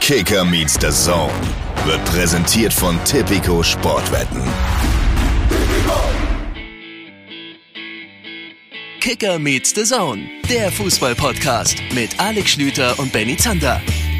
Kicker meets the Zone wird präsentiert von Tipico Sportwetten. Kicker meets the Zone, der Fußball-Podcast mit Alex Schlüter und Benny Zander.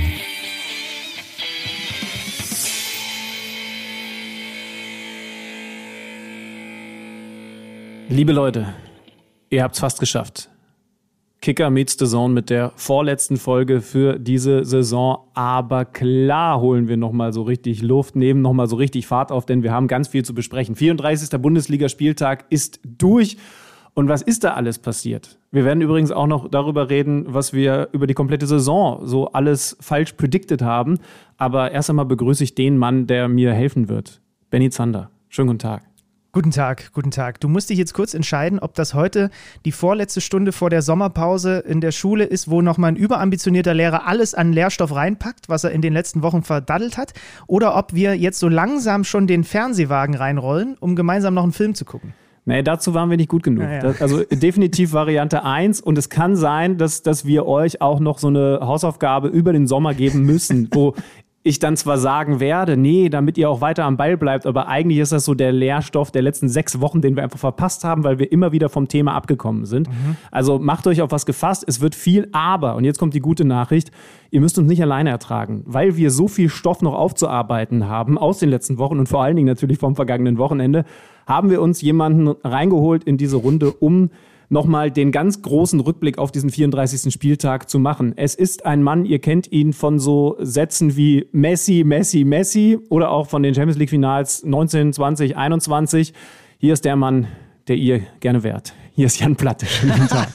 Liebe Leute, ihr habt's fast geschafft. Kicker meets the Zone mit der vorletzten Folge für diese Saison. Aber klar holen wir nochmal so richtig Luft, nehmen nochmal so richtig Fahrt auf, denn wir haben ganz viel zu besprechen. 34. Bundesligaspieltag ist durch. Und was ist da alles passiert? Wir werden übrigens auch noch darüber reden, was wir über die komplette Saison so alles falsch predicted haben. Aber erst einmal begrüße ich den Mann, der mir helfen wird. Benny Zander. Schönen guten Tag. Guten Tag, guten Tag. Du musst dich jetzt kurz entscheiden, ob das heute die vorletzte Stunde vor der Sommerpause in der Schule ist, wo nochmal ein überambitionierter Lehrer alles an Lehrstoff reinpackt, was er in den letzten Wochen verdaddelt hat, oder ob wir jetzt so langsam schon den Fernsehwagen reinrollen, um gemeinsam noch einen Film zu gucken. Nee, dazu waren wir nicht gut genug. Ja. Also definitiv Variante 1. Und es kann sein, dass wir euch auch noch so eine Hausaufgabe über den Sommer geben müssen, wo ich dann zwar sagen werde, nee, damit ihr auch weiter am Ball bleibt, aber eigentlich ist das so der Lehrstoff der letzten 6 Wochen, den wir einfach verpasst haben, weil wir immer wieder vom Thema abgekommen sind. Also macht euch auf was gefasst, es wird viel, aber, und jetzt kommt die gute Nachricht, ihr müsst uns nicht alleine ertragen, weil wir so viel Stoff noch aufzuarbeiten haben aus den letzten Wochen und vor allen Dingen natürlich vom vergangenen Wochenende, haben wir uns jemanden reingeholt in diese Runde, um nochmal den ganz großen Rückblick auf diesen 34. Spieltag zu machen. Es ist ein Mann, ihr kennt ihn von so Sätzen wie Messi, Messi, Messi oder auch von den Champions League Finals 19, 20, 21. Hier ist der Mann, der ihr gerne wärt. Hier ist Jan Platte. Schönen guten Tag.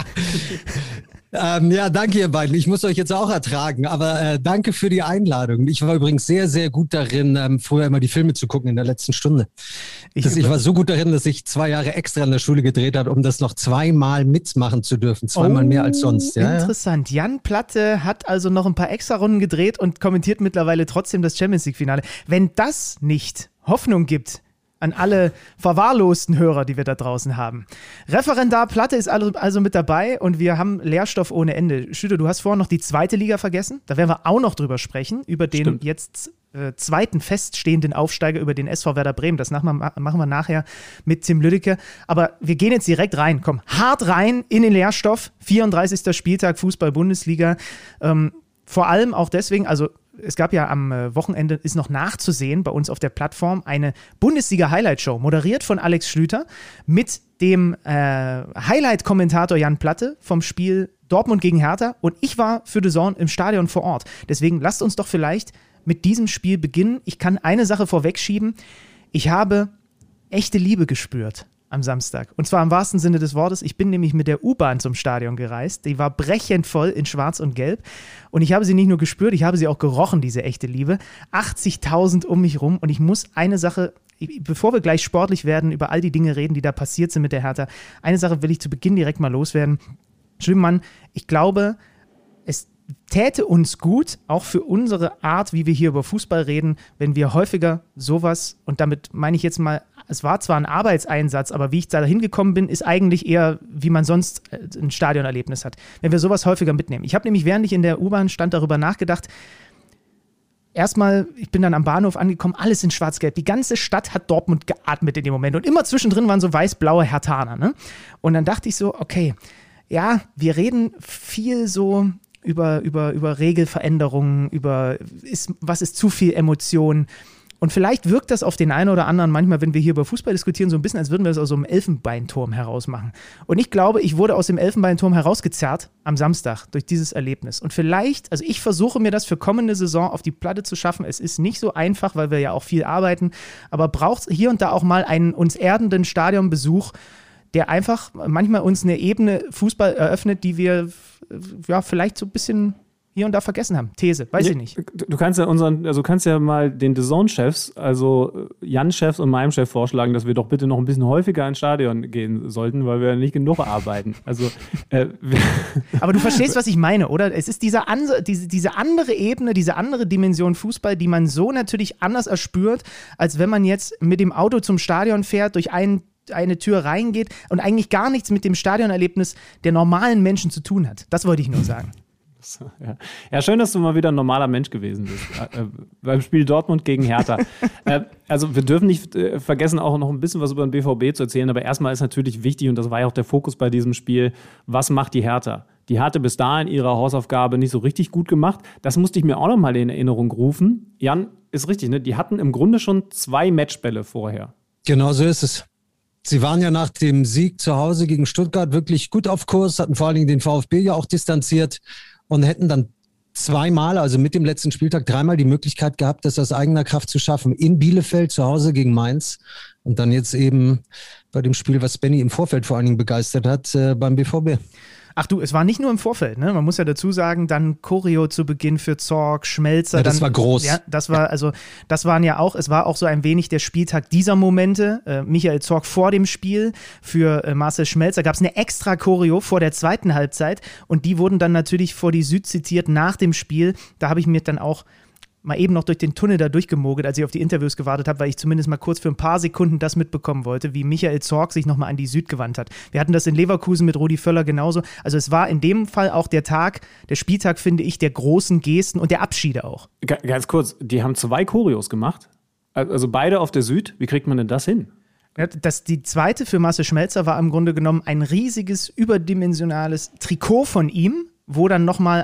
Ja, danke ihr beiden. Ich muss euch jetzt auch ertragen, aber danke für die Einladung. Ich war übrigens sehr, sehr gut darin, früher immer die Filme zu gucken in der letzten Stunde. Ich war so gut darin, dass ich 2 Jahre extra in der Schule gedreht habe, um das noch 2-mal mitmachen zu dürfen. 2-mal mehr als sonst. Ja, interessant. Ja. Jan Platte hat also noch ein paar extra Runden gedreht und kommentiert mittlerweile trotzdem das Champions League-Finale. Wenn das nicht Hoffnung gibt an alle verwahrlosten Hörer, die wir da draußen haben. Referendar Platte ist also mit dabei und wir haben Lehrstoff ohne Ende. Schütte, du hast vorhin noch die zweite Liga vergessen. Da werden wir auch noch drüber sprechen, über den jetzt zweiten feststehenden Aufsteiger, über den SV Werder Bremen. Das machen wir nachher mit Tim Lüdecke. Aber wir gehen jetzt direkt rein. Komm, hart rein in den Lehrstoff. 34. Spieltag Fußball-Bundesliga. Vor allem auch deswegen, also es gab ja am Wochenende, ist noch nachzusehen bei uns auf der Plattform, eine Bundesliga-Highlight-Show, moderiert von Alex Schlüter, mit dem Highlight-Kommentator Jan Platte vom Spiel Dortmund gegen Hertha. Und ich war für The Zone im Stadion vor Ort. Deswegen lasst uns doch vielleicht mit diesem Spiel beginnen. Ich kann eine Sache vorwegschieben. Ich habe echte Liebe gespürt am Samstag. Und zwar im wahrsten Sinne des Wortes. Ich bin nämlich mit der U-Bahn zum Stadion gereist. Die war brechend voll in Schwarz und Gelb. Und ich habe sie nicht nur gespürt, ich habe sie auch gerochen, diese echte Liebe. 80.000 um mich rum. Und ich muss eine Sache, bevor wir gleich sportlich werden, über all die Dinge reden, die da passiert sind mit der Hertha, eine Sache will ich zu Beginn direkt mal loswerden. Schwimmann, ich glaube, es täte uns gut, auch für unsere Art, wie wir hier über Fußball reden, wenn wir häufiger sowas, und damit meine ich jetzt mal, es war zwar ein Arbeitseinsatz, aber wie ich da hingekommen bin, ist eigentlich eher, wie man sonst ein Stadionerlebnis hat. Wenn wir sowas häufiger mitnehmen. Ich habe nämlich, während ich in der U-Bahn stand, darüber nachgedacht, erstmal, ich bin dann am Bahnhof angekommen, alles in schwarz-gelb. Die ganze Stadt hat Dortmund geatmet in dem Moment. Und immer zwischendrin waren so weiß-blaue Herthaner. Ne? Und dann dachte ich so, okay, ja, wir reden viel so über Regelveränderungen, was ist zu viel Emotion. Und vielleicht wirkt das auf den einen oder anderen manchmal, wenn wir hier über Fußball diskutieren, so ein bisschen, als würden wir das aus so einem Elfenbeinturm heraus machen. Und ich glaube, ich wurde aus dem Elfenbeinturm herausgezerrt am Samstag durch dieses Erlebnis. Und vielleicht, also ich versuche mir das für kommende Saison auf die Platte zu schaffen. Es ist nicht so einfach, weil wir ja auch viel arbeiten, aber braucht hier und da auch mal einen uns erdenden Stadionbesuch, der einfach manchmal uns eine Ebene Fußball eröffnet, die wir ja vielleicht so ein bisschen hier und da vergessen haben. These, weiß ich nicht. Du kannst ja mal den The Zone-Chefs, also Jan-Chefs und meinem Chef vorschlagen, dass wir doch bitte noch ein bisschen häufiger ins Stadion gehen sollten, weil wir nicht genug arbeiten. Also, aber du verstehst, was ich meine, oder? Es ist diese andere Ebene, diese andere Dimension Fußball, die man so natürlich anders erspürt, als wenn man jetzt mit dem Auto zum Stadion fährt, durch eine Tür reingeht und eigentlich gar nichts mit dem Stadionerlebnis der normalen Menschen zu tun hat. Das wollte ich nur sagen. Ja, schön, dass du mal wieder ein normaler Mensch gewesen bist. Beim Spiel Dortmund gegen Hertha. Also wir dürfen nicht vergessen, auch noch ein bisschen was über den BVB zu erzählen, aber erstmal ist natürlich wichtig, und das war ja auch der Fokus bei diesem Spiel, was macht die Hertha? Die hatte bis dahin ihre Hausaufgabe nicht so richtig gut gemacht. Das musste ich mir auch noch mal in Erinnerung rufen. Jan, ist richtig, ne? Die hatten im Grunde schon 2 Matchbälle vorher. Genau so ist es. Sie waren ja nach dem Sieg zu Hause gegen Stuttgart wirklich gut auf Kurs, hatten vor allen Dingen den VfB ja auch distanziert und hätten dann 2-mal, also mit dem letzten Spieltag 3-mal die Möglichkeit gehabt, das aus eigener Kraft zu schaffen. In Bielefeld zu Hause gegen Mainz und dann jetzt eben bei dem Spiel, was Benny im Vorfeld vor allen Dingen begeistert hat, beim BVB. Ach du, es war nicht nur im Vorfeld, ne? Man muss ja dazu sagen, dann Choreo zu Beginn für Zorc, Schmelzer. Ja, das war groß. Ja, es war auch so ein wenig der Spieltag dieser Momente. Michael Zorc vor dem Spiel, für Marcel Schmelzer gab es eine extra Choreo vor der zweiten Halbzeit und die wurden dann natürlich vor die Süd zitiert nach dem Spiel. Da habe ich mir dann auch mal eben noch durch den Tunnel da durchgemogelt, als ich auf die Interviews gewartet habe, weil ich zumindest mal kurz für ein paar Sekunden das mitbekommen wollte, wie Michael Zorc sich nochmal an die Süd gewandt hat. Wir hatten das in Leverkusen mit Rudi Völler genauso. Also es war in dem Fall auch der Spieltag, finde ich, der großen Gesten und der Abschiede auch. Ganz kurz, die haben 2 Choreos gemacht, also beide auf der Süd. Wie kriegt man denn das hin? Ja, die zweite für Marcel Schmelzer war im Grunde genommen ein riesiges, überdimensionales Trikot von ihm, wo dann nochmal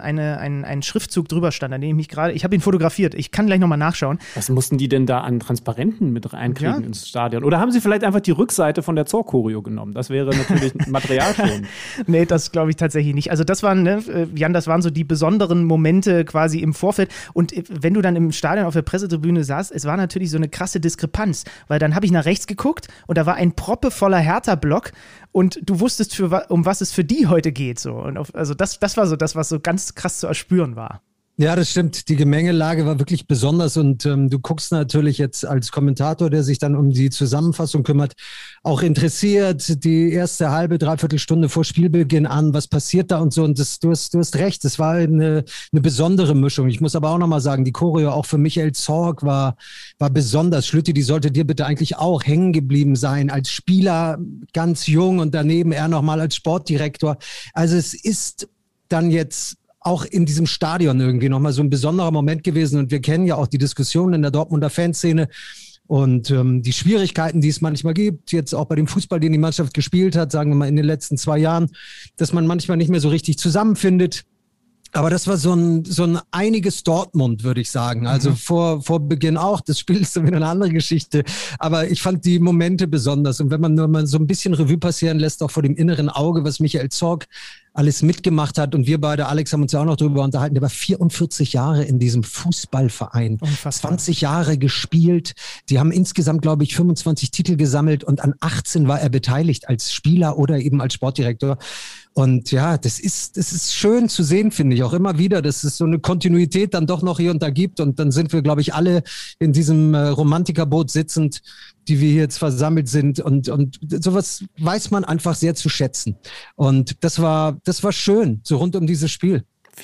ein Schriftzug drüber stand, an dem ich habe ihn fotografiert, ich kann gleich nochmal nachschauen. Was mussten die denn da an Transparenten mit reinkriegen ins Stadion? Oder haben sie vielleicht einfach die Rückseite von der Zorc-Choreo genommen? Das wäre natürlich Material schon. Nee, das glaube ich tatsächlich nicht. Also das waren, Jan, das waren so die besonderen Momente quasi im Vorfeld. Und wenn du dann im Stadion auf der Pressetribüne saßt, es war natürlich so eine krasse Diskrepanz, weil dann habe ich nach rechts geguckt und da war ein proppevoller Hertha-Block und du wusstest, um was es für die heute geht. So. Und also das war so das, was so ganz krass zu erspüren war. Ja, das stimmt. Die Gemengelage war wirklich besonders und du guckst natürlich jetzt als Kommentator, der sich dann um die Zusammenfassung kümmert, auch interessiert die erste halbe, dreiviertel Stunde vor Spielbeginn an, was passiert da und so. Und du hast recht, es war eine besondere Mischung. Ich muss aber auch nochmal sagen, die Choreo auch für Michael Zorc war besonders. Schlütti, die sollte dir bitte eigentlich auch hängen geblieben sein, als Spieler ganz jung und daneben er nochmal als Sportdirektor. Also es ist dann jetzt auch in diesem Stadion irgendwie nochmal so ein besonderer Moment gewesen. Und wir kennen ja auch die Diskussionen in der Dortmunder Fanszene und die Schwierigkeiten, die es manchmal gibt, jetzt auch bei dem Fußball, den die Mannschaft gespielt hat, sagen wir mal in den letzten 2 Jahren, dass man manchmal nicht mehr so richtig zusammenfindet. Aber das war so ein einiges Dortmund, würde ich sagen. Also vor Beginn auch. Das Spiel ist so wieder eine andere Geschichte. Aber ich fand die Momente besonders. Und wenn man nur mal so ein bisschen Revue passieren lässt, auch vor dem inneren Auge, was Michael Zorc alles mitgemacht hat. Und wir beide, Alex, haben uns ja auch noch darüber unterhalten. Der war 44 Jahre in diesem Fußballverein. Unfassbar. 20 Jahre gespielt. Die haben insgesamt, glaube ich, 25 Titel gesammelt. Und an 18 war er beteiligt als Spieler oder eben als Sportdirektor. Und ja, das ist schön zu sehen, finde ich auch immer wieder, dass es so eine Kontinuität dann doch noch hier und da gibt. Und dann sind wir, glaube ich, alle in diesem Romantikerboot sitzend, die wir hier jetzt versammelt sind. Und sowas weiß man einfach sehr zu schätzen. Und das war schön, so rund um dieses Spiel.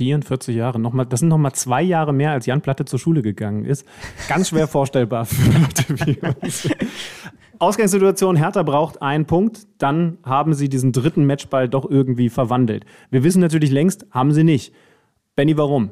44 Jahre, das sind nochmal 2 Jahre mehr, als Jan Platte zur Schule gegangen ist. Ganz schwer vorstellbar für Leute wie uns. Ausgangssituation, Hertha braucht 1 Punkt, dann haben sie diesen 3. Matchball doch irgendwie verwandelt. Wir wissen natürlich längst, haben sie nicht. Benni, warum?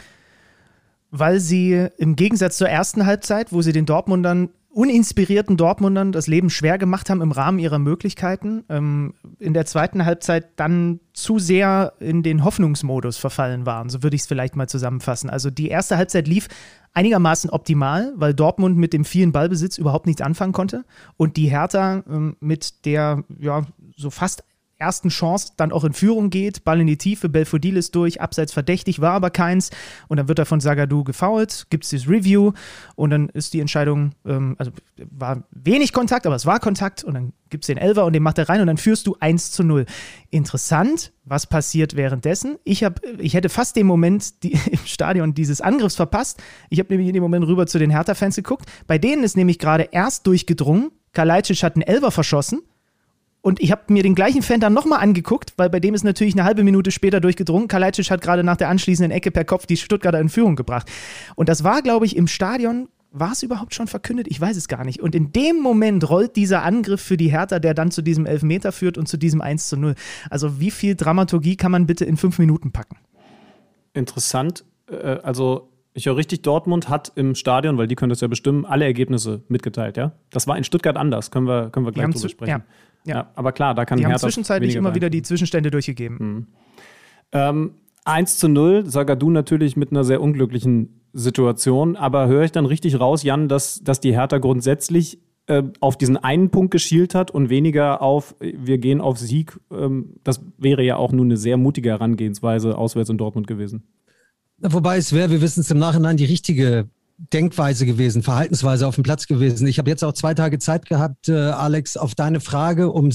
Weil sie im Gegensatz zur ersten Halbzeit, wo sie den uninspirierten Dortmundern das Leben schwer gemacht haben im Rahmen ihrer Möglichkeiten, in der zweiten Halbzeit dann zu sehr in den Hoffnungsmodus verfallen waren. So würde ich es vielleicht mal zusammenfassen. Also die erste Halbzeit lief einigermaßen optimal, weil Dortmund mit dem vielen Ballbesitz überhaupt nichts anfangen konnte und die Hertha mit der so fast ersten Chance dann auch in Führung geht, Ball in die Tiefe, Belfodil ist durch, abseits verdächtig, war aber keins und dann wird er von Zagadou gefoult, gibt es das Review und dann ist die Entscheidung, also war wenig Kontakt, aber es war Kontakt und dann gibt es den Elfer und den macht er rein und dann führst du 1:0. Interessant, was passiert währenddessen? Ich hätte fast den Moment im Stadion dieses Angriffs verpasst. Ich habe nämlich in dem Moment rüber zu den Hertha-Fans geguckt. Bei denen ist nämlich gerade erst durchgedrungen, Kalajdzic hat einen Elfer verschossen. Und ich habe mir den gleichen Fan dann nochmal angeguckt, weil bei dem ist natürlich eine halbe Minute später durchgedrungen. Kalajdzic hat gerade nach der anschließenden Ecke per Kopf die Stuttgarter in Führung gebracht. Und das war, glaube ich, im Stadion, war es überhaupt schon verkündet? Ich weiß es gar nicht. Und in dem Moment rollt dieser Angriff für die Hertha, der dann zu diesem Elfmeter führt und zu diesem 1:0. Also wie viel Dramaturgie kann man bitte in 5 Minuten packen? Interessant. Also ich höre richtig, Dortmund hat im Stadion, weil die können das ja bestimmen, alle Ergebnisse mitgeteilt, ja? Das war in Stuttgart anders, können wir gleich drüber sprechen. Ja, aber klar, da kann die Hertha haben zwischenzeitlich immer wieder die Zwischenstände durchgegeben. 1:0, Zagadou natürlich mit einer sehr unglücklichen Situation, aber höre ich dann richtig raus, Jan, dass die Hertha grundsätzlich auf diesen einen Punkt geschielt hat und weniger auf, wir gehen auf Sieg. Das wäre ja auch nur eine sehr mutige Herangehensweise auswärts in Dortmund gewesen. Wobei es wäre, wir wissen es im Nachhinein, die richtige Denkweise gewesen, Verhaltensweise auf dem Platz gewesen. Ich habe jetzt auch 2 Tage Zeit gehabt, Alex, auf deine Frage um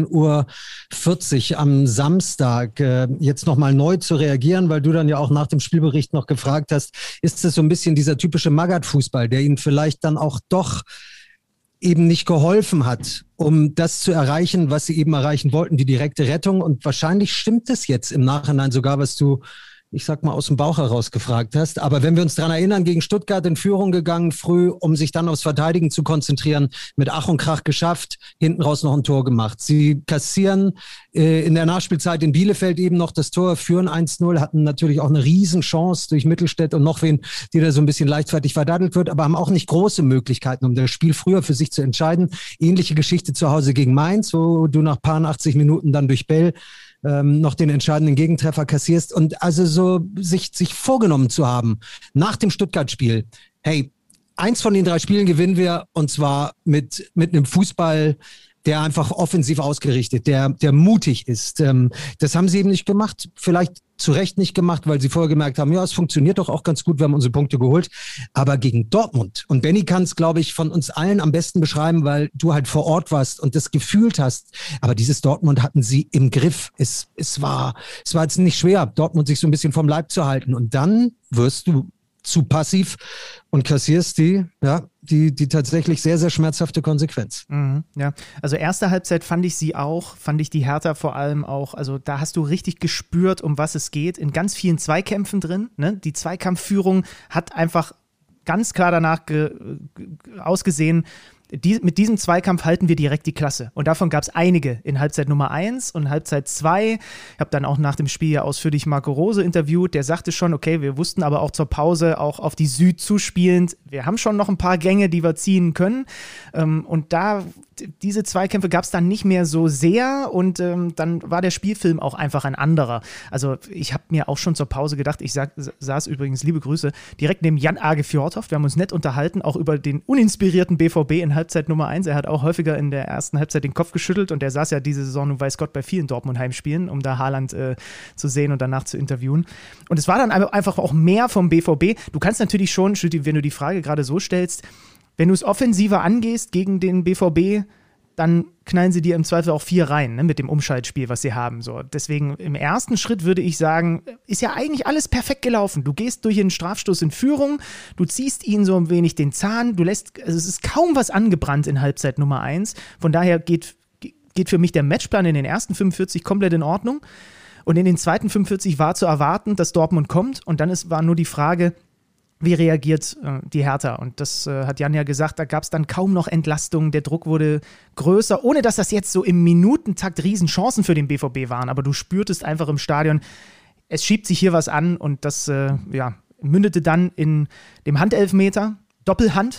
17:40 Uhr am Samstag jetzt nochmal neu zu reagieren, weil du dann ja auch nach dem Spielbericht noch gefragt hast, ist es so ein bisschen dieser typische Magath-Fußball, der ihnen vielleicht dann auch doch eben nicht geholfen hat, um das zu erreichen, was sie eben erreichen wollten, die direkte Rettung. Und wahrscheinlich stimmt es jetzt im Nachhinein sogar, was du, ich sag mal, aus dem Bauch heraus gefragt hast. Aber wenn wir uns daran erinnern, gegen Stuttgart in Führung gegangen früh, um sich dann aufs Verteidigen zu konzentrieren, mit Ach und Krach geschafft, hinten raus noch ein Tor gemacht. Sie kassieren in der Nachspielzeit in Bielefeld eben noch das Tor, führen 1:0, hatten natürlich auch eine Riesenchance durch Mittelstädt und noch wen, die da so ein bisschen leichtfertig verdattelt wird, aber haben auch nicht große Möglichkeiten, um das Spiel früher für sich zu entscheiden. Ähnliche Geschichte zu Hause gegen Mainz, wo du nach paar 80 Minuten dann durch Bell noch den entscheidenden Gegentreffer kassierst. Und also so sich vorgenommen zu haben, nach dem Stuttgart-Spiel, hey, 1 von den 3 Spielen gewinnen wir, und zwar mit einem Fußball, der einfach offensiv ausgerichtet, der mutig ist. Das haben sie eben nicht gemacht, vielleicht zu Recht nicht gemacht, weil sie vorher gemerkt haben, ja, es funktioniert doch auch ganz gut, wir haben unsere Punkte geholt. Aber gegen Dortmund, und Benny kann es, glaube ich, von uns allen am besten beschreiben, weil du halt vor Ort warst und das gefühlt hast. Aber dieses Dortmund hatten sie im Griff. Es war jetzt nicht schwer, Dortmund sich so ein bisschen vom Leib zu halten. Und dann wirst du zu passiv und kassierst die tatsächlich sehr, sehr schmerzhafte Konsequenz. Ja, also erste Halbzeit fand ich die Hertha vor allem auch, also da hast du richtig gespürt, um was es geht, in ganz vielen Zweikämpfen drin, ne? Die Zweikampfführung hat einfach ganz klar danach ausgesehen, mit diesem Zweikampf halten wir direkt die Klasse. Und davon gab es einige in Halbzeit Nummer 1 und Halbzeit 2. Ich habe dann auch nach dem Spiel ja ausführlich Marco Rose interviewt. Der sagte schon, okay, wir wussten aber auch zur Pause, auch auf die Süd zuspielend, wir haben schon noch ein paar Gänge, die wir ziehen können. Und diese Zweikämpfe gab es dann nicht mehr so sehr und dann war der Spielfilm auch einfach ein anderer. Also ich habe mir auch schon zur Pause gedacht, ich saß übrigens, liebe Grüße, direkt neben Jan Age Fjordhoff. Wir haben uns nett unterhalten, auch über den uninspirierten BVB in Halbzeit Nummer 1. Er hat auch häufiger in der ersten Halbzeit den Kopf geschüttelt und er saß ja diese Saison, nun weiß Gott, bei vielen Dortmund-Heimspielen, um da Haaland zu sehen und danach zu interviewen. Und es war dann einfach auch mehr vom BVB. Du kannst natürlich schon, Schütti, wenn du die Frage gerade so stellst, wenn du es offensiver angehst gegen den BVB, dann knallen sie dir im Zweifel auch 4 rein, ne, mit dem Umschaltspiel, was sie haben. So. Deswegen im ersten Schritt würde ich sagen, ist ja eigentlich alles perfekt gelaufen. Du gehst durch einen Strafstoß in Führung, du ziehst ihnen so ein wenig den Zahn, also es ist kaum was angebrannt in Halbzeit Nummer 1. Von daher geht für mich der Matchplan in den ersten 45 komplett in Ordnung. Und in den zweiten 45 war zu erwarten, dass Dortmund kommt. Und dann war nur die Frage, wie reagiert die Hertha? Und das hat Jan ja gesagt, da gab es dann kaum noch Entlastung, der Druck wurde größer, ohne dass das jetzt so im Minutentakt Riesenchancen für den BVB waren, aber du spürtest einfach im Stadion, es schiebt sich hier was an und das mündete dann in dem Handelfmeter, Doppelhand,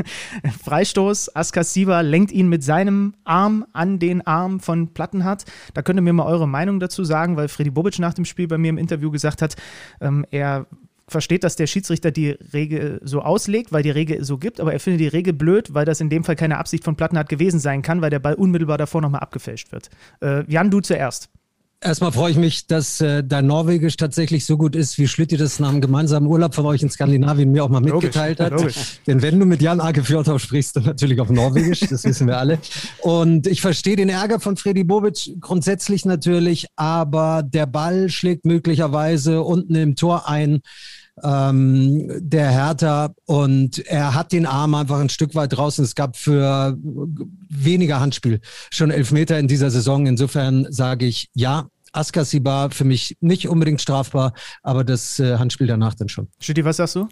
Freistoß, Askasiba lenkt ihn mit seinem Arm an den Arm von Plattenhardt. Da könnt ihr mir mal eure Meinung dazu sagen, weil Freddy Bobic nach dem Spiel bei mir im Interview gesagt hat, er versteht, dass der Schiedsrichter die Regel so auslegt, weil die Regel so gibt, aber er findet die Regel blöd, weil das in dem Fall keine Absicht von Plattenhardt gewesen sein kann, weil der Ball unmittelbar davor nochmal abgefälscht wird. Jan, du zuerst. Erstmal freue ich mich, dass dein Norwegisch tatsächlich so gut ist, wie Schlitti das nach einem gemeinsamen Urlaub von euch in Skandinavien mir auch mal mitgeteilt hat. Logisch. Denn wenn du mit Jan Age Fjordhoff sprichst, dann natürlich auf Norwegisch, das wissen wir alle. Und ich verstehe den Ärger von Freddy Bobic grundsätzlich natürlich, aber der Ball schlägt möglicherweise unten im Tor ein, der Hertha, und er hat den Arm einfach ein Stück weit draußen. Es gab für weniger Handspiel schon Elfmeter in dieser Saison. Insofern sage ich ja, Askasiba für mich nicht unbedingt strafbar, aber das Handspiel danach dann schon. Schütti, was sagst du?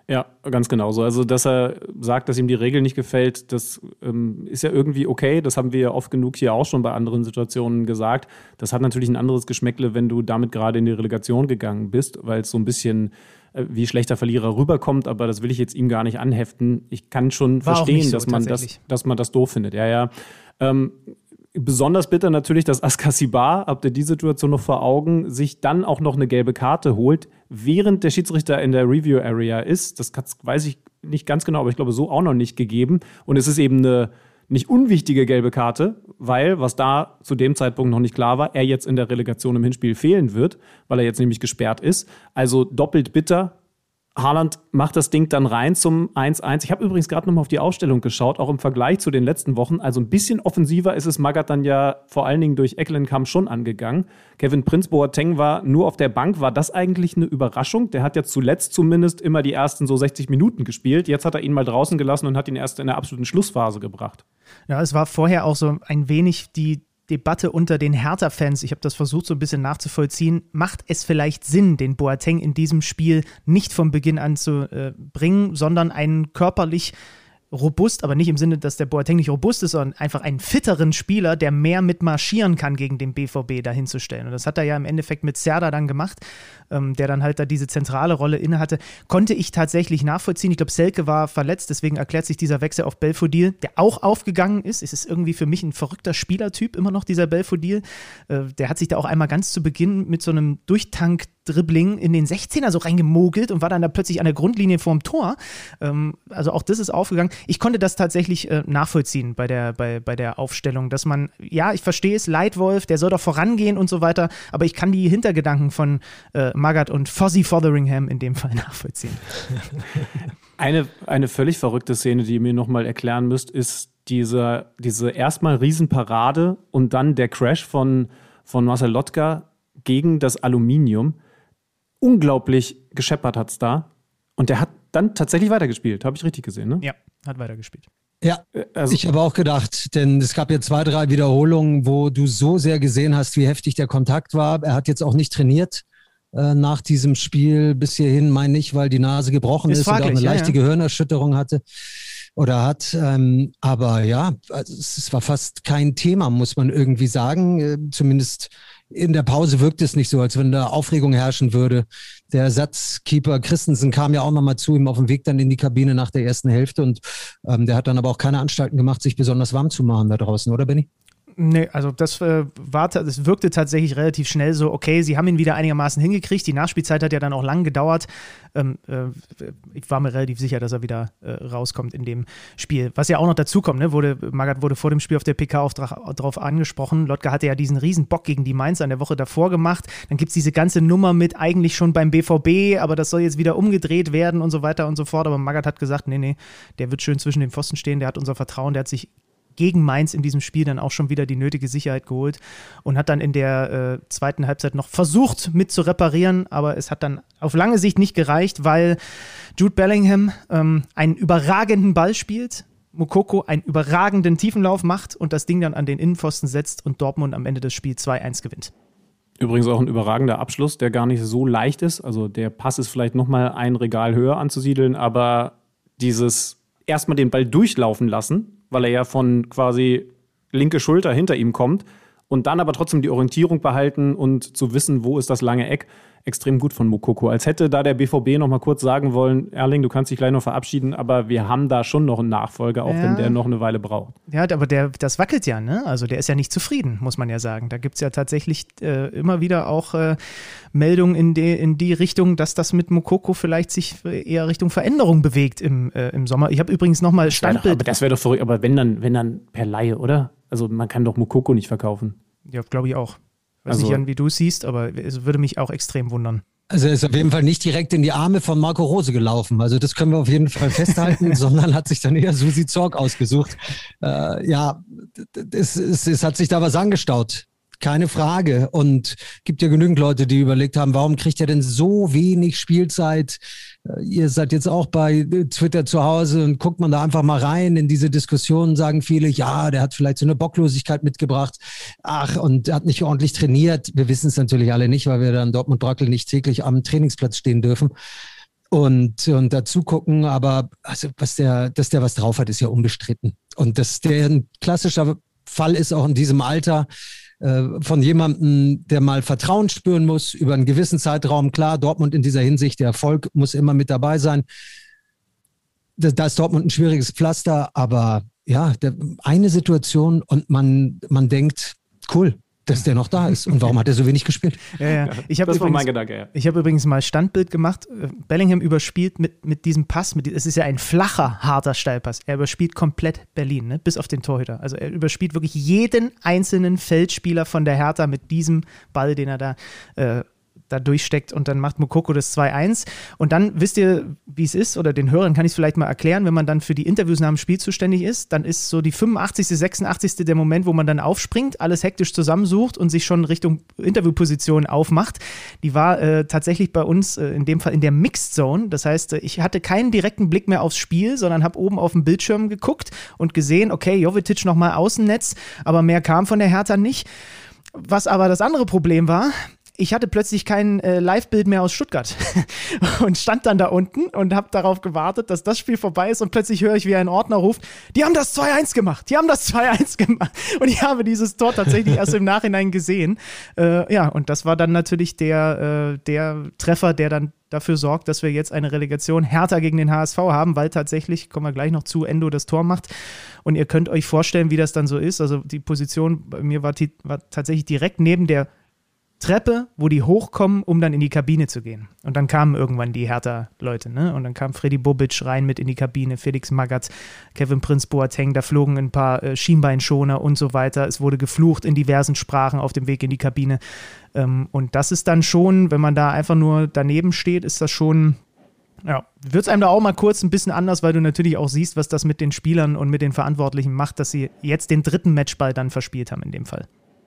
Ja, ganz genau so. Also, dass er sagt, dass ihm die Regel nicht gefällt, das ist ja irgendwie okay. Das haben wir ja oft genug hier auch schon bei anderen Situationen gesagt. Das hat natürlich ein anderes Geschmäckle, wenn du damit gerade in die Relegation gegangen bist, weil es so ein bisschen wie schlechter Verlierer rüberkommt. Aber das will ich jetzt ihm gar nicht anheften. Ich kann schon verstehen, so, dass man das doof findet. Ja. Besonders bitter natürlich, dass Askasibar, habt ihr die Situation noch vor Augen, sich dann auch noch eine gelbe Karte holt, während der Schiedsrichter in der Review-Area ist. Das weiß ich nicht ganz genau, aber ich glaube, so auch noch nicht gegeben. Und es ist eben eine nicht unwichtige gelbe Karte, weil, was da zu dem Zeitpunkt noch nicht klar war, er jetzt in der Relegation im Hinspiel fehlen wird, weil er jetzt nämlich gesperrt ist. Also doppelt bitter. Haaland macht das Ding dann rein zum 1-1. Ich habe übrigens gerade nochmal auf die Aufstellung geschaut, auch im Vergleich zu den letzten Wochen. Also ein bisschen offensiver ist es Magath dann ja vor allen Dingen durch Ekkelenkamp schon angegangen. Kevin Prince Boateng war nur auf der Bank. War das eigentlich eine Überraschung? Der hat ja zuletzt zumindest immer die ersten so 60 Minuten gespielt. Jetzt hat er ihn mal draußen gelassen und hat ihn erst in der absoluten Schlussphase gebracht. Ja, es war vorher auch so ein wenig die Debatte unter den Hertha-Fans, ich habe das versucht so ein bisschen nachzuvollziehen, macht es vielleicht Sinn, den Boateng in diesem Spiel nicht von Beginn an zu bringen, sondern einen körperlich robust, aber nicht im Sinne, dass der Boateng nicht robust ist, sondern einfach einen fitteren Spieler, der mehr mitmarschieren kann gegen den BVB dahinzustellen. Und das hat er ja im Endeffekt mit Serdar dann gemacht, der dann halt da diese zentrale Rolle innehatte. Konnte ich tatsächlich nachvollziehen. Ich glaube, Selke war verletzt, deswegen erklärt sich dieser Wechsel auf Belfodil, der auch aufgegangen ist. Es ist irgendwie für mich ein verrückter Spielertyp, immer noch dieser Belfodil. Der hat sich da auch einmal ganz zu Beginn mit so einem Durchtank-Dribbling in den 16er so reingemogelt und war dann da plötzlich an der Grundlinie vorm Tor. Also auch das ist aufgegangen. Ich konnte das tatsächlich nachvollziehen bei der Aufstellung, dass man, ja, ich verstehe es, Leitwolf, der soll doch vorangehen und so weiter, aber ich kann die Hintergedanken von Magath und Fozzie Fotheringham in dem Fall nachvollziehen. Eine völlig verrückte Szene, die ihr mir nochmal erklären müsst, ist diese erstmal Riesenparade und dann der Crash von Marcel Lotka gegen das Aluminium. Unglaublich gescheppert hat es da. Und der hat dann tatsächlich weitergespielt. Habe ich richtig gesehen, ne? Ja, hat weitergespielt. Ja, also, ich habe auch gedacht, denn es gab ja 2, 3 Wiederholungen, wo du so sehr gesehen hast, wie heftig der Kontakt war. Er hat jetzt auch nicht trainiert nach diesem Spiel bis hierhin, meine ich, weil die Nase gebrochen ist und auch eine leichte Gehirnerschütterung hatte oder hat. Aber ja, also es war fast kein Thema, muss man irgendwie sagen. Zumindest in der Pause wirkt es nicht so, als wenn da Aufregung herrschen würde. Der Ersatzkeeper Christensen kam ja auch nochmal zu ihm auf dem Weg dann in die Kabine nach der ersten Hälfte und der hat dann aber auch keine Anstalten gemacht, sich besonders warm zu machen da draußen, oder Benni? Nee, also das wirkte tatsächlich relativ schnell so, okay, sie haben ihn wieder einigermaßen hingekriegt, die Nachspielzeit hat ja dann auch lang gedauert. Ich war mir relativ sicher, dass er wieder rauskommt in dem Spiel. Was ja auch noch dazu kommt, ne? Magath wurde vor dem Spiel auf der PK auch drauf angesprochen, Lotka hatte ja diesen riesen Bock gegen die Mainzer in der Woche davor gemacht, dann gibt es diese ganze Nummer mit eigentlich schon beim BVB, aber das soll jetzt wieder umgedreht werden und so weiter und so fort, aber Magath hat gesagt, nee, der wird schön zwischen den Pfosten stehen, der hat unser Vertrauen, der hat sich gegen Mainz in diesem Spiel dann auch schon wieder die nötige Sicherheit geholt und hat dann in der zweiten Halbzeit noch versucht mit zu reparieren, aber es hat dann auf lange Sicht nicht gereicht, weil Jude Bellingham einen überragenden Ball spielt, Moukoko einen überragenden Tiefenlauf macht und das Ding dann an den Innenpfosten setzt und Dortmund am Ende des Spiels 2-1 gewinnt. Übrigens auch ein überragender Abschluss, der gar nicht so leicht ist. Also der Pass ist vielleicht nochmal ein Regal höher anzusiedeln, aber dieses erstmal den Ball durchlaufen lassen, weil er ja von quasi linke Schulter hinter ihm kommt und dann aber trotzdem die Orientierung behalten und zu wissen, wo ist das lange Eck, extrem gut von Moukoko. Als hätte da der BVB noch mal kurz sagen wollen, Erling, du kannst dich gleich noch verabschieden, aber wir haben da schon noch einen Nachfolger, auch wenn der noch eine Weile braucht. Ja, aber das wackelt ja, ne? Also der ist ja nicht zufrieden, muss man ja sagen. Da gibt es ja tatsächlich immer wieder auch Meldungen in die Richtung, dass das mit Moukoko vielleicht sich eher Richtung Veränderung bewegt im Sommer. Ich habe übrigens nochmal Standbild. Aber das wäre doch verrückt, aber wenn dann per Laie, oder? Also man kann doch Moukoko nicht verkaufen. Ja, glaube ich auch. Weiß nicht, Jan, wie du es siehst, aber es würde mich auch extrem wundern. Also er ist auf jeden Fall nicht direkt in die Arme von Marco Rose gelaufen. Also das können wir auf jeden Fall festhalten, sondern hat sich dann eher Susi Zorc ausgesucht. Es hat sich da was angestaut. Keine Frage. Und gibt ja genügend Leute, die überlegt haben, warum kriegt er denn so wenig Spielzeit? Ihr seid jetzt auch bei Twitter zu Hause und guckt man da einfach mal rein in diese Diskussionen, sagen viele, ja, der hat vielleicht so eine Bocklosigkeit mitgebracht. Ach, und er hat nicht ordentlich trainiert. Wir wissen es natürlich alle nicht, weil wir da in Dortmund-Brackel nicht täglich am Trainingsplatz stehen dürfen. und dazu gucken, aber also dass der was drauf hat, ist ja unbestritten. Und dass der ein klassischer Fall ist, auch in diesem Alter, von jemandem, der mal Vertrauen spüren muss über einen gewissen Zeitraum. Klar, Dortmund in dieser Hinsicht, der Erfolg muss immer mit dabei sein. Da ist Dortmund ein schwieriges Pflaster, aber ja, eine Situation und man denkt, cool, dass der noch da ist. Und warum hat er so wenig gespielt? Ja. Das war mein Gedanke, ja. Ich habe übrigens mal Standbild gemacht. Bellingham überspielt mit diesem Pass. Es ist ja ein flacher, harter Steilpass. Er überspielt komplett Berlin, ne? Bis auf den Torhüter. Also er überspielt wirklich jeden einzelnen Feldspieler von der Hertha mit diesem Ball, den er da durchsteckt, und dann macht Moukoko das 2-1 und dann wisst ihr, wie es ist, oder den Hörern kann ich es vielleicht mal erklären, wenn man dann für die Interviews nach dem Spiel zuständig ist, dann ist so die 85., 86. der Moment, wo man dann aufspringt, alles hektisch zusammensucht und sich schon Richtung Interviewposition aufmacht. Die war tatsächlich bei uns in dem Fall in der Mixed Zone, das heißt, ich hatte keinen direkten Blick mehr aufs Spiel, sondern habe oben auf dem Bildschirm geguckt und gesehen, okay, Jovetic nochmal Außennetz, aber mehr kam von der Hertha nicht. Was aber das andere Problem war, ich hatte plötzlich kein Live-Bild mehr aus Stuttgart und stand dann da unten und habe darauf gewartet, dass das Spiel vorbei ist und plötzlich höre ich, wie ein Ordner ruft, die haben das 2-1 gemacht und ich habe dieses Tor tatsächlich erst im Nachhinein gesehen. Und das war dann natürlich der Treffer, der dann dafür sorgt, dass wir jetzt eine Relegation Hertha gegen den HSV haben, weil tatsächlich, kommen wir gleich noch zu, Endo das Tor macht und ihr könnt euch vorstellen, wie das dann so ist. Also die Position bei mir war tatsächlich direkt neben der Treppe, wo die hochkommen, um dann in die Kabine zu gehen. Und dann kamen irgendwann die Hertha-Leute, ne? Und dann kam Freddy Bobic rein mit in die Kabine, Felix Magath, Kevin Prince Boateng, da flogen ein paar Schienbeinschoner und so weiter. Es wurde geflucht in diversen Sprachen auf dem Weg in die Kabine. Und das ist dann schon, wenn man da einfach nur daneben steht, ist das schon, ja, wird es einem da auch mal kurz ein bisschen anders, weil du natürlich auch siehst, was das mit den Spielern und mit den Verantwortlichen macht, dass sie jetzt den dritten Matchball dann verspielt haben in dem Fall.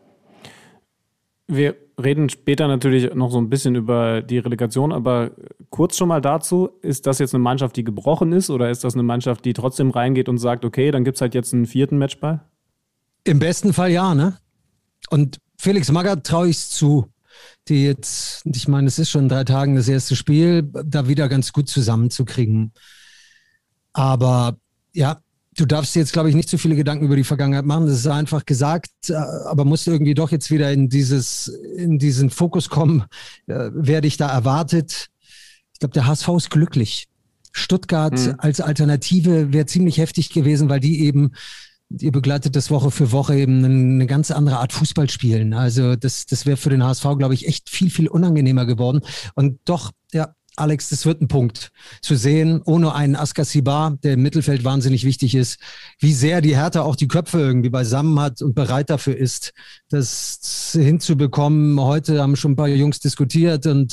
Wir reden später natürlich noch so ein bisschen über die Relegation, aber kurz schon mal dazu, ist das jetzt eine Mannschaft, die gebrochen ist, oder ist das eine Mannschaft, die trotzdem reingeht und sagt, okay, dann gibt es halt jetzt einen vierten Matchball? Im besten Fall ja, ne? Und Felix Magath traue ich es zu, die jetzt, ich meine, es ist schon in 3 Tagen das erste Spiel, da wieder ganz gut zusammenzukriegen. Aber ja, du darfst jetzt, glaube ich, nicht so viele Gedanken über die Vergangenheit machen. Das ist einfach gesagt, aber musst irgendwie doch jetzt wieder in diesen Fokus kommen. Wer dich da erwartet? Ich glaube, der HSV ist glücklich. Stuttgart als Alternative wäre ziemlich heftig gewesen, weil die eben, ihr begleitet das Woche für Woche eben eine ganz andere Art Fußball spielen. Also das wäre für den HSV, glaube ich, echt viel, viel unangenehmer geworden. Und doch, ja, Alex, das wird ein Punkt zu sehen, ohne einen Askar, der im Mittelfeld wahnsinnig wichtig ist, wie sehr die Hertha auch die Köpfe irgendwie beisammen hat und bereit dafür ist, das hinzubekommen. Heute haben schon ein paar Jungs diskutiert und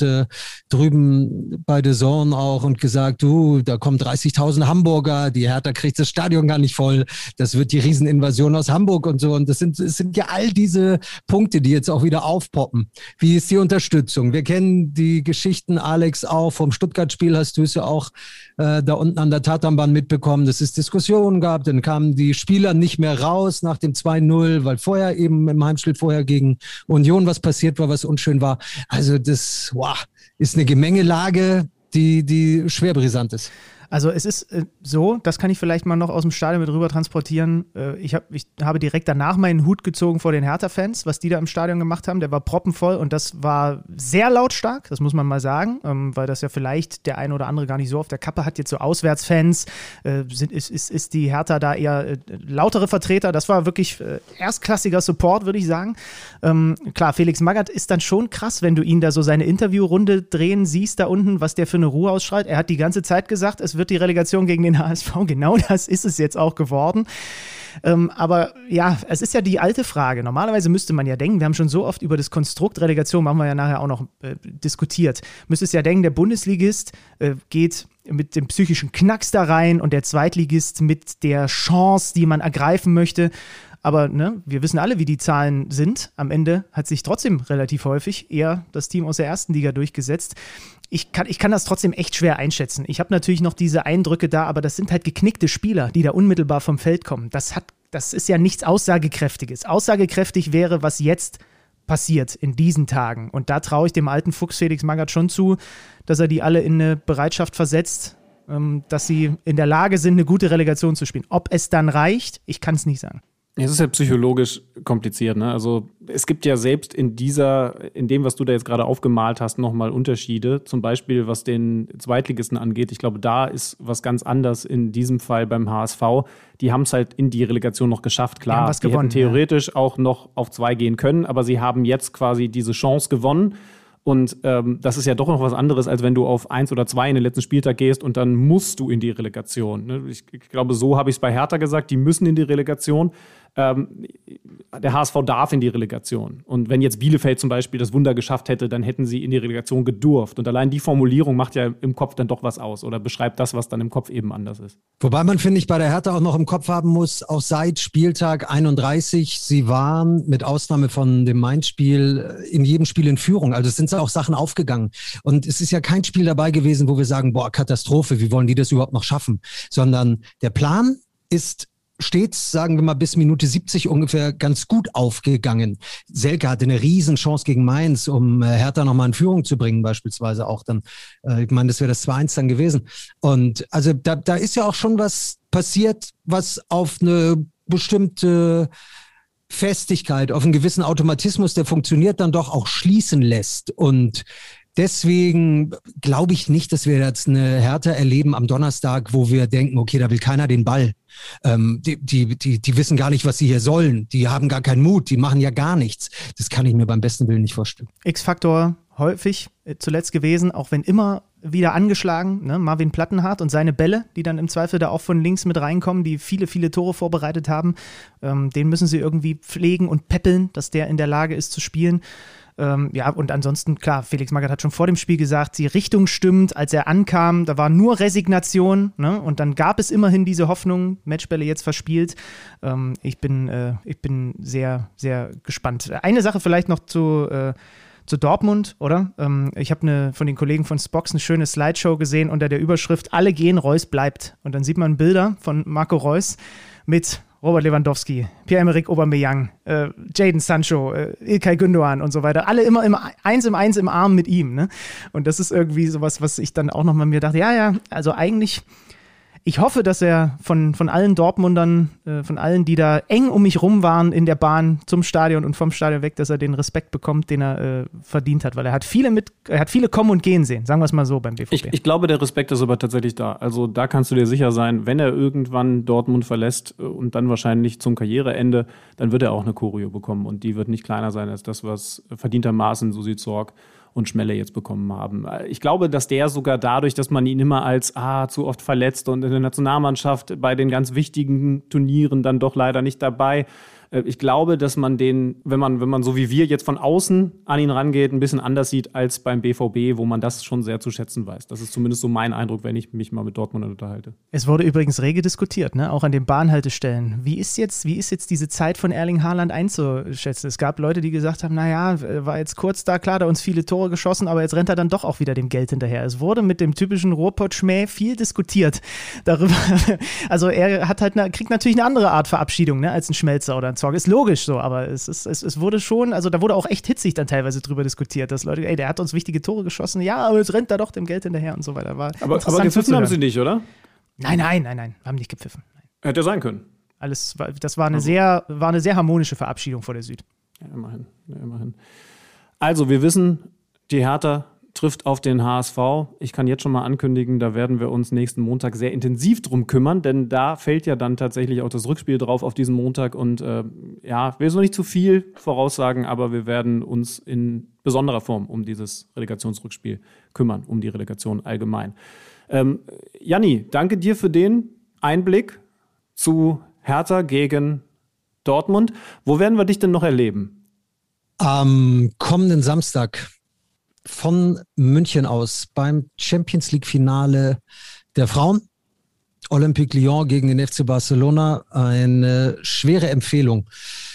drüben bei The Zone auch und gesagt, da kommen 30.000 Hamburger, die Hertha kriegt das Stadion gar nicht voll, das wird die Rieseninvasion aus Hamburg und so. Und es sind ja all diese Punkte, die jetzt auch wieder aufpoppen. Wie ist die Unterstützung? Wir kennen die Geschichten, Alex, auch vom Stuttgart-Spiel hast du es ja auch da unten an der Tatanbahn mitbekommen, dass es Diskussionen gab, dann kamen die Spieler nicht mehr raus nach dem 2-0, weil vorher eben im Heimspiel vorher gegen Union was passiert war, was unschön war. Also das ist eine Gemengelage, die schwer brisant ist. Also es ist so, das kann ich vielleicht mal noch aus dem Stadion mit rüber transportieren. Ich habe direkt danach meinen Hut gezogen vor den Hertha-Fans, was die da im Stadion gemacht haben. Der war proppenvoll und das war sehr lautstark, das muss man mal sagen, weil das ja vielleicht der eine oder andere gar nicht so auf der Kappe hat. Jetzt so Auswärtsfans, ist die Hertha da eher lautere Vertreter. Das war wirklich erstklassiger Support, würde ich sagen. Klar, Felix Magath ist dann schon krass, wenn du ihn da so seine Interviewrunde drehen siehst da unten, was der für eine Ruhe ausstrahlt. Er hat die ganze Zeit gesagt, es wird die Relegation gegen den HSV. Genau das ist es jetzt auch geworden. Aber ja, es ist ja die alte Frage. Normalerweise müsste man ja denken, wir haben schon so oft über das Konstrukt Relegation, machen wir ja nachher auch noch diskutiert, müsste es ja denken, der Bundesligist geht mit dem psychischen Knacks da rein und der Zweitligist mit der Chance, die man ergreifen möchte. Aber wir wissen alle, wie die Zahlen sind. Am Ende hat sich trotzdem relativ häufig eher das Team aus der ersten Liga durchgesetzt. Ich kann das trotzdem echt schwer einschätzen. Ich habe natürlich noch diese Eindrücke da, aber das sind halt geknickte Spieler, die da unmittelbar vom Feld kommen. Das ist ja nichts Aussagekräftiges. Aussagekräftig wäre, was jetzt passiert in diesen Tagen. Und da traue ich dem alten Fuchs Felix Magath schon zu, dass er die alle in eine Bereitschaft versetzt, dass sie in der Lage sind, eine gute Relegation zu spielen. Ob es dann reicht, ich kann es nicht sagen. Es ist ja psychologisch kompliziert, ne? Also es gibt ja selbst in dem, was du da jetzt gerade aufgemalt hast, nochmal Unterschiede. Zum Beispiel, was den Zweitligisten angeht. Ich glaube, da ist was ganz anders in diesem Fall beim HSV. Die haben es halt in die Relegation noch geschafft. Klar, die hätten theoretisch auch noch auf 2 gehen können, aber sie haben jetzt quasi diese Chance gewonnen. Und das ist ja doch noch was anderes, als wenn du auf 1 oder 2 in den letzten Spieltag gehst und dann musst du in die Relegation. Ne? Ich glaube, so habe ich es bei Hertha gesagt, die müssen in die Relegation. Der HSV darf in die Relegation. Und wenn jetzt Bielefeld zum Beispiel das Wunder geschafft hätte, dann hätten sie in die Relegation gedurft. Und allein die Formulierung macht ja im Kopf dann doch was aus oder beschreibt das, was dann im Kopf eben anders ist. Wobei man, finde ich, bei der Hertha auch noch im Kopf haben muss, auch seit Spieltag 31, sie waren mit Ausnahme von dem Mainz-Spiel in jedem Spiel in Führung. Also es sind auch Sachen aufgegangen. Und es ist ja kein Spiel dabei gewesen, wo wir sagen, boah, Katastrophe, wie wollen die das überhaupt noch schaffen? Sondern der Plan ist stets, sagen wir mal, bis Minute 70 ungefähr ganz gut aufgegangen. Selke hatte eine Riesenchance gegen Mainz, um Hertha nochmal in Führung zu bringen, beispielsweise auch dann. Ich meine, das wäre das 2-1 dann gewesen. Und also da ist ja auch schon was passiert, was auf eine bestimmte Festigkeit, auf einen gewissen Automatismus, der funktioniert, dann doch auch schließen lässt. Und deswegen glaube ich nicht, dass wir jetzt eine Hertha erleben am Donnerstag, wo wir denken, okay, da will keiner den Ball. Die wissen gar nicht, was sie hier sollen. Die haben gar keinen Mut. Die machen ja gar nichts. Das kann ich mir beim besten Willen nicht vorstellen. X-Faktor häufig zuletzt gewesen, auch wenn immer wieder angeschlagen, ne? Marvin Plattenhardt und seine Bälle, die dann im Zweifel da auch von links mit reinkommen, die viele, viele Tore vorbereitet haben. Den müssen sie irgendwie pflegen und peppeln, dass der in der Lage ist zu spielen. Ja, und ansonsten, klar, Felix Magath hat schon vor dem Spiel gesagt, die Richtung stimmt. Als er ankam, da war nur Resignation, ne? Und dann gab es immerhin diese Hoffnung, Matchbälle jetzt verspielt. Ich bin sehr, sehr gespannt. Eine Sache vielleicht noch zu Dortmund, oder? Ich habe von den Kollegen von Spox eine schöne Slideshow gesehen unter der Überschrift "Alle gehen, Reus bleibt". Und dann sieht man Bilder von Marco Reus mit Robert Lewandowski, Pierre-Emerick Aubameyang, Jadon Sancho, İlkay Gündoğan und so weiter. Alle immer eins im Arm mit ihm. Ne? Und das ist irgendwie sowas, was ich dann auch nochmal mir dachte, ja, also eigentlich, ich hoffe, dass er von allen Dortmundern, von allen, die da eng um mich rum waren in der Bahn zum Stadion und vom Stadion weg, dass er den Respekt bekommt, den er verdient hat, weil er hat viele kommen und gehen sehen, sagen wir es mal so beim BVB. Ich glaube, der Respekt ist aber tatsächlich da. Also da kannst du dir sicher sein, wenn er irgendwann Dortmund verlässt und dann wahrscheinlich zum Karriereende, dann wird er auch eine Choreo bekommen und die wird nicht kleiner sein als das, was verdientermaßen Susi Zorc und Schmelle jetzt bekommen haben. Ich glaube, dass der sogar dadurch, dass man ihn immer als zu oft verletzt und in der Nationalmannschaft bei den ganz wichtigen Turnieren dann doch leider nicht dabei. Ich glaube, dass man den, wenn man so wie wir jetzt von außen an ihn rangeht, ein bisschen anders sieht als beim BVB, wo man das schon sehr zu schätzen weiß. Das ist zumindest so mein Eindruck, wenn ich mich mal mit Dortmund unterhalte. Es wurde übrigens rege diskutiert, ne? Auch an den Bahnhaltestellen. Wie ist jetzt diese Zeit von Erling Haaland einzuschätzen? Es gab Leute, die gesagt haben, naja, war jetzt kurz da, klar, da uns viele Tore geschossen, aber jetzt rennt er dann doch auch wieder dem Geld hinterher. Es wurde mit dem typischen Ruhrpott-Schmäh viel diskutiert darüber. Also er kriegt natürlich eine andere Art Verabschiedung, ne, als ein Schmelzer oder ein Zorc. Ist logisch so, aber es wurde schon, also da wurde auch echt hitzig dann teilweise drüber diskutiert, dass Leute, der hat uns wichtige Tore geschossen, ja, aber jetzt rennt er doch dem Geld hinterher und so weiter. Aber gepfiffen haben sie nicht, oder? Nein, haben nicht gepfiffen. Nein. Hätte sein können. Das war eine sehr harmonische Verabschiedung vor der Süd. Ja, immerhin. Also, wir wissen, die Hertha trifft auf den HSV. Ich kann jetzt schon mal ankündigen, da werden wir uns nächsten Montag sehr intensiv drum kümmern, denn da fällt ja dann tatsächlich auch das Rückspiel drauf auf diesen Montag. Und wir sollen nicht zu viel voraussagen, aber wir werden uns in besonderer Form um dieses Relegationsrückspiel kümmern, um die Relegation allgemein. Janni, danke dir für den Einblick zu Hertha gegen Dortmund. Wo werden wir dich denn noch erleben? Am kommenden Samstag von München aus beim Champions-League-Finale der Frauen. Olympique Lyon gegen den FC Barcelona. Eine schwere Empfehlung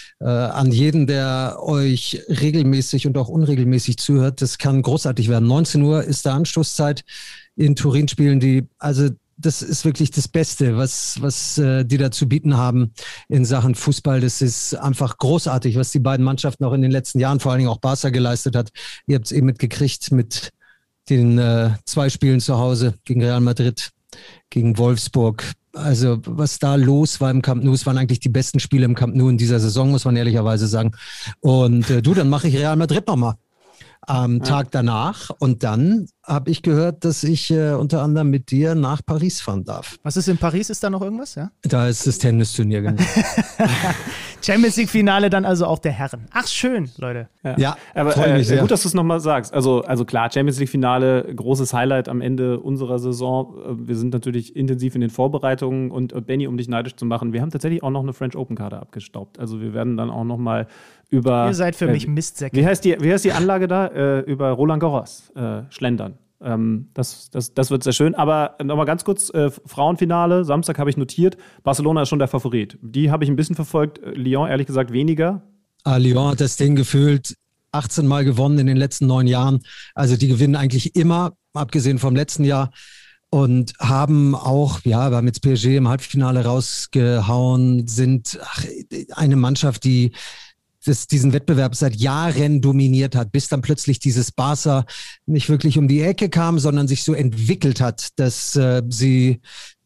an jeden, der euch regelmäßig und auch unregelmäßig zuhört. Das kann großartig werden. 19 Uhr ist der Anstoßzeit. In Turin spielen die. Also das ist wirklich das Beste, was die da zu bieten haben in Sachen Fußball. Das ist einfach großartig, was die beiden Mannschaften auch in den letzten Jahren, vor allen Dingen auch Barca geleistet hat. Ihr habt es eben mitgekriegt mit den 2 Spielen zu Hause gegen Real Madrid, gegen Wolfsburg. Also was da los war im Camp Nou, es waren eigentlich die besten Spiele im Camp Nou in dieser Saison, muss man ehrlicherweise sagen. Und dann mache ich Real Madrid nochmal am Tag danach. Und dann habe ich gehört, dass ich unter anderem mit dir nach Paris fahren darf. Was ist in Paris? Ist da noch irgendwas? Ja? Da ist das Tennisturnier, genau. Champions League-Finale dann also auch der Herren. Ach, schön, Leute. Ja, aber gut, dass du es nochmal sagst. Also klar, Champions League-Finale, großes Highlight am Ende unserer Saison. Wir sind natürlich intensiv in den Vorbereitungen und Benny, um dich neidisch zu machen, wir haben tatsächlich auch noch eine French Open-Karte abgestaubt. Also wir werden dann auch nochmal über... Ihr seid für mich Mistsäcke. Wie heißt die Anlage da? Über Roland Garros schlendern. Das wird sehr schön. Aber nochmal ganz kurz, Frauenfinale, Samstag habe ich notiert, Barcelona ist schon der Favorit. Die habe ich ein bisschen verfolgt, Lyon ehrlich gesagt weniger. Lyon hat das Ding gefühlt 18 Mal gewonnen in den letzten 9 Jahren. Also die gewinnen eigentlich immer, abgesehen vom letzten Jahr. Und haben auch, wir haben jetzt PSG im Halbfinale rausgehauen, sind eine Mannschaft, die diesen Wettbewerb seit Jahren dominiert hat, bis dann plötzlich dieses Barca nicht wirklich um die Ecke kam, sondern sich so entwickelt hat, dass sie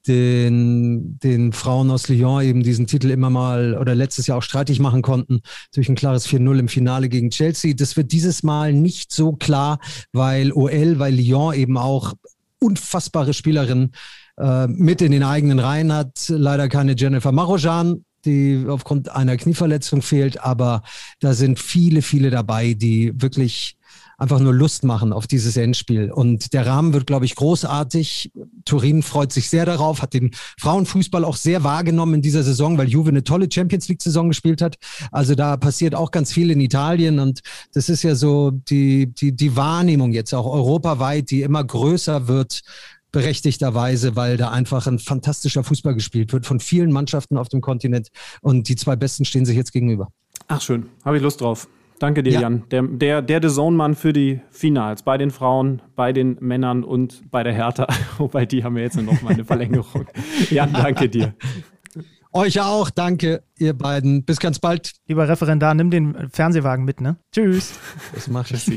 den Frauen aus Lyon eben diesen Titel immer mal oder letztes Jahr auch streitig machen konnten durch ein klares 4-0 im Finale gegen Chelsea. Das wird dieses Mal nicht so klar, weil Lyon eben auch unfassbare Spielerinnen mit in den eigenen Reihen hat. Leider keine Jennifer Marojan, die aufgrund einer Knieverletzung fehlt, aber da sind viele, viele dabei, die wirklich einfach nur Lust machen auf dieses Endspiel. Und der Rahmen wird, glaube ich, großartig. Turin freut sich sehr darauf, hat den Frauenfußball auch sehr wahrgenommen in dieser Saison, weil Juve eine tolle Champions-League-Saison gespielt hat. Also da passiert auch ganz viel in Italien und das ist ja so die Wahrnehmung jetzt auch europaweit, die immer größer wird, berechtigterweise, weil da einfach ein fantastischer Fußball gespielt wird von vielen Mannschaften auf dem Kontinent und die 2 Besten stehen sich jetzt gegenüber. Ach schön, habe ich Lust drauf. Danke dir, ja. Jan. Der DAZN-Mann für die Finals, bei den Frauen, bei den Männern und bei der Hertha. Wobei, die haben wir jetzt noch mal eine Verlängerung. Jan, danke dir. Euch auch, danke, ihr beiden. Bis ganz bald. Lieber Referendar, nimm den Fernsehwagen mit, ne? Tschüss. Das mach ich.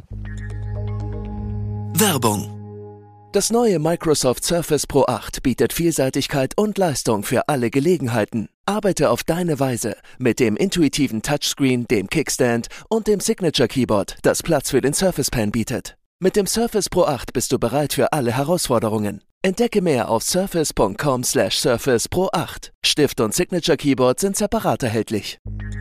Werbung. Das neue Microsoft Surface Pro 8 bietet Vielseitigkeit und Leistung für alle Gelegenheiten. Arbeite auf deine Weise mit dem intuitiven Touchscreen, dem Kickstand und dem Signature Keyboard, das Platz für den Surface Pen bietet. Mit dem Surface Pro 8 bist du bereit für alle Herausforderungen. Entdecke mehr auf surface.com/Surface Pro 8. Stift und Signature Keyboard sind separat erhältlich.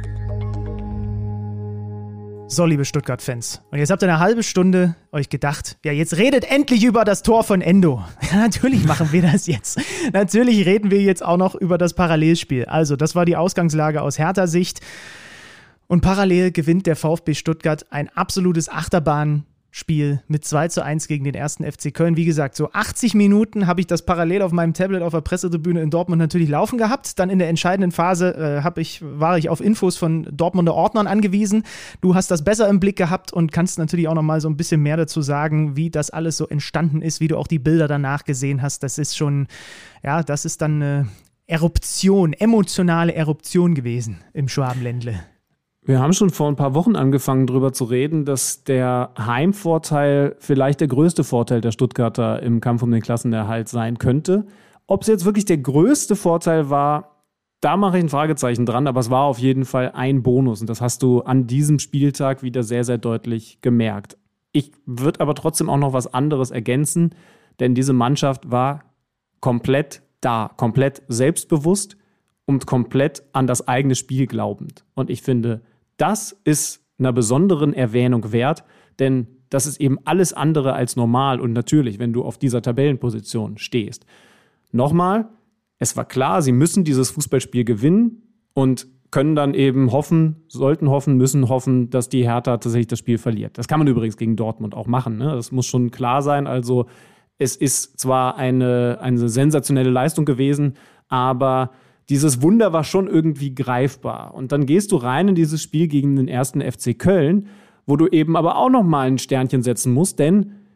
So, liebe Stuttgart-Fans, und jetzt habt ihr eine halbe Stunde euch gedacht, ja, jetzt redet endlich über das Tor von Endo. Ja, natürlich machen wir das jetzt. Natürlich reden wir jetzt auch noch über das Parallelspiel. Also, das war die Ausgangslage aus Hertha-Sicht. Und parallel gewinnt der VfB Stuttgart ein absolutes Achterbahnspiel mit 2:1 gegen den 1. FC Köln. Wie gesagt, so 80 Minuten habe ich das parallel auf meinem Tablet auf der Pressetribüne in Dortmund natürlich laufen gehabt. Dann in der entscheidenden Phase war ich auf Infos von Dortmunder Ordnern angewiesen. Du hast das besser im Blick gehabt und kannst natürlich auch noch mal so ein bisschen mehr dazu sagen, wie das alles so entstanden ist, wie du auch die Bilder danach gesehen hast. Das ist schon, ja, das ist dann eine Eruption, emotionale Eruption gewesen im Schwabenländle. Wir haben schon vor ein paar Wochen angefangen, darüber zu reden, dass der Heimvorteil vielleicht der größte Vorteil der Stuttgarter im Kampf um den Klassenerhalt sein könnte. Ob es jetzt wirklich der größte Vorteil war, da mache ich ein Fragezeichen dran, aber es war auf jeden Fall ein Bonus und das hast du an diesem Spieltag wieder sehr, sehr deutlich gemerkt. Ich würde aber trotzdem auch noch was anderes ergänzen, denn diese Mannschaft war komplett da, komplett selbstbewusst und komplett an das eigene Spiel glaubend. Und ich finde, das ist einer besonderen Erwähnung wert, denn das ist eben alles andere als normal und natürlich, wenn du auf dieser Tabellenposition stehst. Nochmal, es war klar, sie müssen dieses Fußballspiel gewinnen und können dann eben müssen hoffen, dass die Hertha tatsächlich das Spiel verliert. Das kann man übrigens gegen Dortmund auch machen, ne? Das muss schon klar sein. Also es ist zwar eine sensationelle Leistung gewesen, aber dieses Wunder war schon irgendwie greifbar. Und dann gehst du rein in dieses Spiel gegen den 1. FC Köln, wo du eben aber auch nochmal ein Sternchen setzen musst, denn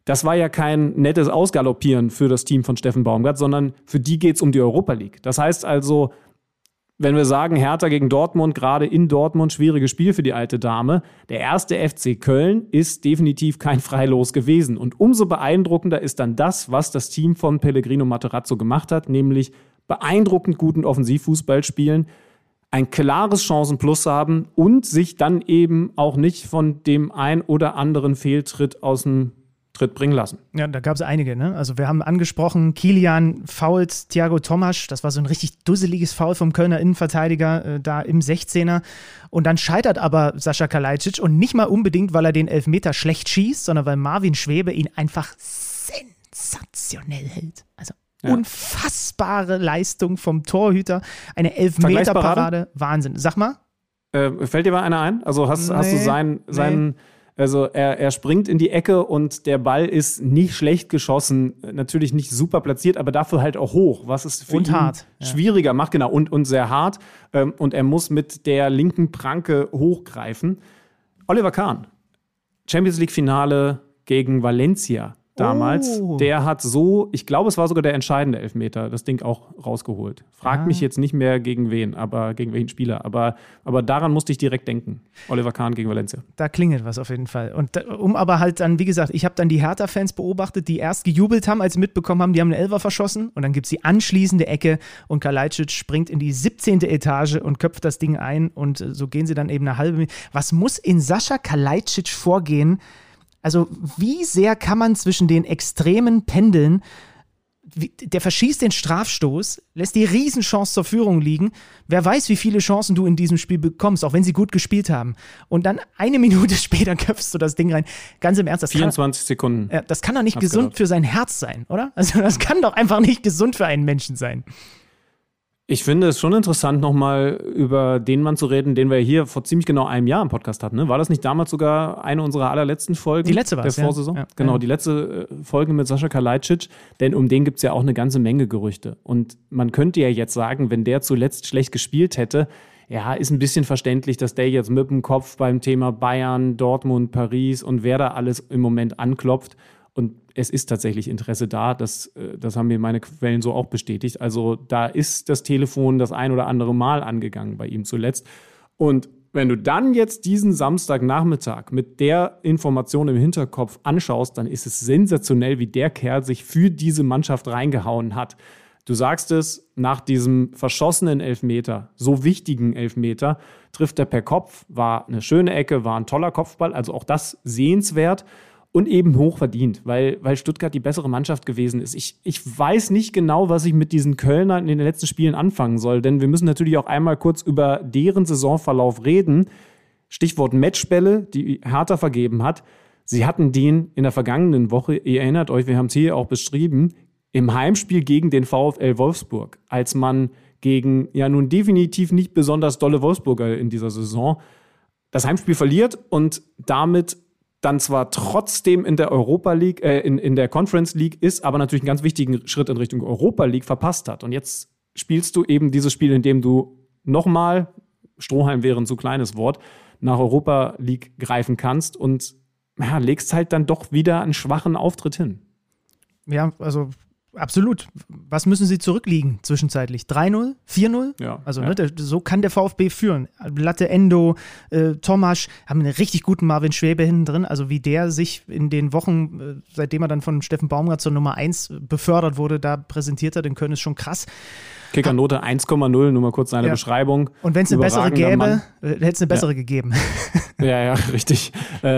das war ja kein nettes Ausgaloppieren für das Team von Steffen Baumgart, sondern für die geht es um die Europa League. Das heißt also, wenn wir sagen, Hertha gegen Dortmund, gerade in Dortmund, schwieriges Spiel für die alte Dame, der erste FC Köln ist definitiv kein Freilos gewesen. Und umso beeindruckender ist dann das, was das Team von Pellegrino Materazzo gemacht hat, nämlich beeindruckend guten Offensivfußball spielen, ein klares Chancenplus haben und sich dann eben auch nicht von dem ein oder anderen Fehltritt aus dem Tritt bringen lassen. Ja, da gab es einige, ne? Also wir haben angesprochen, Kilian foult Thiago Tomasch, das war so ein richtig dusseliges Foul vom Kölner Innenverteidiger da im 16er und dann scheitert aber Sascha Kalajdzic und nicht mal unbedingt, weil er den Elfmeter schlecht schießt, sondern weil Marvin Schwebe ihn einfach sensationell hält. Also unfassbare Leistung vom Torhüter, eine Elfmeterparade, Wahnsinn. Sag mal. Fällt dir mal einer ein? Also hast du seinen Also er springt in die Ecke und der Ball ist nicht schlecht geschossen, natürlich nicht super platziert, aber dafür halt auch hoch, was es für ihn schwieriger macht, genau, und sehr hart. Und er muss mit der linken Pranke hochgreifen. Oliver Kahn, Champions League Finale gegen Valencia damals, der hat ich glaube, es war sogar der entscheidende Elfmeter, das Ding auch rausgeholt. Fragt mich jetzt nicht mehr gegen wen, aber gegen welchen Spieler. Aber daran musste ich direkt denken. Oliver Kahn gegen Valencia. Da klingelt was auf jeden Fall. Und aber halt dann, wie gesagt, ich habe dann die Hertha-Fans beobachtet, die erst gejubelt haben, als sie mitbekommen haben, die haben einen Elfer verschossen. Und dann gibt es die anschließende Ecke und Kalajdzic springt in die 17. Etage und köpft das Ding ein. Und so gehen sie dann eben eine halbe Minute. Was muss in Sascha Kalajdzic vorgehen? Also wie sehr kann man zwischen den Extremen pendeln? Der verschießt den Strafstoß, lässt die Riesenchance zur Führung liegen. Wer weiß, wie viele Chancen du in diesem Spiel bekommst, auch wenn sie gut gespielt haben. Und dann eine Minute später köpfst du das Ding rein. Ganz im Ernst. 24 Sekunden. Das kann doch nicht gesund für sein Herz sein, oder? Also das kann doch einfach nicht gesund für einen Menschen sein. Ich finde es schon interessant, nochmal über den Mann zu reden, den wir hier vor ziemlich genau einem Jahr im Podcast hatten. Ne? War das nicht damals sogar eine unserer allerletzten Folgen? Die letzte war es, der Vorsaison? Ja. Genau, die letzte Folge mit Sascha Kalajdzic. Denn um den gibt es ja auch eine ganze Menge Gerüchte. Und man könnte ja jetzt sagen, wenn der zuletzt schlecht gespielt hätte, ja, ist ein bisschen verständlich, dass der jetzt mit dem Kopf beim Thema Bayern, Dortmund, Paris und wer da alles im Moment anklopft. Und es ist tatsächlich Interesse da, das haben mir meine Quellen so auch bestätigt. Also da ist das Telefon das ein oder andere Mal angegangen bei ihm zuletzt. Und wenn du dann jetzt diesen Samstagnachmittag mit der Information im Hinterkopf anschaust, dann ist es sensationell, wie der Kerl sich für diese Mannschaft reingehauen hat. Du sagst es, nach diesem verschossenen Elfmeter, so wichtigen Elfmeter, trifft er per Kopf, war eine schöne Ecke, war ein toller Kopfball, also auch das sehenswert. Und eben hoch verdient, weil Stuttgart die bessere Mannschaft gewesen ist. Ich weiß nicht genau, was ich mit diesen Kölnern in den letzten Spielen anfangen soll, denn wir müssen natürlich auch einmal kurz über deren Saisonverlauf reden. Stichwort Matchbälle, die Hertha vergeben hat. Sie hatten den in der vergangenen Woche, ihr erinnert euch, wir haben es hier auch beschrieben, im Heimspiel gegen den VfL Wolfsburg, als man gegen ja nun definitiv nicht besonders dolle Wolfsburger in dieser Saison das Heimspiel verliert und damit dann zwar trotzdem in der Europa League, in der Conference League ist, aber natürlich einen ganz wichtigen Schritt in Richtung Europa League verpasst hat. Und jetzt spielst du eben dieses Spiel, in dem du nochmal, Strohhalm wäre ein zu kleines Wort, nach Europa League greifen kannst und legst halt dann doch wieder einen schwachen Auftritt hin. Ja, also absolut. Was müssen sie zurückliegen zwischenzeitlich? 3-0? 4-0? Ja. Also so kann der VfB führen. Latte, Endo, Tomasch haben einen richtig guten Marvin Schwebe hinten drin. Also wie der sich in den Wochen, seitdem er dann von Steffen Baumgart zur Nummer 1 befördert wurde, da präsentiert er, den Können ist schon krass. Kickernote 1,0, nur mal kurz seine Beschreibung. Und wenn es eine bessere gäbe, hätte es eine bessere gegeben. Ja, richtig.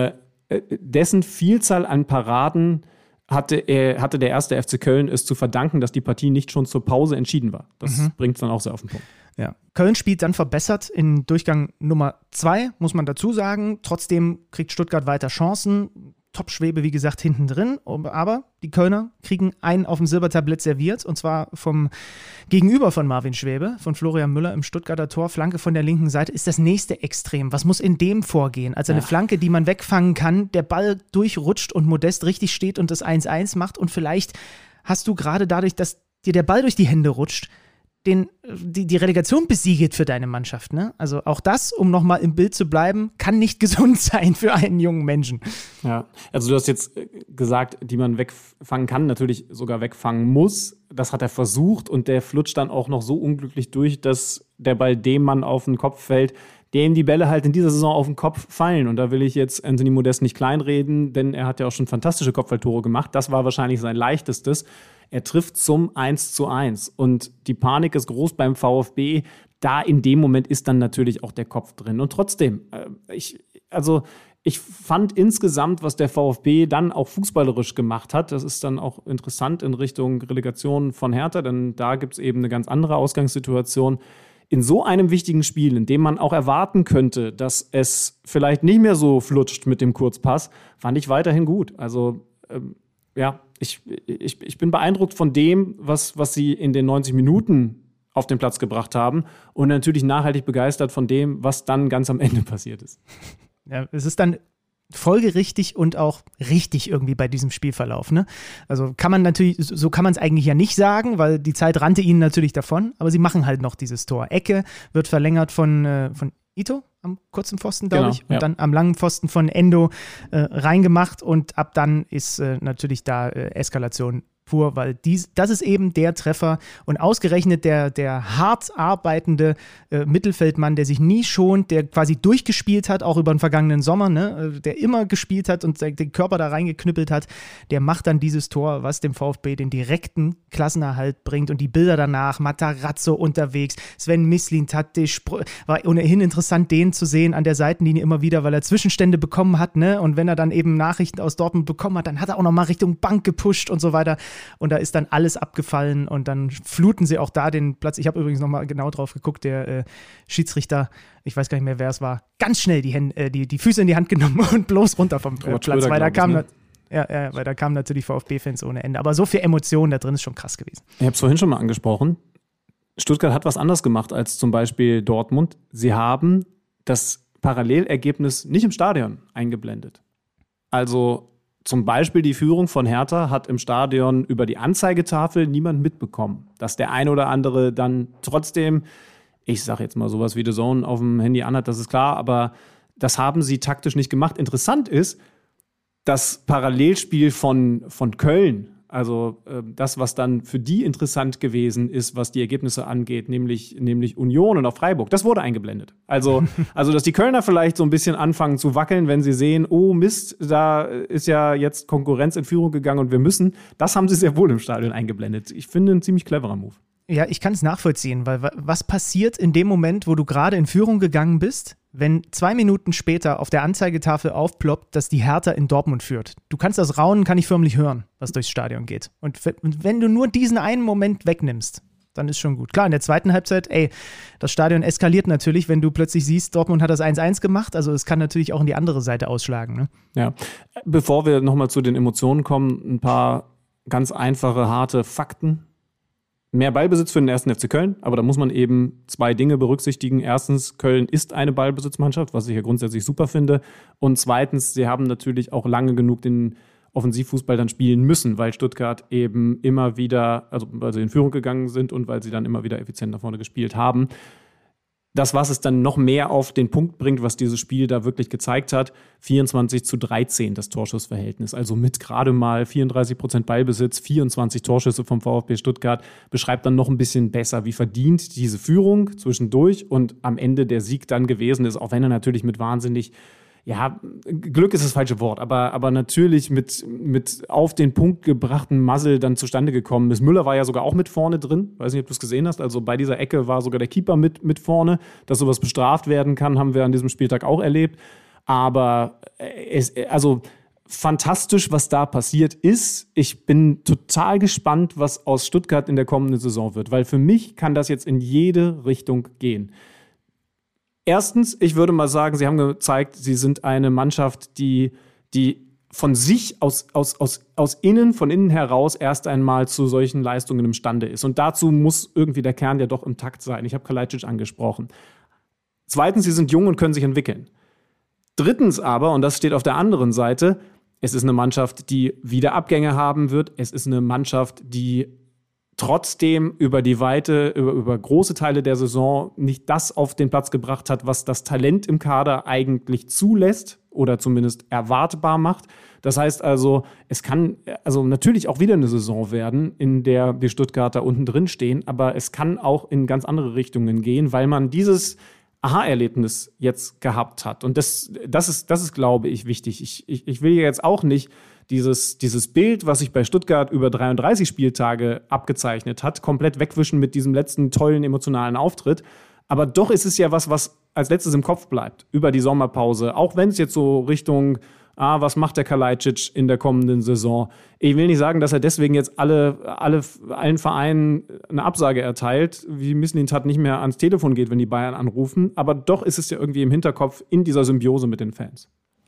Dessen Vielzahl an Paraden hatte der erste FC Köln es zu verdanken, dass die Partie nicht schon zur Pause entschieden war. Das bringt es dann auch sehr auf den Punkt. Ja. Köln spielt dann verbessert in Durchgang Nummer 2, muss man dazu sagen. Trotzdem kriegt Stuttgart weiter Chancen. Top-Schwebe, wie gesagt, hinten drin. Aber die Kölner kriegen einen auf dem Silbertablett serviert, und zwar vom Gegenüber von Marvin Schwebe, von Florian Müller im Stuttgarter Tor. Flanke von der linken Seite ist das nächste Extrem. Was muss in dem vorgehen? Also eine Flanke, die man wegfangen kann, der Ball durchrutscht und Modest richtig steht und das 1-1 macht. Und vielleicht hast du gerade dadurch, dass dir der Ball durch die Hände rutscht, die Relegation besiegelt für deine Mannschaft. Ne? Also auch das, um nochmal im Bild zu bleiben, kann nicht gesund sein für einen jungen Menschen. Ja, also du hast jetzt gesagt, die man wegfangen kann, natürlich sogar wegfangen muss. Das hat er versucht und der flutscht dann auch noch so unglücklich durch, dass der Ball dem Mann auf den Kopf fällt, dem die Bälle halt in dieser Saison auf den Kopf fallen. Und da will ich jetzt Anthony Modeste nicht kleinreden, denn er hat ja auch schon fantastische Kopfballtore gemacht. Das war wahrscheinlich sein leichtestes. Er trifft zum 1:1 und die Panik ist groß beim VfB. Da in dem Moment ist dann natürlich auch der Kopf drin. Und trotzdem, ich fand insgesamt, was der VfB dann auch fußballerisch gemacht hat, das ist dann auch interessant in Richtung Relegation von Hertha, denn da gibt es eben eine ganz andere Ausgangssituation. In so einem wichtigen Spiel, in dem man auch erwarten könnte, dass es vielleicht nicht mehr so flutscht mit dem Kurzpass, fand ich weiterhin gut. Also ich bin beeindruckt von dem, was sie in den 90 Minuten auf den Platz gebracht haben und natürlich nachhaltig begeistert von dem, was dann ganz am Ende passiert ist. Ja, es ist dann folgerichtig und auch richtig irgendwie bei diesem Spielverlauf. Ne? Also kann man natürlich, so kann man es eigentlich ja nicht sagen, weil die Zeit rannte ihnen natürlich davon, aber sie machen halt noch dieses Tor. Ecke wird verlängert von Ito am kurzen Pfosten, glaube ich, und dann am langen Pfosten von Endo reingemacht und ab dann ist natürlich da Eskalation pur, weil das ist eben der Treffer und ausgerechnet der hart arbeitende Mittelfeldmann, der sich nie schont, der quasi durchgespielt hat, auch über den vergangenen Sommer, ne, der immer gespielt hat und den Körper da reingeknüppelt hat, der macht dann dieses Tor, was dem VfB den direkten Klassenerhalt bringt und die Bilder danach, Matarazzo unterwegs, Sven Mislintat, war ohnehin interessant, den zu sehen an der Seitenlinie immer wieder, weil er Zwischenstände bekommen hat, ne, und wenn er dann eben Nachrichten aus Dortmund bekommen hat, dann hat er auch nochmal Richtung Bank gepusht und so weiter. Und da ist dann alles abgefallen und dann fluten sie auch da den Platz. Ich habe übrigens nochmal genau drauf geguckt, der Schiedsrichter, ich weiß gar nicht mehr, wer es war, ganz schnell die Füße in die Hand genommen und bloß runter vom Platz, weil da kamen natürlich VfB-Fans ohne Ende. Aber so viel Emotionen da drin ist schon krass gewesen. Ich habe es vorhin schon mal angesprochen. Stuttgart hat was anderes gemacht als zum Beispiel Dortmund. Sie haben das Parallelergebnis nicht im Stadion eingeblendet. Also zum Beispiel die Führung von Hertha hat im Stadion über die Anzeigetafel niemand mitbekommen. Dass der eine oder andere dann trotzdem, ich sage jetzt mal sowas wie The Zone auf dem Handy anhat, das ist klar, aber das haben sie taktisch nicht gemacht. Interessant ist, das Parallelspiel von Köln, also das, was dann für die interessant gewesen ist, was die Ergebnisse angeht, nämlich Union und auch Freiburg, das wurde eingeblendet. Also, dass die Kölner vielleicht so ein bisschen anfangen zu wackeln, wenn sie sehen, oh Mist, da ist ja jetzt Konkurrenz in Führung gegangen und wir müssen, das haben sie sehr wohl im Stadion eingeblendet. Ich finde, ein ziemlich cleverer Move. Ja, ich kann es nachvollziehen, weil was passiert in dem Moment, wo du gerade in Führung gegangen bist, wenn 2 Minuten später auf der Anzeigetafel aufploppt, dass die Hertha in Dortmund führt? Du kannst das Raunen, kann ich förmlich hören, was durchs Stadion geht. Und wenn du nur diesen einen Moment wegnimmst, dann ist schon gut. Klar, in der zweiten Halbzeit, das Stadion eskaliert natürlich, wenn du plötzlich siehst, Dortmund hat das 1:1 gemacht, also es kann natürlich auch in die andere Seite ausschlagen. Ne? Ja, bevor wir nochmal zu den Emotionen kommen, ein paar ganz einfache, harte Fakten. Mehr Ballbesitz für den 1. FC Köln, aber da muss man eben 2 Dinge berücksichtigen. Erstens, Köln ist eine Ballbesitzmannschaft, was ich ja grundsätzlich super finde. Und zweitens, sie haben natürlich auch lange genug den Offensivfußball dann spielen müssen, weil Stuttgart eben immer wieder, also weil sie in Führung gegangen sind und weil sie dann immer wieder effizient nach vorne gespielt haben. Das, was es dann noch mehr auf den Punkt bringt, was dieses Spiel da wirklich gezeigt hat, 24:13 das Torschussverhältnis. Also mit gerade mal 34% Ballbesitz, 24 Torschüsse vom VfB Stuttgart, beschreibt dann noch ein bisschen besser, wie verdient diese Führung zwischendurch und am Ende der Sieg dann gewesen ist, auch wenn er natürlich mit wahnsinnig, ja, Glück ist das falsche Wort, aber natürlich mit auf den Punkt gebrachten Muzzle dann zustande gekommen ist. Müller war ja sogar auch mit vorne drin, weiß nicht, ob du es gesehen hast, also bei dieser Ecke war sogar der Keeper mit vorne, dass sowas bestraft werden kann, haben wir an diesem Spieltag auch erlebt, aber fantastisch, was da passiert ist. Ich bin total gespannt, was aus Stuttgart in der kommenden Saison wird, weil für mich kann das jetzt in jede Richtung gehen. Erstens, ich würde mal sagen, sie haben gezeigt, sie sind eine Mannschaft, die von sich aus innen, von innen heraus erst einmal zu solchen Leistungen imstande ist. Und dazu muss irgendwie der Kern ja doch im Takt sein. Ich habe Kalajdzic angesprochen. Zweitens, sie sind jung und können sich entwickeln. Drittens aber, und das steht auf der anderen Seite, es ist eine Mannschaft, die wieder Abgänge haben wird. Es ist eine Mannschaft, die trotzdem über die Weite, über große Teile der Saison nicht das auf den Platz gebracht hat, was das Talent im Kader eigentlich zulässt oder zumindest erwartbar macht. Das heißt also, es kann also natürlich auch wieder eine Saison werden, in der die Stuttgarter unten drin stehen, aber es kann auch in ganz andere Richtungen gehen, weil man dieses Aha-Erlebnis jetzt gehabt hat. Und das ist, glaube ich, wichtig. Ich will ja jetzt auch nicht dieses Bild, was sich bei Stuttgart über 33 Spieltage abgezeichnet hat, komplett wegwischen mit diesem letzten tollen emotionalen Auftritt. Aber doch ist es ja was als letztes im Kopf bleibt über die Sommerpause. Auch wenn es jetzt so Richtung, was macht der Kalajdzic in der kommenden Saison? Ich will nicht sagen, dass er deswegen jetzt allen Vereinen eine Absage erteilt, wie Mislintat nicht mehr ans Telefon geht, wenn die Bayern anrufen. Aber doch ist es ja irgendwie im Hinterkopf in dieser Symbiose mit den Fans.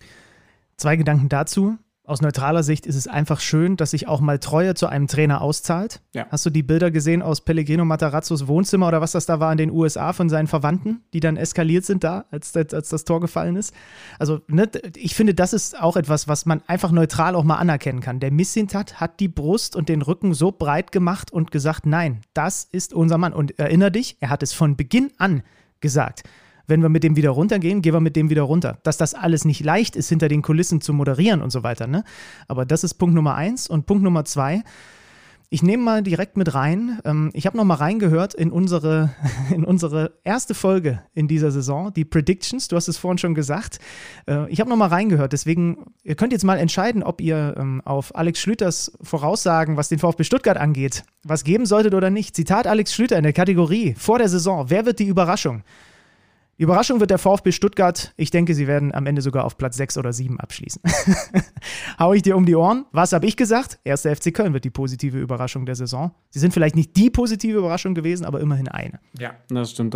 2 Gedanken dazu. Aus neutraler Sicht ist es einfach schön, dass sich auch mal Treue zu einem Trainer auszahlt. Ja. Hast du die Bilder gesehen aus Pellegrino Matarazzos Wohnzimmer oder was das da war in den USA von seinen Verwandten, die dann eskaliert sind da, als das Tor gefallen ist? Also, ne, ich finde, das ist auch etwas, was man einfach neutral auch mal anerkennen kann. Der Mislintat hat die Brust und den Rücken so breit gemacht und gesagt, nein, das ist unser Mann. Und erinnere dich, er hat es von Beginn an gesagt. Wenn wir mit dem wieder runtergehen, gehen wir mit dem wieder runter. Dass das alles nicht leicht ist, hinter den Kulissen zu moderieren und so weiter. Ne? Aber das ist Punkt Nummer 1. Und Punkt Nummer 2, ich nehme mal direkt mit rein. Ich habe noch mal reingehört in unsere erste Folge in dieser Saison, die Predictions. Du hast es vorhin schon gesagt. Ich habe noch mal reingehört. Deswegen, ihr könnt jetzt mal entscheiden, ob ihr auf Alex Schlüters Voraussagen, was den VfB Stuttgart angeht, was geben solltet oder nicht. Zitat Alex Schlüter in der Kategorie vor der Saison. Wer wird die Überraschung? Die Überraschung wird der VfB Stuttgart. Ich denke, sie werden am Ende sogar auf Platz 6 oder 7 abschließen. Hau ich dir um die Ohren. Was habe ich gesagt? 1. FC Köln wird die positive Überraschung der Saison. Sie sind vielleicht nicht die positive Überraschung gewesen, aber immerhin eine. Ja, das stimmt.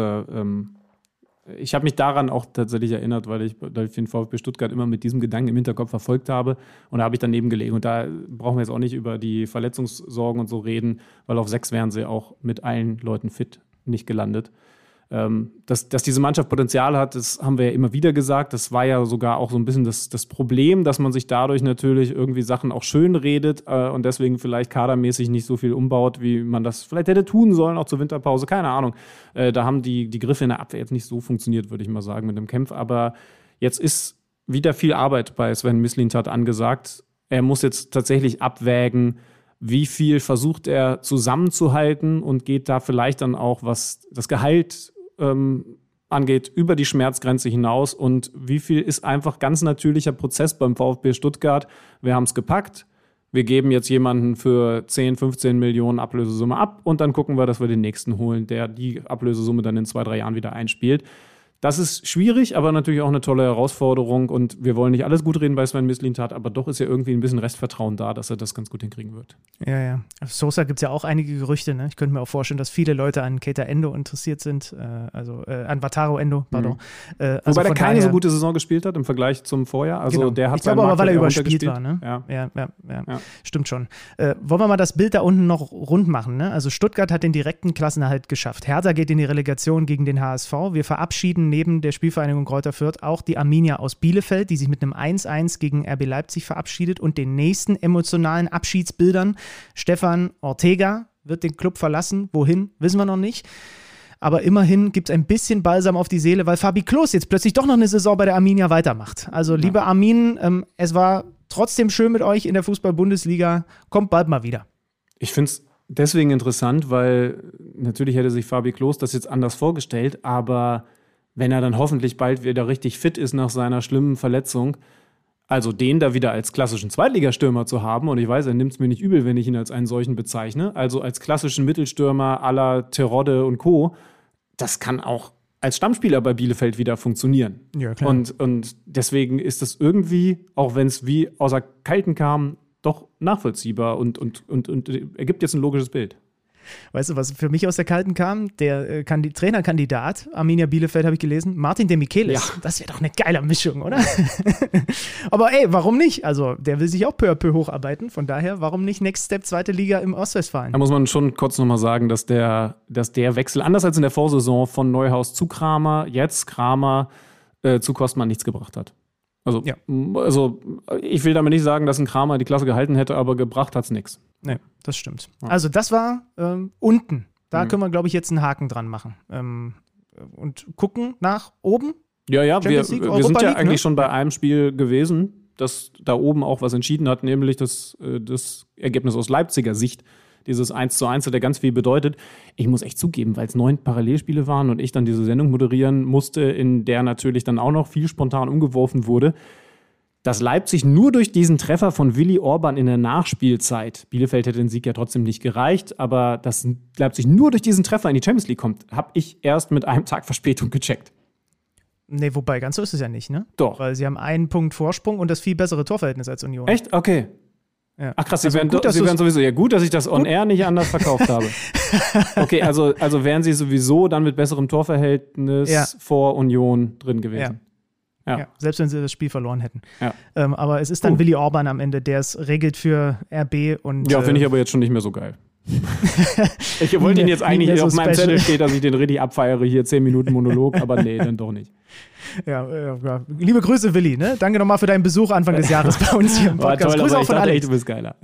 Ich habe mich daran auch tatsächlich erinnert, weil ich den VfB Stuttgart immer mit diesem Gedanken im Hinterkopf verfolgt habe. Und da habe ich daneben gelegen. Und da brauchen wir jetzt auch nicht über die Verletzungssorgen und so reden, weil auf 6 wären sie auch mit allen Leuten fit nicht gelandet. Dass diese Mannschaft Potenzial hat, das haben wir ja immer wieder gesagt. Das war ja sogar auch so ein bisschen das Problem, dass man sich dadurch natürlich irgendwie Sachen auch schön redet und deswegen vielleicht kadermäßig nicht so viel umbaut, wie man das vielleicht hätte tun sollen, auch zur Winterpause. Keine Ahnung. Da haben die Griffe in der Abwehr jetzt nicht so funktioniert, würde ich mal sagen, mit dem Kampf. Aber jetzt ist wieder viel Arbeit bei Sven Mislintat angesagt. Er muss jetzt tatsächlich abwägen, wie viel versucht er zusammenzuhalten und geht da vielleicht dann auch, was das Gehalt angeht, über die Schmerzgrenze hinaus und wie viel ist einfach ganz natürlicher Prozess beim VfB Stuttgart. Wir haben es gepackt, wir geben jetzt jemanden für 10, 15 Millionen Ablösesumme ab und dann gucken wir, dass wir den nächsten holen, der die Ablösesumme dann in 2, 3 Jahren wieder einspielt. Das ist schwierig, aber natürlich auch eine tolle Herausforderung und wir wollen nicht alles gut reden bei Sven Mislintat, aber doch ist ja irgendwie ein bisschen Restvertrauen da, dass er das ganz gut hinkriegen wird. Ja. Auf Sosa gibt es ja auch einige Gerüchte, ne? Ich könnte mir auch vorstellen, dass viele Leute an Keita Endo interessiert sind, an Wataru Endo, pardon. Also wobei der keine so gute Saison gespielt hat im Vergleich zum Vorjahr. Also genau. Der hat ich glaube aber, weil er überspielt war, ne? Ja. Stimmt schon. Wollen wir mal das Bild da unten noch rund machen, ne? Also Stuttgart hat den direkten Klassenerhalt geschafft. Hertha geht in die Relegation gegen den HSV. Wir verabschieden neben der Spielvereinigung Greuther Fürth auch die Arminia aus Bielefeld, die sich mit einem 1-1 gegen RB Leipzig verabschiedet und den nächsten emotionalen Abschiedsbildern. Stefan Ortega wird den Club verlassen. Wohin, wissen wir noch nicht. Aber immerhin gibt es ein bisschen Balsam auf die Seele, weil Fabi Klos jetzt plötzlich doch noch eine Saison bei der Arminia weitermacht. Also, lieber Armin, es war trotzdem schön mit euch in der Fußball-Bundesliga. Kommt bald mal wieder. Ich finde es deswegen interessant, weil natürlich hätte sich Fabi Klos das jetzt anders vorgestellt, aber wenn er dann hoffentlich bald wieder richtig fit ist nach seiner schlimmen Verletzung, also den da wieder als klassischen Zweitligastürmer zu haben, und ich weiß, er nimmt es mir nicht übel, wenn ich ihn als einen solchen bezeichne, also als klassischen Mittelstürmer à la Terodde und Co., das kann auch als Stammspieler bei Bielefeld wieder funktionieren. Ja, klar. Und deswegen ist das irgendwie, auch wenn es wie außer Kalten kam, doch nachvollziehbar und ergibt jetzt ein logisches Bild. Weißt du, was für mich aus der Kalten kam? Der Trainerkandidat, Arminia Bielefeld, habe ich gelesen, Martin de Michelis. Ja. Das wäre doch eine geile Mischung, oder? Aber ey, warum nicht? Also, der will sich auch peu à peu hocharbeiten. Von daher, warum nicht Next Step, 2. Liga im Ostwestfalen? Da muss man schon kurz nochmal sagen, dass der Wechsel, anders als in der Vorsaison, von Neuhaus zu Kramer, jetzt Kramer zu Kostmann nichts gebracht hat. Also ich will damit nicht sagen, dass ein Kramer die Klasse gehalten hätte, aber gebracht hat es nichts. Nee, das stimmt. Also das war unten. Da können wir, glaube ich, jetzt einen Haken dran machen. Und gucken nach oben. Ja, wir sind ja eigentlich schon bei einem Spiel gewesen, das da oben auch was entschieden hat, nämlich das Ergebnis aus Leipziger Sicht. Dieses 1:1, der ganz viel bedeutet. Ich muss echt zugeben, weil es 9 Parallelspiele waren und ich dann diese Sendung moderieren musste, in der natürlich dann auch noch viel spontan umgeworfen wurde, dass Leipzig nur durch diesen Treffer von Willi Orban in der Nachspielzeit, Bielefeld hätte den Sieg ja trotzdem nicht gereicht, aber dass Leipzig nur durch diesen Treffer in die Champions League kommt, habe ich erst mit einem Tag Verspätung gecheckt. Nee, wobei, ganz so ist es ja nicht, ne? Doch. Weil sie haben 1 Punkt Vorsprung und das viel bessere Torverhältnis als Union. Echt? Okay. Ja. Ach krass, sie wären sowieso, ja gut, dass ich das on-air nicht anders verkauft habe. Okay, also wären sie sowieso dann mit besserem Torverhältnis vor Union drin gewesen. Ja, selbst wenn sie das Spiel verloren hätten. Ja. Aber es ist dann Willi Orban am Ende, der es regelt für RB. Und ja, finde ich aber jetzt schon nicht mehr so geil. Ich wollte ihn jetzt eigentlich, auf meinem Zettel steht, dass ich den richtig abfeiere, hier 10 Minuten Monolog, aber nee, dann doch nicht. Ja. Liebe Grüße, Willi, ne? Danke nochmal für deinen Besuch Anfang des Jahres bei uns hier im Podcast. Toll, Grüße auch von Alex. Du bist geiler.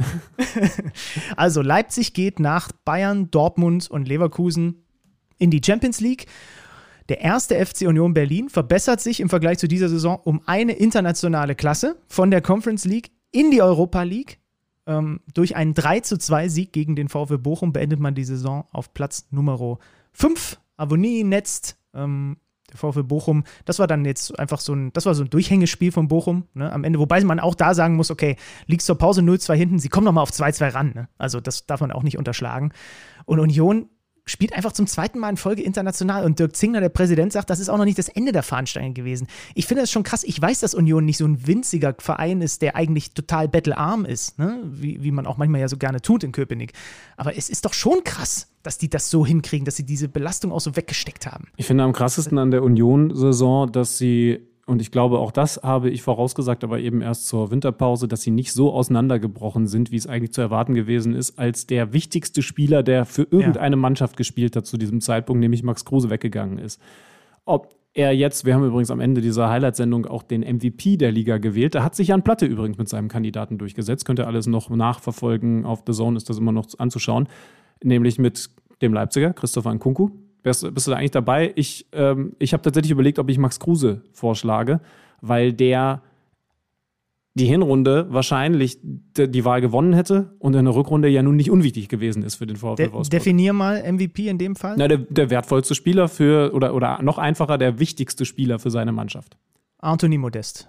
Also, Leipzig geht nach Bayern, Dortmund und Leverkusen in die Champions League. Der erste FC Union Berlin verbessert sich im Vergleich zu dieser Saison um eine internationale Klasse von der Conference League in die Europa League. Durch einen 3:2-Sieg gegen den VfB Bochum beendet man die Saison auf Platz Nummer 5. Avonie netzt der VfB Bochum. Das war dann jetzt einfach so ein Durchhängespiel von Bochum, ne, am Ende. Wobei man auch da sagen muss, okay, liegst zur Pause 0:2 hinten, sie kommen nochmal auf 2:2 ran. Ne? Also das darf man auch nicht unterschlagen. Und Union spielt einfach zum zweiten Mal in Folge international. Und Dirk Zingler, der Präsident, sagt, das ist auch noch nicht das Ende der Fahnenstange gewesen. Ich finde das schon krass. Ich weiß, dass Union nicht so ein winziger Verein ist, der eigentlich total bettelarm ist, ne? Wie man auch manchmal ja so gerne tut in Köpenick. Aber es ist doch schon krass, dass die das so hinkriegen, dass sie diese Belastung auch so weggesteckt haben. Ich finde am krassesten an der Union-Saison, dass sie, und ich glaube, auch das habe ich vorausgesagt, aber eben erst zur Winterpause, dass sie nicht so auseinandergebrochen sind, wie es eigentlich zu erwarten gewesen ist, als der wichtigste Spieler, der für irgendeine Mannschaft gespielt hat zu diesem Zeitpunkt, nämlich Max Kruse, weggegangen ist. Ob er jetzt, wir haben übrigens am Ende dieser Highlight-Sendung auch den MVP der Liga gewählt, da hat sich Jan Platte übrigens mit seinem Kandidaten durchgesetzt, könnt ihr alles noch nachverfolgen, auf The Zone ist das immer noch anzuschauen, nämlich mit dem Leipziger, Christopher Nkunku. Bist du da eigentlich dabei? Ich habe tatsächlich überlegt, ob ich Max Kruse vorschlage, weil der die Hinrunde wahrscheinlich die Wahl gewonnen hätte und in der Rückrunde ja nun nicht unwichtig gewesen ist für den VfL Wolfsburg. Definier mal MVP in dem Fall. Na, der wertvollste Spieler oder noch einfacher, der wichtigste Spieler für seine Mannschaft. Anthony Modest.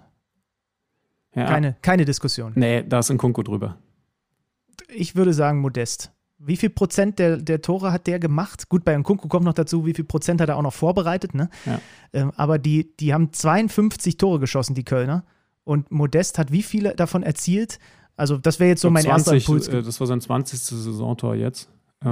Ja. Keine Diskussion. Nee, da ist Nkunku drüber. Ich würde sagen Modest. Wie viel Prozent der Tore hat der gemacht? Gut, bei Nkunku kommt noch dazu, wie viel Prozent hat er auch noch vorbereitet, ne? Ja. Aber die haben 52 Tore geschossen, die Kölner. Und Modest hat wie viele davon erzielt? Also das wäre jetzt so mein erster Impuls. Das war sein 20. Saisontor jetzt.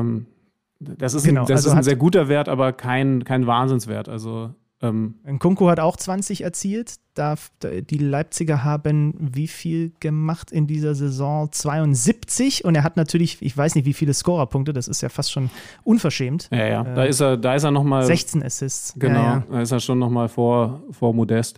Das ist ein sehr guter Wert, aber kein Wahnsinnswert. Also Nkunku hat auch 20 erzielt. Die Leipziger haben wie viel gemacht in dieser Saison? 72. Und er hat natürlich, ich weiß nicht, wie viele Scorerpunkte, das ist ja fast schon unverschämt. Ja. Da ist er nochmal. 16 Assists. Genau, ja. Da ist er schon nochmal vor Modest.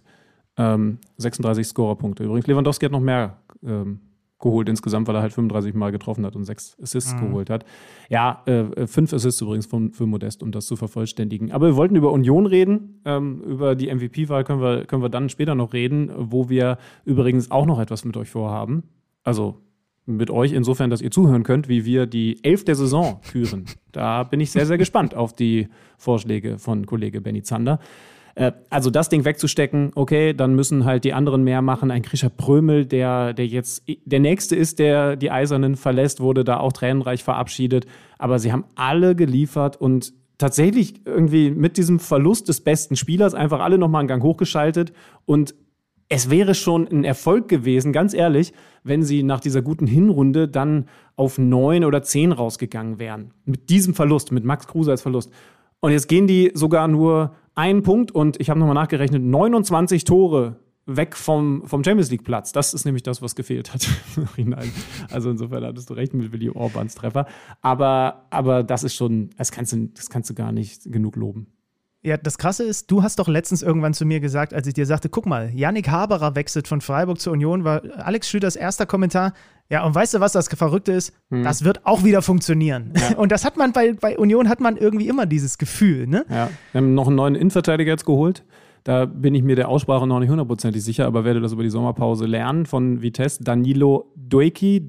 36 Scorerpunkte. Übrigens, Lewandowski hat noch mehr geholt insgesamt, weil er halt 35 Mal getroffen hat und 6 Assists geholt hat. Ja, 5 Assists übrigens für Modest, um das zu vervollständigen. Aber wir wollten über Union reden. Über die MVP-Wahl können wir dann später noch reden, wo wir übrigens auch noch etwas mit euch vorhaben. Also mit euch insofern, dass ihr zuhören könnt, wie wir die 11 der Saison küren. Da bin ich sehr, sehr gespannt auf die Vorschläge von Kollege Benny Zander. Also das Ding wegzustecken, okay, dann müssen halt die anderen mehr machen. Ein Grisha Prömel, der jetzt der Nächste ist, der die Eisernen verlässt, wurde da auch tränenreich verabschiedet. Aber sie haben alle geliefert und tatsächlich irgendwie mit diesem Verlust des besten Spielers einfach alle nochmal einen Gang hochgeschaltet. Und es wäre schon ein Erfolg gewesen, ganz ehrlich, wenn sie nach dieser guten Hinrunde dann auf 9 oder 10 rausgegangen wären. Mit diesem Verlust, mit Max Kruse als Verlust. Und jetzt gehen die sogar nur einen Punkt und ich habe nochmal nachgerechnet, 29 Tore weg vom Champions League Platz. Das ist nämlich das, was gefehlt hat. Also insofern hattest du recht mit Willi Orbans Treffer. Aber das ist schon, das kannst du gar nicht genug loben. Ja, das Krasse ist, du hast doch letztens irgendwann zu mir gesagt, als ich dir sagte, guck mal, Yannick Haberer wechselt von Freiburg zur Union, war Alex Schlüters erster Kommentar, ja, und weißt du, was das Verrückte ist? Das wird auch wieder funktionieren. Ja. Und das hat man bei Union, hat man irgendwie immer dieses Gefühl, ne? Ja, wir haben noch einen neuen Innenverteidiger jetzt geholt. Da bin ich mir der Aussprache noch nicht hundertprozentig sicher, aber werde das über die Sommerpause lernen von Vitesse. Danilo Doiki,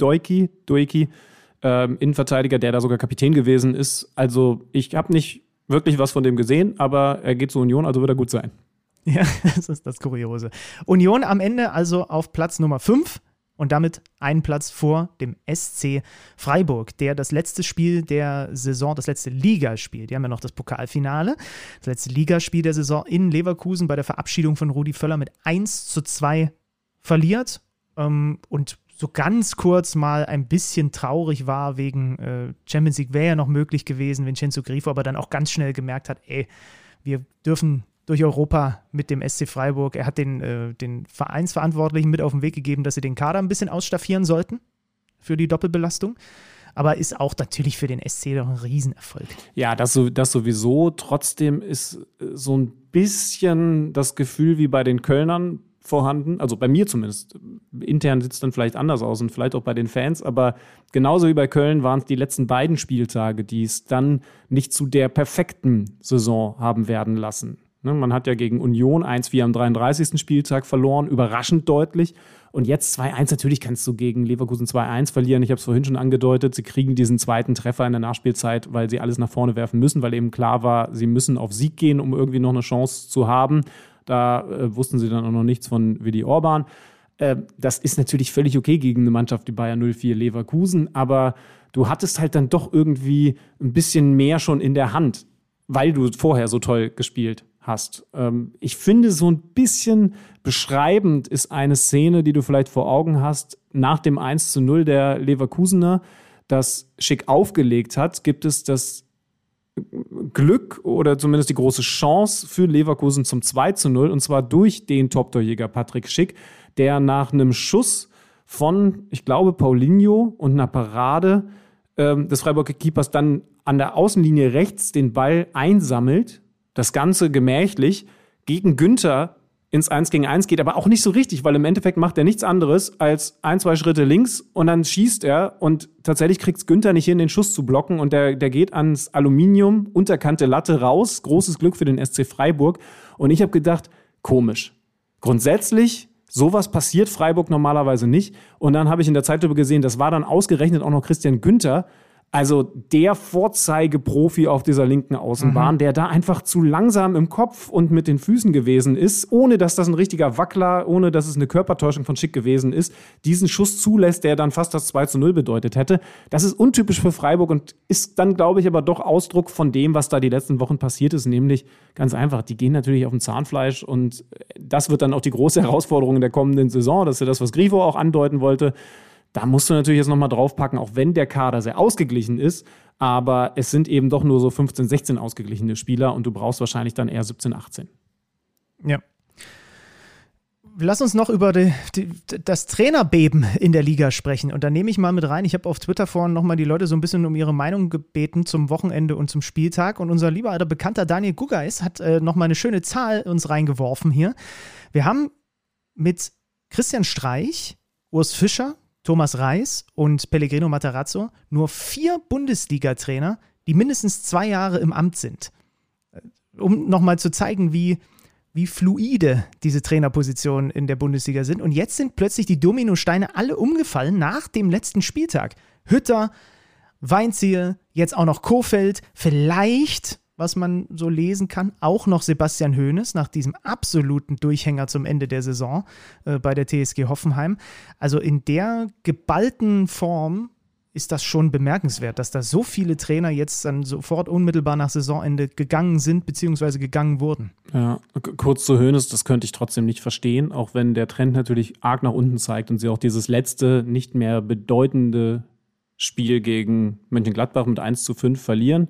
Innenverteidiger, der da sogar Kapitän gewesen ist. Also ich habe nicht wirklich was von dem gesehen, aber er geht zur Union, also wird er gut sein. Ja, das ist das Kuriose. Union am Ende also auf Platz Nummer 5 und damit einen Platz vor dem SC Freiburg, der das letzte Spiel der Saison, das letzte Ligaspiel, die haben ja noch das Pokalfinale, das letzte Ligaspiel der Saison in Leverkusen bei der Verabschiedung von Rudi Völler mit 1:2 verliert und so ganz kurz mal ein bisschen traurig war wegen Champions League wäre ja noch möglich gewesen, Vincenzo Grifo aber dann auch ganz schnell gemerkt hat, wir dürfen durch Europa mit dem SC Freiburg, er hat den Vereinsverantwortlichen mit auf den Weg gegeben, dass sie den Kader ein bisschen ausstaffieren sollten für die Doppelbelastung, aber ist auch natürlich für den SC doch ein Riesenerfolg. Ja, das sowieso, trotzdem ist so ein bisschen das Gefühl wie bei den Kölnern vorhanden, also bei mir zumindest. Intern sieht es dann vielleicht anders aus und vielleicht auch bei den Fans, aber genauso wie bei Köln waren es die letzten beiden Spieltage, die es dann nicht zu der perfekten Saison haben werden lassen. Ne, man hat ja gegen Union 1-4 am 33. Spieltag verloren, überraschend deutlich. Und jetzt 2-1, natürlich kannst du gegen Leverkusen 2-1 verlieren. Ich habe es vorhin schon angedeutet, sie kriegen diesen zweiten Treffer in der Nachspielzeit, weil sie alles nach vorne werfen müssen, weil eben klar war, sie müssen auf Sieg gehen, um irgendwie noch eine Chance zu haben. Da wussten sie dann auch noch nichts von Willi Orban. Das ist natürlich völlig okay gegen eine Mannschaft wie Bayer 04 Leverkusen, aber du hattest halt dann doch irgendwie ein bisschen mehr schon in der Hand, weil du vorher so toll gespielt hast. Ich finde, so ein bisschen beschreibend ist eine Szene, die du vielleicht vor Augen hast, nach dem 1:0 der Leverkusener, das Schick aufgelegt hat, gibt es das Glück oder zumindest die große Chance für Leverkusen zum 2:0 und zwar durch den Top-Torjäger Patrick Schick, der nach einem Schuss von, ich glaube, Paulinho und einer Parade des Freiburger Keepers dann an der Außenlinie rechts den Ball einsammelt, das Ganze gemächlich gegen Günther ins 1-gegen-1 geht, aber auch nicht so richtig, weil im Endeffekt macht er nichts anderes als 1-2 Schritte links und dann schießt er und tatsächlich kriegt es Günther nicht hin, den Schuss zu blocken und der geht ans Aluminium, unterkante Latte raus, großes Glück für den SC Freiburg und ich habe gedacht, komisch. Grundsätzlich, sowas passiert Freiburg normalerweise nicht und dann habe ich in der Zeitlupe gesehen, das war dann ausgerechnet auch noch Christian Günther, also der Vorzeigeprofi auf dieser linken Außenbahn, der da einfach zu langsam im Kopf und mit den Füßen gewesen ist, ohne dass das ein richtiger Wackler, ohne dass es eine Körpertäuschung von Schick gewesen ist, diesen Schuss zulässt, der dann fast das 2:0 bedeutet hätte. Das ist untypisch für Freiburg und ist dann, glaube ich, aber doch Ausdruck von dem, was da die letzten Wochen passiert ist, nämlich ganz einfach, die gehen natürlich auf dem Zahnfleisch und das wird dann auch die große Herausforderung in der kommenden Saison, das ist ja das, was Grifo auch andeuten wollte. Da musst du natürlich jetzt nochmal draufpacken, auch wenn der Kader sehr ausgeglichen ist, aber es sind eben doch nur so 15, 16 ausgeglichene Spieler und du brauchst wahrscheinlich dann eher 17, 18. Ja. Lass uns noch über das Trainerbeben in der Liga sprechen und da nehme ich mal mit rein, ich habe auf Twitter vorhin nochmal die Leute so ein bisschen um ihre Meinung gebeten zum Wochenende und zum Spieltag und unser lieber alter Bekannter Daniel Guggeis hat nochmal eine schöne Zahl uns reingeworfen hier. Wir haben mit Christian Streich, Urs Fischer, Thomas Reis und Pellegrino Matarazzo nur 4 Bundesliga-Trainer, die mindestens 2 Jahre im Amt sind. Um nochmal zu zeigen, wie fluide diese Trainerpositionen in der Bundesliga sind. Und jetzt sind plötzlich die Dominosteine alle umgefallen nach dem letzten Spieltag. Hütter, Weinzierl, jetzt auch noch Kohfeldt, vielleicht, was man so lesen kann, auch noch Sebastian Hoeneß nach diesem absoluten Durchhänger zum Ende der Saison bei der TSG Hoffenheim. Also in der geballten Form ist das schon bemerkenswert, dass da so viele Trainer jetzt dann sofort unmittelbar nach Saisonende gegangen sind bzw. gegangen wurden. Ja, kurz zu Hoeneß, das könnte ich trotzdem nicht verstehen, auch wenn der Trend natürlich arg nach unten zeigt und sie auch dieses letzte, nicht mehr bedeutende Spiel gegen Mönchengladbach mit 1:5 verlieren.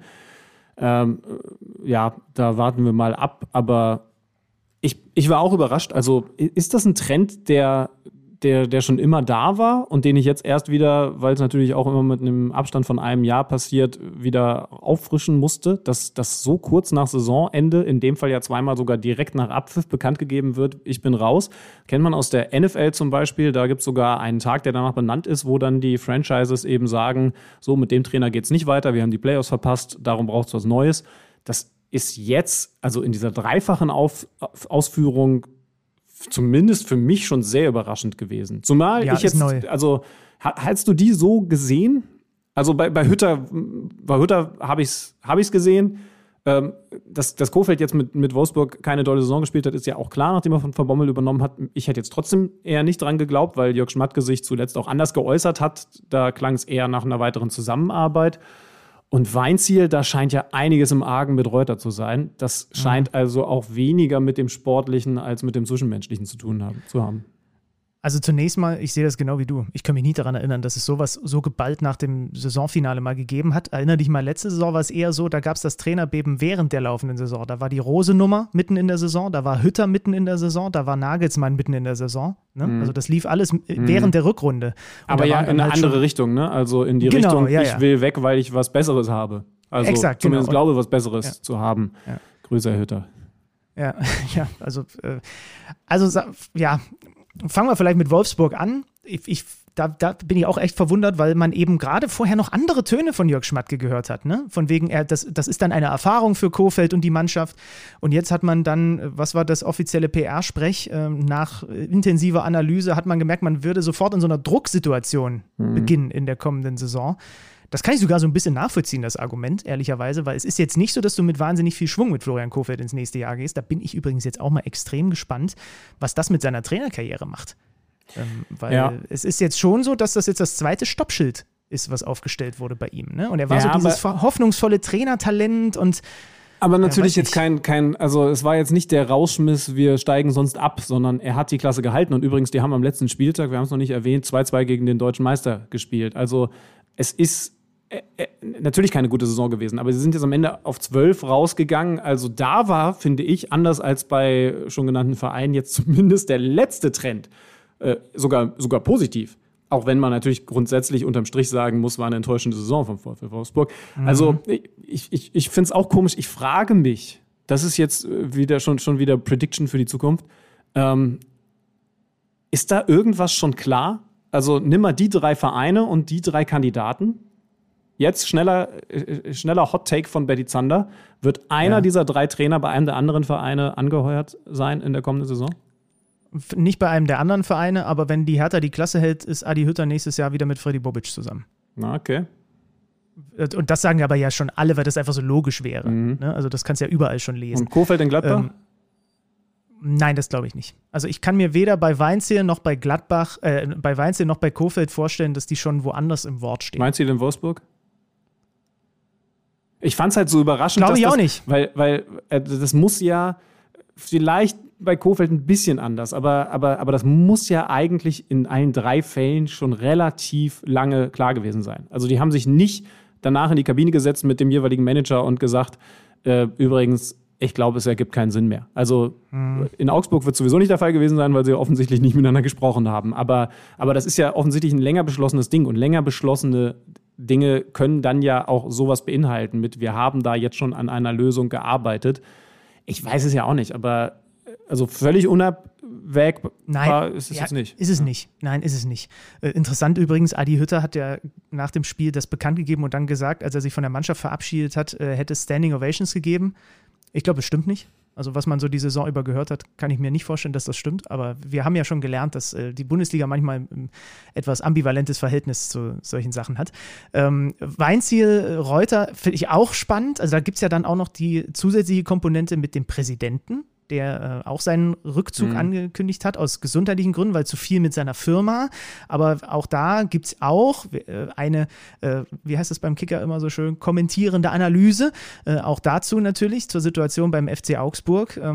Ja, da warten wir mal ab, aber ich war auch überrascht. Also ist das ein Trend, der der schon immer da war und den ich jetzt erst wieder, weil es natürlich auch immer mit einem Abstand von einem Jahr passiert, wieder auffrischen musste, dass das so kurz nach Saisonende, in dem Fall ja zweimal sogar direkt nach Abpfiff bekannt gegeben wird, ich bin raus. Kennt man aus der NFL zum Beispiel, da gibt es sogar einen Tag, der danach benannt ist, wo dann die Franchises eben sagen, so mit dem Trainer geht es nicht weiter, wir haben die Playoffs verpasst, darum braucht es was Neues. Das ist jetzt, also in dieser dreifachen Ausführung, zumindest für mich schon sehr überraschend gewesen. Zumal ich jetzt, also hast du die so gesehen? Also bei Hütter habe ich's gesehen. Dass Kohfeldt jetzt mit Wolfsburg keine tolle Saison gespielt hat, ist ja auch klar, nachdem er von Verbommel übernommen hat. Ich hätte jetzt trotzdem eher nicht dran geglaubt, weil Jörg Schmatke sich zuletzt auch anders geäußert hat. Da klang es eher nach einer weiteren Zusammenarbeit. Und Weinziel, da scheint ja einiges im Argen mit Reuter zu sein. Das scheint also auch weniger mit dem Sportlichen als mit dem Zwischenmenschlichen zu haben. Also zunächst mal, ich sehe das genau wie du. Ich kann mich nie daran erinnern, dass es sowas so geballt nach dem Saisonfinale mal gegeben hat. Erinner dich mal, letzte Saison war es eher so, da gab es das Trainerbeben während der laufenden Saison. Da war die Rose-Nummer mitten in der Saison, da war Hütter mitten in der Saison, da war Nagelsmann mitten in der Saison. Ne? Also das lief alles während der Rückrunde. Und aber ja in eine andere Richtung, ne? Also in die Richtung, ich will weg, weil ich was Besseres habe. Also exakt, zumindest glaube, was Besseres zu haben. Ja. Grüße, Herr Hütter. Ja, fangen wir vielleicht mit Wolfsburg an. Da bin ich auch echt verwundert, weil man eben gerade vorher noch andere Töne von Jörg Schmatke gehört hat. Ne? Von wegen, das ist dann eine Erfahrung für Kohfeldt und die Mannschaft. Und jetzt hat man dann, was war das offizielle PR-Sprech? Nach intensiver Analyse hat man gemerkt, man würde sofort in so einer Drucksituation beginnen in der kommenden Saison. Das kann ich sogar so ein bisschen nachvollziehen, das Argument, ehrlicherweise, weil es ist jetzt nicht so, dass du mit wahnsinnig viel Schwung mit Florian Kohfeldt ins nächste Jahr gehst. Da bin ich übrigens jetzt auch mal extrem gespannt, was das mit seiner Trainerkarriere macht. Weil es ist jetzt schon so, dass das jetzt das zweite Stoppschild ist, was aufgestellt wurde bei ihm. Ne? Und er war so dieses hoffnungsvolle Trainertalent und aber natürlich jetzt also es war jetzt nicht der Rauschmiss, wir steigen sonst ab, sondern er hat die Klasse gehalten. Und übrigens, die haben am letzten Spieltag, wir haben es noch nicht erwähnt, 2-2 gegen den deutschen Meister gespielt. Also es ist natürlich keine gute Saison gewesen, aber sie sind jetzt am Ende auf 12 rausgegangen. Also da war, finde ich, anders als bei schon genannten Vereinen jetzt zumindest der letzte Trend sogar positiv. Auch wenn man natürlich grundsätzlich unterm Strich sagen muss, war eine enttäuschende Saison vom VfL Wolfsburg. Also ich finde es auch komisch. Ich frage mich, das ist jetzt schon wieder Prediction für die Zukunft, ist da irgendwas schon klar? Also nimm mal die 3 Vereine und die 3 Kandidaten. Jetzt schneller Hot-Take von Betty Zander. Wird einer dieser 3 Trainer bei einem der anderen Vereine angeheuert sein in der kommenden Saison? Nicht bei einem der anderen Vereine, aber wenn die Hertha die Klasse hält, ist Adi Hütter nächstes Jahr wieder mit Freddy Bobic zusammen. Na, okay. Und das sagen aber ja schon alle, weil das einfach so logisch wäre. Ne? Also das kannst du ja überall schon lesen. Und Kohfeldt in Gladbach? Nein, das glaube ich nicht. Also ich kann mir weder bei Weinziel noch bei Gladbach, bei Weinziel noch bei Kohfeldt vorstellen, dass die schon woanders im Wort stehen. Weinziel in Wolfsburg? Ich fand es halt so überraschend. Glaube ich auch nicht. Weil das muss ja vielleicht bei Kohfeldt ein bisschen anders, aber das muss ja eigentlich in allen 3 Fällen schon relativ lange klar gewesen sein. Also die haben sich nicht danach in die Kabine gesetzt mit dem jeweiligen Manager und gesagt, übrigens, ich glaube, es ergibt keinen Sinn mehr. Also in Augsburg wird sowieso nicht der Fall gewesen sein, weil sie offensichtlich nicht miteinander gesprochen haben. Aber das ist ja offensichtlich ein länger beschlossenes Ding und länger beschlossene Dinge können dann ja auch sowas beinhalten mit, wir haben da jetzt schon an einer Lösung gearbeitet. Ich weiß es ja auch nicht, aber also völlig unabwägbar ist es jetzt nicht. Ist es nicht. Nein, ist es nicht. Interessant übrigens, Adi Hütter hat ja nach dem Spiel das bekannt gegeben und dann gesagt, als er sich von der Mannschaft verabschiedet hat, hätte es Standing Ovations gegeben. Ich glaube, es stimmt nicht. Also was man so die Saison über gehört hat, kann ich mir nicht vorstellen, dass das stimmt. Aber wir haben ja schon gelernt, dass die Bundesliga manchmal ein etwas ambivalentes Verhältnis zu solchen Sachen hat. Weinziel, Reuter finde ich auch spannend. Also da gibt es ja dann auch noch die zusätzliche Komponente mit dem Präsidenten, der auch seinen Rückzug angekündigt hat, aus gesundheitlichen Gründen, weil zu viel mit seiner Firma. Aber auch da gibt es auch eine, wie heißt das beim Kicker immer so schön, kommentierende Analyse. Auch dazu natürlich, zur Situation beim FC Augsburg.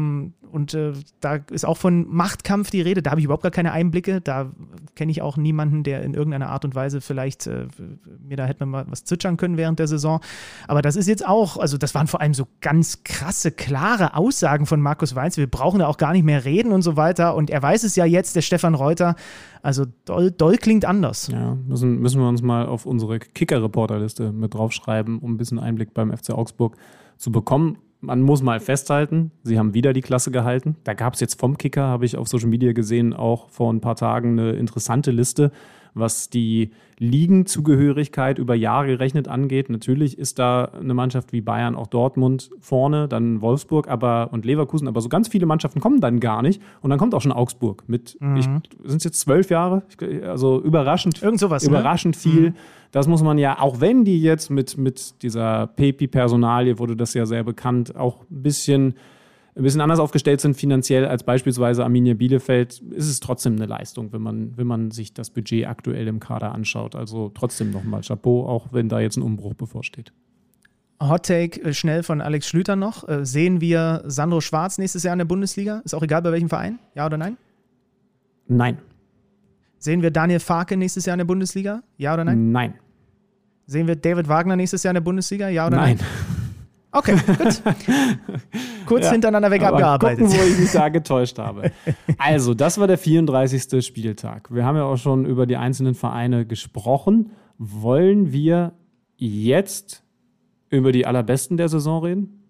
Und da ist auch von Machtkampf die Rede. Da habe ich überhaupt gar keine Einblicke. Da kenne ich auch niemanden, der in irgendeiner Art und Weise vielleicht mir da hätte man mal was zwitschern können während der Saison. Aber das ist jetzt auch, also das waren vor allem so ganz krasse, klare Aussagen von Markus Weinz. Wir brauchen da auch gar nicht mehr reden und so weiter. Und er weiß es ja jetzt, der Stefan Reuter. Also doll klingt anders. Ja, müssen wir uns mal auf unsere Kicker-Reporterliste mit draufschreiben, um ein bisschen Einblick beim FC Augsburg zu bekommen. Man muss mal festhalten, sie haben wieder die Klasse gehalten. Da gab es jetzt vom Kicker, habe ich auf Social Media gesehen, auch vor ein paar Tagen eine interessante Liste, was die Ligenzugehörigkeit über Jahre gerechnet angeht. Natürlich ist da eine Mannschaft wie Bayern, auch Dortmund vorne, dann Wolfsburg und Leverkusen, aber so ganz viele Mannschaften kommen dann gar nicht. Und dann kommt auch schon Augsburg mit, sind es jetzt 12 Jahre? Also überraschend, überraschend viel. Das muss man ja, auch wenn die jetzt mit dieser Pepi-Personalie, wurde das ja sehr bekannt, auch ein bisschen anders aufgestellt sind finanziell als beispielsweise Arminia Bielefeld, ist es trotzdem eine Leistung, wenn man sich das Budget aktuell im Kader anschaut. Also trotzdem nochmal Chapeau, auch wenn da jetzt ein Umbruch bevorsteht. Hot Take schnell von Alex Schlüter noch. Sehen wir Sandro Schwarz nächstes Jahr in der Bundesliga? Ist auch egal bei welchem Verein? Ja oder nein? Nein. Sehen wir Daniel Farke nächstes Jahr in der Bundesliga? Ja oder nein? Nein. Sehen wir David Wagner nächstes Jahr in der Bundesliga? Ja oder nein? Okay, gut. Kurz hintereinander weg abgearbeitet. Gucken, wo ich mich da getäuscht habe. Also, das war der 34. Spieltag. Wir haben ja auch schon über die einzelnen Vereine gesprochen. Wollen wir jetzt über die Allerbesten der Saison reden?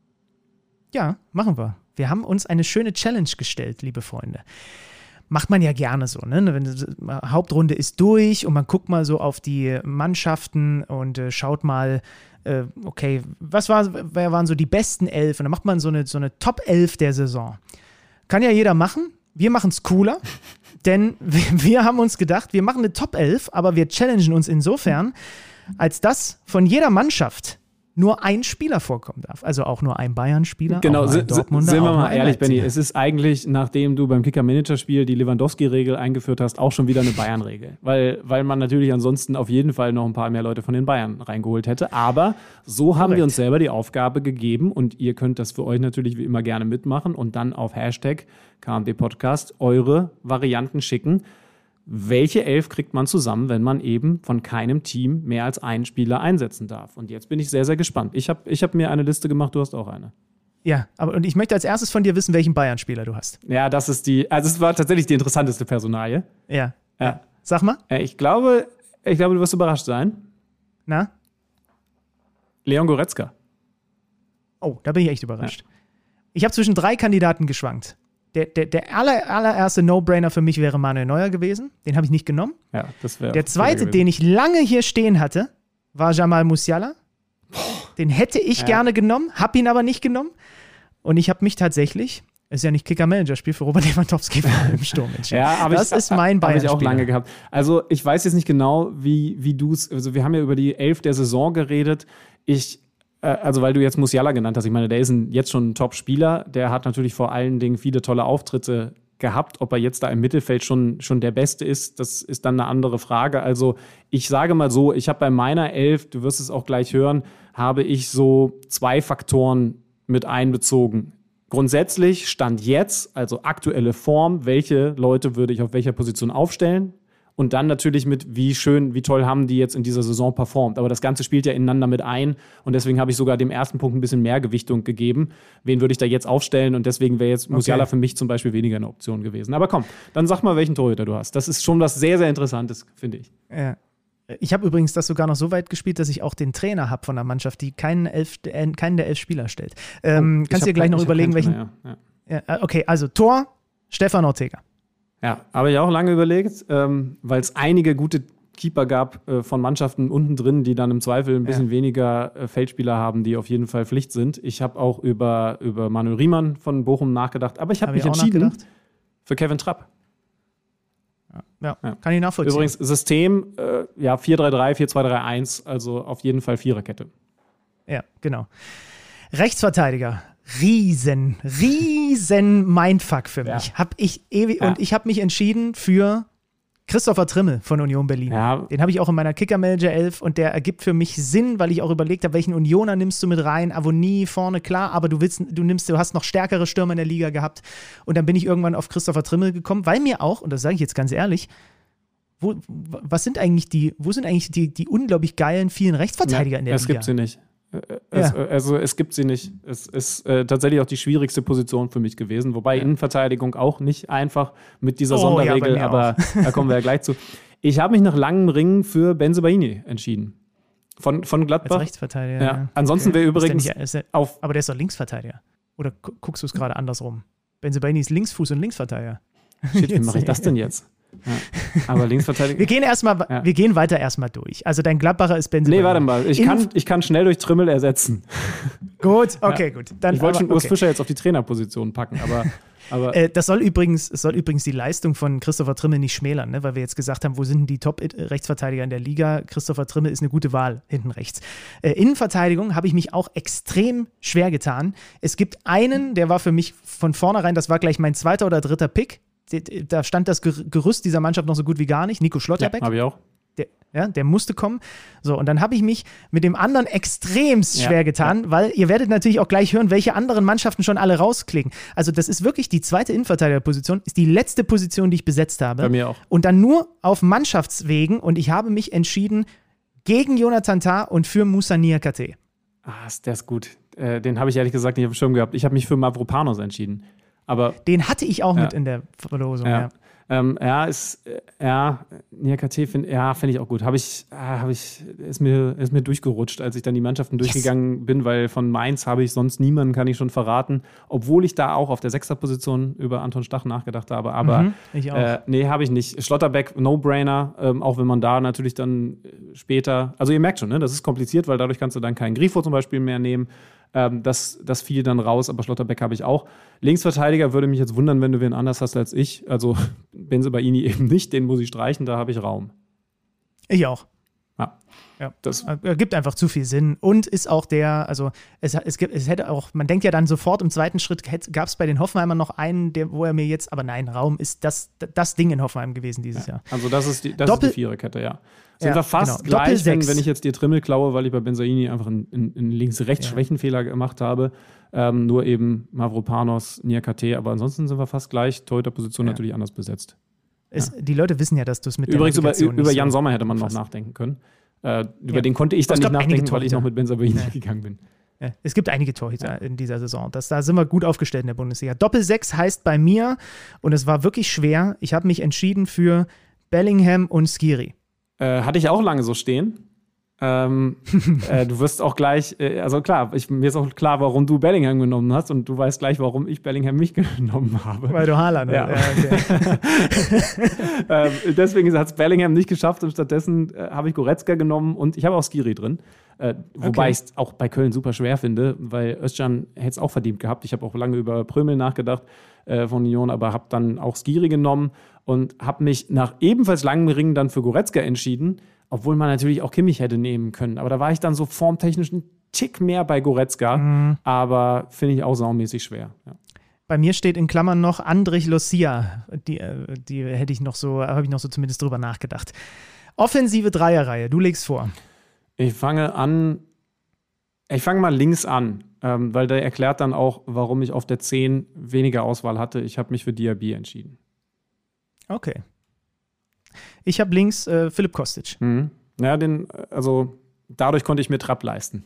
Ja, machen wir. Wir haben uns eine schöne Challenge gestellt, liebe Freunde. Macht man ja gerne so, ne? Wenn Hauptrunde ist durch und man guckt mal so auf die Mannschaften und schaut mal, okay, wer waren so die besten 11? Und dann macht man so eine Top 11 der Saison. Kann ja jeder machen. Wir machen es cooler, denn wir haben uns gedacht, wir machen eine Top 11, aber wir challengen uns insofern, als dass von jeder Mannschaft nur ein Spieler vorkommen darf. Also auch nur ein Bayern-Spieler, genau, auch nur ein Dortmunder. Sind wir mal ehrlich, Benni, es ist eigentlich, nachdem du beim Kicker-Manager-Spiel die Lewandowski-Regel eingeführt hast, auch schon wieder eine Bayern-Regel. Weil man natürlich ansonsten auf jeden Fall noch ein paar mehr Leute von den Bayern reingeholt hätte. Aber so haben wir uns selber die Aufgabe gegeben und ihr könnt das für euch natürlich wie immer gerne mitmachen und dann auf Hashtag KMD-Podcast eure Varianten schicken. Welche 11 kriegt man zusammen, wenn man eben von keinem Team mehr als einen Spieler einsetzen darf? Und jetzt bin ich sehr, sehr gespannt. Ich hab mir eine Liste gemacht, du hast auch eine. Ja, und ich möchte als erstes von dir wissen, welchen Bayern-Spieler du hast. Ja, also es war tatsächlich die interessanteste Personalie. Ja. Sag mal. Ich glaube, du wirst überrascht sein. Na? Leon Goretzka. Oh, da bin ich echt überrascht. Ja. Ich habe zwischen 3 Kandidaten geschwankt. Der allererste No-Brainer für mich wäre Manuel Neuer gewesen. Den habe ich nicht genommen. Ja, das wäre. Der zweite, den ich lange hier stehen hatte, war Jamal Musiala. Den hätte ich gerne genommen, habe ihn aber nicht genommen. Und ich habe mich tatsächlich, ist ja nicht Kicker-Manager-Spiel, für Robert Lewandowski im Sturm entschieden. Ja, das ist mein Bayern-Spieler. Habe ich auch lange gehabt. Also ich weiß jetzt nicht genau, wie du es, also wir haben ja über die 11 der Saison geredet. Also weil du jetzt Musiala genannt hast, ich meine, der ist jetzt schon ein Top-Spieler, der hat natürlich vor allen Dingen viele tolle Auftritte gehabt. Ob er jetzt da im Mittelfeld schon der Beste ist, das ist dann eine andere Frage. Also ich sage mal so, ich habe bei meiner 11, du wirst es auch gleich hören, habe ich so 2 Faktoren mit einbezogen. Grundsätzlich Stand jetzt, also aktuelle Form, welche Leute würde ich auf welcher Position aufstellen? Und dann natürlich mit, wie toll haben die jetzt in dieser Saison performt. Aber das Ganze spielt ja ineinander mit ein. Und deswegen habe ich sogar dem ersten Punkt ein bisschen mehr Gewichtung gegeben. Wen würde ich da jetzt aufstellen? Und deswegen wäre jetzt Musiala für mich zum Beispiel weniger eine Option gewesen. Aber komm, dann sag mal, welchen Torhüter du hast. Das ist schon was sehr, sehr Interessantes, finde ich. Ja. Ich habe übrigens das sogar noch so weit gespielt, dass ich auch den Trainer habe von der Mannschaft, die keinen der 11 Spieler stellt. Kannst du dir gleich noch überlegen, welchen... Ja. Okay, also Tor, Stefan Ortega. Ja, habe ich auch lange überlegt, weil es einige gute Keeper gab von Mannschaften unten drin, die dann im Zweifel ein bisschen weniger Feldspieler haben, die auf jeden Fall Pflicht sind. Ich habe auch über Manuel Riemann von Bochum nachgedacht, aber ich habe mich entschieden für Kevin Trapp. Ja, kann ich nachvollziehen. Übrigens System 4-3-3, 4-2-3-1, also auf jeden Fall Viererkette. Ja, genau. Rechtsverteidiger. Riesen Mindfuck für mich. Ja. Und ich habe mich entschieden für Christopher Trimmel von Union Berlin. Ja. Den habe ich auch in meiner Kicker-Manager 11 und der ergibt für mich Sinn, weil ich auch überlegt habe, welchen Unioner nimmst du mit rein? Avonie vorne, klar, aber du hast noch stärkere Stürmer in der Liga gehabt. Und dann bin ich irgendwann auf Christopher Trimmel gekommen, weil mir auch, und das sage ich jetzt ganz ehrlich, wo sind eigentlich die unglaublich geilen, vielen Rechtsverteidiger in der Liga? Es gibt sie nicht. Es gibt sie nicht. Es ist tatsächlich auch die schwierigste Position für mich gewesen, wobei Innenverteidigung auch nicht einfach mit dieser Sonderregel, aber da kommen wir ja gleich zu. Ich habe mich nach langem Ringen für Bensebaini entschieden. Von Gladbach. Als Rechtsverteidiger. Ja. Ansonsten wäre übrigens aber der ist doch Linksverteidiger. Oder guckst du es gerade andersrum? Bensebaini ist Linksfuß und Linksverteidiger. Shit, wie mache ich das denn jetzt? Ja. Aber Linksverteidiger. Wir gehen weiter erstmal durch. Also dein Gladbacher ist Bensebaini. Nee, warte mal. Ich kann schnell durch Trimmel ersetzen. Gut, okay, gut. Dann, ich wollte schon Urs Fischer jetzt auf die Trainerposition packen, aber das soll übrigens die Leistung von Christopher Trimmel nicht schmälern, ne? Weil wir jetzt gesagt haben, wo sind denn die Top-Rechtsverteidiger in der Liga? Christopher Trimmel ist eine gute Wahl hinten rechts. Innenverteidigung habe ich mich auch extrem schwer getan. Es gibt einen, der war für mich von vornherein, das war gleich mein zweiter oder dritter Pick. Da stand das Gerüst dieser Mannschaft noch so gut wie gar nicht. Nico Schlotterbeck. Ja, habe ich auch. Der musste kommen. So, und dann habe ich mich mit dem anderen extremst schwer getan, weil ihr werdet natürlich auch gleich hören, welche anderen Mannschaften schon alle rausklicken. Also das ist wirklich die zweite Innenverteidigerposition, ist die letzte Position, die ich besetzt habe. Bei mir auch. Und dann nur auf Mannschaftswegen und ich habe mich entschieden gegen Jonathan Tah und für Moussa Niakhaté. Der ist gut. Den habe ich ehrlich gesagt nicht auf dem Schirm gehabt. Ich habe mich für Mavropanos entschieden. Aber den hatte ich auch mit in der Verlosung, Niakhaté finde ich auch gut. Ist mir durchgerutscht, als ich dann die Mannschaften durchgegangen bin, weil von Mainz habe ich sonst niemanden, kann ich schon verraten, obwohl ich da auch auf der 6er Position über Anton Stach nachgedacht habe, aber ich auch. Nee, habe ich nicht. Schlotterbeck, No-Brainer, auch wenn man da natürlich dann später, also ihr merkt schon, ne, das ist kompliziert, weil dadurch kannst du dann keinen Grifo zum Beispiel mehr nehmen. Das fiel dann raus, aber Schlotterbeck habe ich auch. Linksverteidiger würde mich jetzt wundern, wenn du wen anders hast als ich. Also Bensebaini eben nicht, den muss ich streichen, da habe ich Raum. Ich auch. Ja. Das ergibt einfach zu viel Sinn und ist auch es hätte auch, man denkt ja dann sofort im zweiten Schritt, gab es bei den Hoffenheimern noch einen, wo er mir jetzt, aber nein, Raum ist das Ding in Hoffenheim gewesen dieses Jahr. Also das ist die Viererkette, ja. Sind wir fast genau. gleich, wenn ich jetzt dir Trimmel klaue, weil ich bei Bensebaini einfach einen Links-Rechts-Schwächenfehler gemacht habe. Nur eben Mavropanos, Niakhaté, aber ansonsten sind wir fast gleich. Torhüterposition natürlich anders besetzt. Die Leute wissen ja, dass du es mit übrigens über Jan Sommer hätte man noch nachdenken können. Über den konnte ich dann nicht nachdenken, weil ich noch mit Bensebaini gegangen bin. Ja, es gibt einige Torhüter in dieser Saison. Da sind wir gut aufgestellt in der Bundesliga. Doppel-6 heißt bei mir, und es war wirklich schwer, ich habe mich entschieden für Bellingham und Skiri. Hatte ich auch lange so stehen. Du wirst auch gleich, also klar, mir ist auch klar, warum du Bellingham genommen hast und du weißt gleich, warum ich Bellingham nicht genommen habe. Weil du Haaland hast. Ja. Okay. Deswegen hat es Bellingham nicht geschafft und stattdessen habe ich Goretzka genommen und ich habe auch Skiri drin. Wobei ich es auch bei Köln super schwer finde, weil Özcan hätte es auch verdient gehabt. Ich habe auch lange über Prömel nachgedacht von Union, aber habe dann auch Skiri genommen und habe mich nach ebenfalls langem Ringen dann für Goretzka entschieden, obwohl man natürlich auch Kimmich hätte nehmen können. Aber da war ich dann so formtechnisch ein Tick mehr bei Goretzka, aber finde ich auch saumäßig schwer. Ja. Bei mir steht in Klammern noch Andrich Lucia. Die hätte ich noch so, habe ich noch so zumindest drüber nachgedacht. Offensive Dreierreihe, du legst vor. Ich fange mal links an, weil der erklärt dann auch, warum ich auf der 10 weniger Auswahl hatte. Ich habe mich für Diaby entschieden. Okay. Ich habe links Philipp Kostic. Ja, dadurch konnte ich mir Trapp leisten.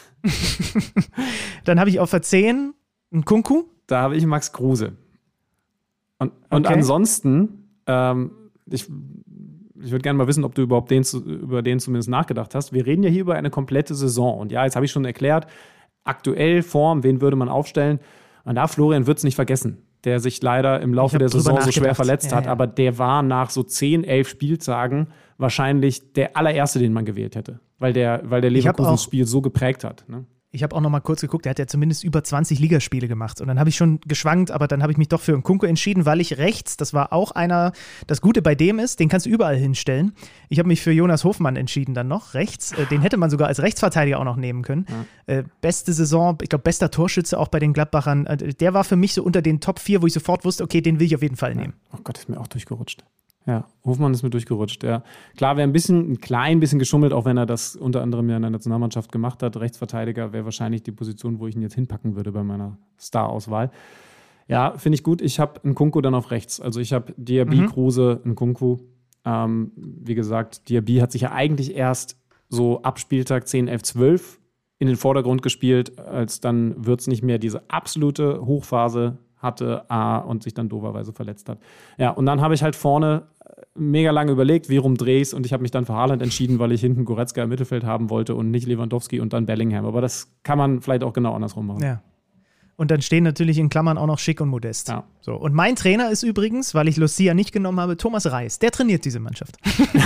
Dann habe ich auf der 10 einen Kunku. Da habe ich Max Kruse. Und ansonsten, ich würde gerne mal wissen, ob du überhaupt über den zumindest nachgedacht hast. Wir reden ja hier über eine komplette Saison. Und ja, jetzt habe ich schon erklärt, aktuell Form, wen würde man aufstellen? Und da Florian Wirtz nicht vergessen, der sich leider im Laufe der Saison so schwer verletzt hat. Aber der war nach so 10, 11 Spieltagen wahrscheinlich der allererste, den man gewählt hätte. Weil der Leverkusens Spiel so geprägt hat. Ne? Ich habe auch noch mal kurz geguckt, der hat ja zumindest über 20 Ligaspiele gemacht. Und dann habe ich schon geschwankt, aber dann habe ich mich doch für Nkunku entschieden, weil ich rechts, das war auch einer, das Gute bei dem ist, den kannst du überall hinstellen. Ich habe mich für Jonas Hofmann entschieden dann noch, rechts. Den hätte man sogar als Rechtsverteidiger auch noch nehmen können. Ja. Beste Saison, ich glaube, bester Torschütze auch bei den Gladbachern. Der war für mich so unter den Top 4, wo ich sofort wusste, okay, den will ich auf jeden Fall nehmen. Oh Gott, ist mir auch durchgerutscht. Ja, Hofmann ist mir durchgerutscht, ja. Klar, wäre ein klein bisschen geschummelt, auch wenn er das unter anderem ja in der Nationalmannschaft gemacht hat. Rechtsverteidiger wäre wahrscheinlich die Position, wo ich ihn jetzt hinpacken würde bei meiner Star-Auswahl. Ja, finde ich gut. Ich habe Nkunku dann auf rechts. Also ich habe Diaby, Kruse, Nkunku. Wie gesagt, Diaby hat sich ja eigentlich erst so ab Spieltag 10, 11, 12 in den Vordergrund gespielt, als dann Wirtz nicht mehr diese absolute Hochphase hatte und sich dann dooferweise verletzt hat. Ja, und dann habe ich halt vorne mega lange überlegt, wie rum drehe ich's, und ich habe mich dann für Haaland entschieden, weil ich hinten Goretzka im Mittelfeld haben wollte und nicht Lewandowski und dann Bellingham. Aber das kann man vielleicht auch genau andersrum machen. Ja. Und dann stehen natürlich in Klammern auch noch Schick und Modest. Ja. So. Und mein Trainer ist übrigens, weil ich Lucia nicht genommen habe, Thomas Reis. Der trainiert diese Mannschaft.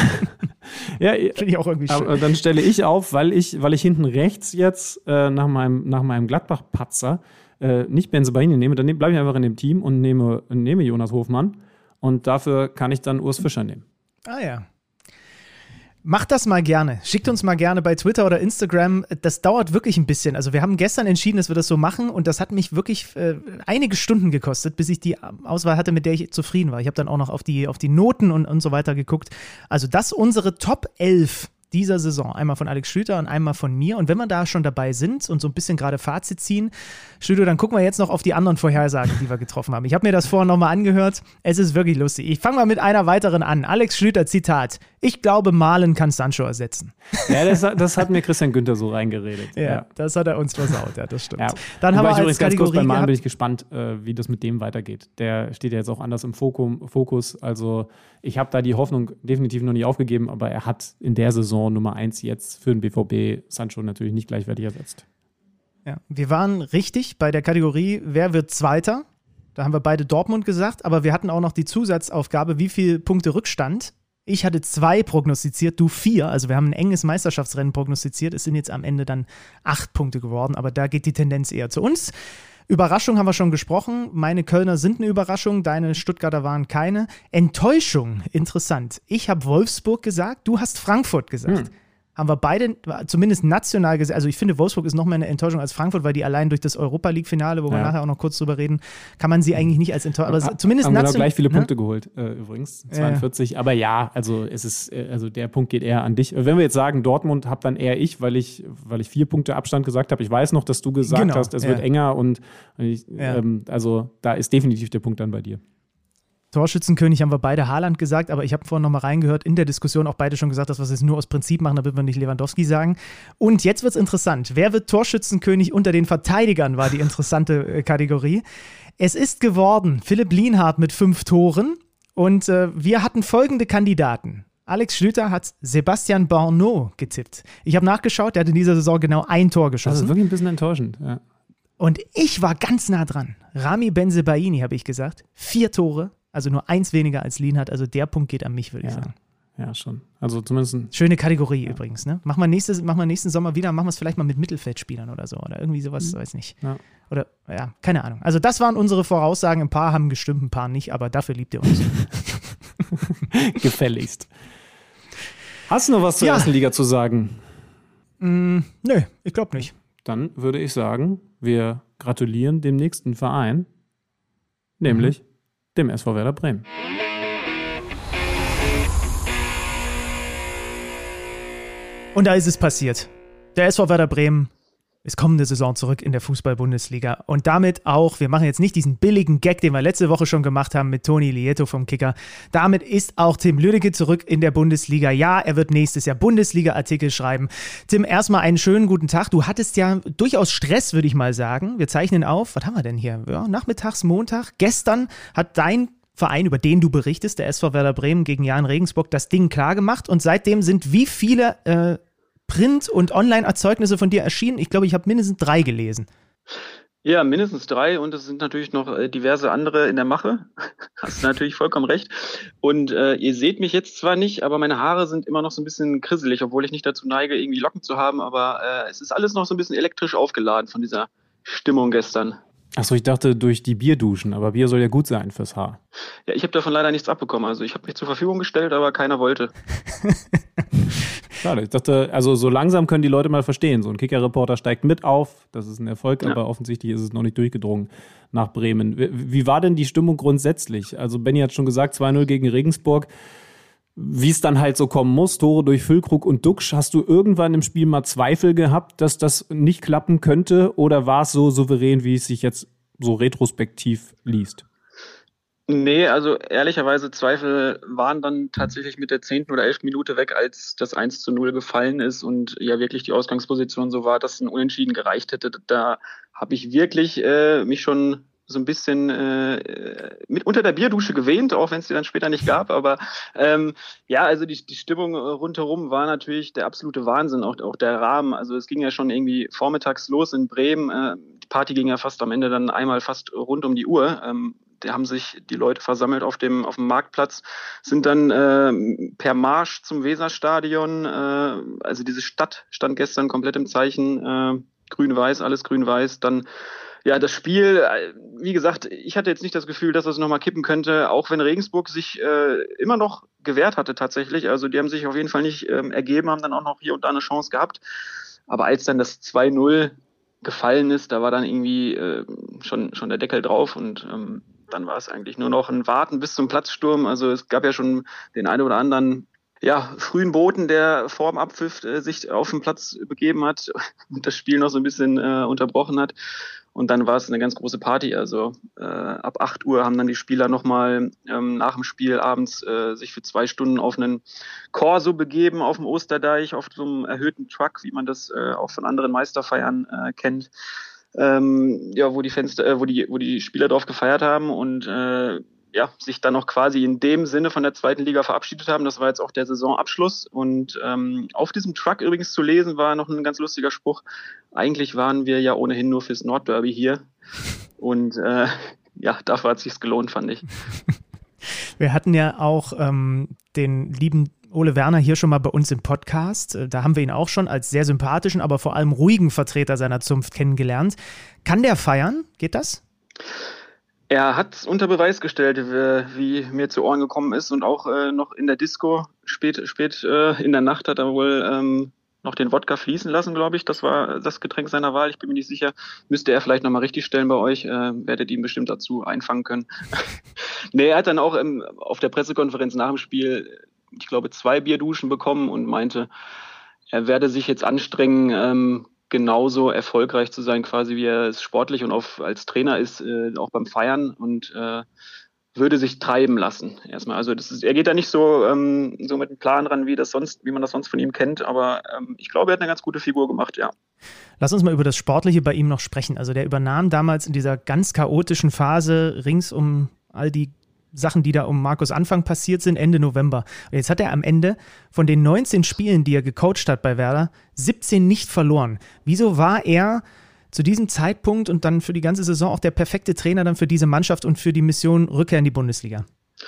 Ja, finde ich auch irgendwie schön. Aber dann stelle ich auf, weil ich hinten rechts jetzt nach meinem Gladbach-Patzer nicht Bensebaini nehme, dann bleibe ich einfach in dem Team und nehme Jonas Hofmann. Und dafür kann ich dann Urs Fischer nehmen. Ah ja. Macht das mal gerne. Schickt uns mal gerne bei Twitter oder Instagram. Das dauert wirklich ein bisschen. Also wir haben gestern entschieden, dass wir das so machen, und das hat mich wirklich einige Stunden gekostet, bis ich die Auswahl hatte, mit der ich zufrieden war. Ich habe dann auch noch auf die Noten und so weiter geguckt. Also das unsere Top 11 dieser Saison. Einmal von Alex Schlüter und einmal von mir. Und wenn wir da schon dabei sind und so ein bisschen gerade Fazit ziehen, Schlüter, dann gucken wir jetzt noch auf die anderen Vorhersagen, die wir getroffen haben. Ich habe mir das vorher nochmal angehört. Es ist wirklich lustig. Ich fange mal mit einer weiteren an. Alex Schlüter, Zitat: Ich glaube, Malen kann Sancho ersetzen. Ja, das hat mir Christian Günther so reingeredet. Ja, das hat er uns versaut. Ja, das stimmt. Ja. Dann haben wir als übrigens Kategorie ganz kurz bei Malen bin ich gespannt, wie das mit dem weitergeht. Der steht ja jetzt auch anders im Fokus. Also ich habe da die Hoffnung definitiv noch nicht aufgegeben, aber er hat in der Saison Nummer 1 jetzt für den BVB Sancho natürlich nicht gleichwertig ersetzt. Ja, wir waren richtig bei der Kategorie, wer wird Zweiter? Da haben wir beide Dortmund gesagt, aber wir hatten auch noch die Zusatzaufgabe, wie viele Punkte Rückstand. Ich hatte 2 prognostiziert, du 4. Also wir haben ein enges Meisterschaftsrennen prognostiziert. Es sind jetzt am Ende dann 8 Punkte geworden, aber da geht die Tendenz eher zu uns. Überraschung haben wir schon gesprochen. Meine Kölner sind eine Überraschung, deine Stuttgarter waren keine. Enttäuschung, interessant. Ich habe Wolfsburg gesagt, du hast Frankfurt gesagt. Haben wir beide zumindest national gesagt. Also ich finde, Wolfsburg ist noch mehr eine Enttäuschung als Frankfurt, weil die allein durch das Europa-League-Finale, wo wir nachher auch noch kurz drüber reden, kann man sie eigentlich nicht als Enttäuschung. Aber zumindest haben wir gleich viele Punkte geholt, übrigens. 42. Aber ja, also der Punkt geht eher an dich. Wenn wir jetzt sagen, Dortmund, hab dann eher ich, weil ich 4 Punkte Abstand gesagt habe. Ich weiß noch, dass du gesagt hast, es wird enger, und also da ist definitiv der Punkt dann bei dir. Torschützenkönig haben wir beide Haaland gesagt, aber ich habe vorhin nochmal reingehört, in der Diskussion auch beide schon gesagt, dass wir es jetzt nur aus Prinzip machen, damit wir nicht Lewandowski sagen. Und jetzt wird es interessant. Wer wird Torschützenkönig unter den Verteidigern, war die interessante Kategorie. Es ist geworden Philipp Lienhardt mit 5 Toren, und wir hatten folgende Kandidaten. Alex Schlüter hat Sebastian Barnot getippt. Ich habe nachgeschaut, der hat in dieser Saison genau 1 Tor geschossen. Das ist wirklich ein bisschen enttäuschend, ja. Und ich war ganz nah dran. Rami Bensebaini, habe ich gesagt. 4 Tore. Also nur 1 weniger als Lienhardt. Also der Punkt geht an mich, würde ich sagen. Ja, schon. Also zumindest schöne Kategorie übrigens. Ne? Machen wir nächsten Sommer wieder. Machen wir es vielleicht mal mit Mittelfeldspielern oder so. Oder irgendwie sowas, weiß nicht. Ja. Oder, keine Ahnung. Also das waren unsere Voraussagen. Ein paar haben gestimmt, ein paar nicht. Aber dafür liebt ihr uns. Gefälligst. Hast du noch was zur ersten Liga zu sagen? Nö, ich glaube nicht. Dann würde ich sagen, wir gratulieren dem nächsten Verein. Nämlich dem SV Werder Bremen. Und da ist es passiert. Der SV Werder Bremen ist kommende Saison zurück in der Fußball-Bundesliga. Und damit auch, wir machen jetzt nicht diesen billigen Gag, den wir letzte Woche schon gemacht haben mit Toni Lieto vom Kicker. Damit ist auch Tim Lüdecke zurück in der Bundesliga. Ja, er wird nächstes Jahr Bundesliga-Artikel schreiben. Tim, erstmal einen schönen guten Tag. Du hattest ja durchaus Stress, würde ich mal sagen. Wir zeichnen auf. Was haben wir denn hier? Ja, nachmittags, Montag. Gestern hat dein Verein, über den du berichtest, der SV Werder Bremen gegen Jahn Regensburg, das Ding klar gemacht. Und seitdem sind wie viele Print- und Online-Erzeugnisse von dir erschienen? Ich glaube, ich habe mindestens 3 gelesen. Ja, mindestens 3, und es sind natürlich noch diverse andere in der Mache. Hast du natürlich vollkommen recht. Und ihr seht mich jetzt zwar nicht, aber meine Haare sind immer noch so ein bisschen krisselig, obwohl ich nicht dazu neige, irgendwie Locken zu haben, aber es ist alles noch so ein bisschen elektrisch aufgeladen von dieser Stimmung gestern. Achso, ich dachte durch die Bierduschen, aber Bier soll ja gut sein fürs Haar. Ja, ich habe davon leider nichts abbekommen. Also ich habe mich zur Verfügung gestellt, aber keiner wollte. Schade, ich dachte, also so langsam können die Leute mal verstehen. So ein Kicker-Reporter steigt mit auf, das ist ein Erfolg, aber offensichtlich ist es noch nicht durchgedrungen nach Bremen. Wie war denn die Stimmung grundsätzlich? Also Benny hat schon gesagt, 2-0 gegen Regensburg. Wie es dann halt so kommen muss, Tore durch Füllkrug und Duxch. Hast du irgendwann im Spiel mal Zweifel gehabt, dass das nicht klappen könnte? Oder war es so souverän, wie es sich jetzt so retrospektiv liest? Nee, also ehrlicherweise Zweifel waren dann tatsächlich mit der 10. oder 11. Minute weg, als das 1-0 gefallen ist und ja wirklich die Ausgangsposition so war, dass ein Unentschieden gereicht hätte. Da habe ich wirklich mich schon so ein bisschen mit unter der Bierdusche gewähnt, auch wenn es die dann später nicht gab. Aber also die Stimmung rundherum war natürlich der absolute Wahnsinn, auch der Rahmen. Also es ging ja schon irgendwie vormittags los in Bremen. Die Party ging ja fast am Ende dann einmal fast rund um die Uhr. Da haben sich die Leute versammelt auf dem Marktplatz, sind dann per Marsch zum Weserstadion. Also diese Stadt stand gestern komplett im Zeichen grün-weiß, alles grün-weiß. Dann ja, das Spiel, wie gesagt, ich hatte jetzt nicht das Gefühl, dass das nochmal kippen könnte, auch wenn Regensburg sich immer noch gewehrt hatte tatsächlich. Also die haben sich auf jeden Fall nicht ergeben, haben dann auch noch hier und da eine Chance gehabt. Aber als dann das 2-0 gefallen ist, da war dann irgendwie schon der Deckel drauf und dann war es eigentlich nur noch ein Warten bis zum Platzsturm. Also es gab ja schon den einen oder anderen frühen Boten, der vor dem Abpfiff sich auf den Platz begeben hat und das Spiel noch so ein bisschen unterbrochen hat. Und dann war es eine ganz große Party. Also ab 8 Uhr haben dann die Spieler nochmal nach dem Spiel abends sich für 2 Stunden auf einen Corso begeben auf dem Osterdeich, auf so einem erhöhten Truck, wie man das auch von anderen Meisterfeiern kennt. Wo die Spieler drauf gefeiert haben und sich dann auch quasi in dem Sinne von der zweiten Liga verabschiedet haben. Das war jetzt auch der Saisonabschluss. Und auf diesem Truck übrigens zu lesen war noch ein ganz lustiger Spruch. Eigentlich waren wir ja ohnehin nur fürs Nordderby hier. Und dafür hat es sich gelohnt, fand ich. Wir hatten ja auch den lieben Ole Werner hier schon mal bei uns im Podcast. Da haben wir ihn auch schon als sehr sympathischen, aber vor allem ruhigen Vertreter seiner Zunft kennengelernt. Kann der feiern? Geht das? Er hat es unter Beweis gestellt, wie mir zu Ohren gekommen ist und auch noch in der Disco spät in der Nacht hat er wohl noch den Wodka fließen lassen, glaube ich. Das war das Getränk seiner Wahl. Ich bin mir nicht sicher. Müsste er vielleicht nochmal richtig stellen bei euch. Werdet ihn bestimmt dazu einfangen können. Nee, er hat dann auch auf der Pressekonferenz nach dem Spiel, ich glaube, 2 Bierduschen bekommen und meinte, er werde sich jetzt anstrengen, genauso erfolgreich zu sein, quasi wie er es sportlich und als Trainer ist, auch beim Feiern und würde sich treiben lassen erstmal. Also er geht da nicht so mit dem Plan ran, wie man das sonst von ihm kennt, aber ich glaube, er hat eine ganz gute Figur gemacht, ja. Lass uns mal über das Sportliche bei ihm noch sprechen. Also der übernahm damals in dieser ganz chaotischen Phase rings um all die Sachen, die da um Markus Anfang passiert sind, Ende November. Und jetzt hat er am Ende von den 19 Spielen, die er gecoacht hat bei Werder, 17 nicht verloren. Wieso war er zu diesem Zeitpunkt und dann für die ganze Saison auch der perfekte Trainer dann für diese Mannschaft und für die Mission Rückkehr in die Bundesliga?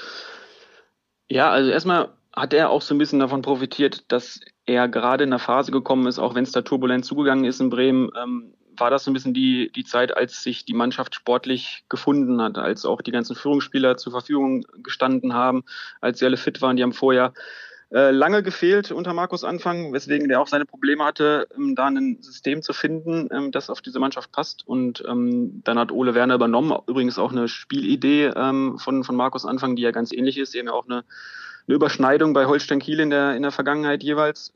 Ja, also erstmal hat er auch so ein bisschen davon profitiert, dass er gerade in einer Phase gekommen ist, auch wenn es da turbulent zugegangen ist in Bremen, war das so ein bisschen die Zeit, als sich die Mannschaft sportlich gefunden hat, als auch die ganzen Führungsspieler zur Verfügung gestanden haben, als sie alle fit waren. Die haben vorher lange gefehlt unter Markus Anfang, weswegen der auch seine Probleme hatte, da ein System zu finden, das auf diese Mannschaft passt. Und dann hat Ole Werner übernommen, übrigens auch eine Spielidee von Markus Anfang, die ja ganz ähnlich ist. Die haben ja auch eine Überschneidung bei Holstein Kiel in der Vergangenheit jeweils.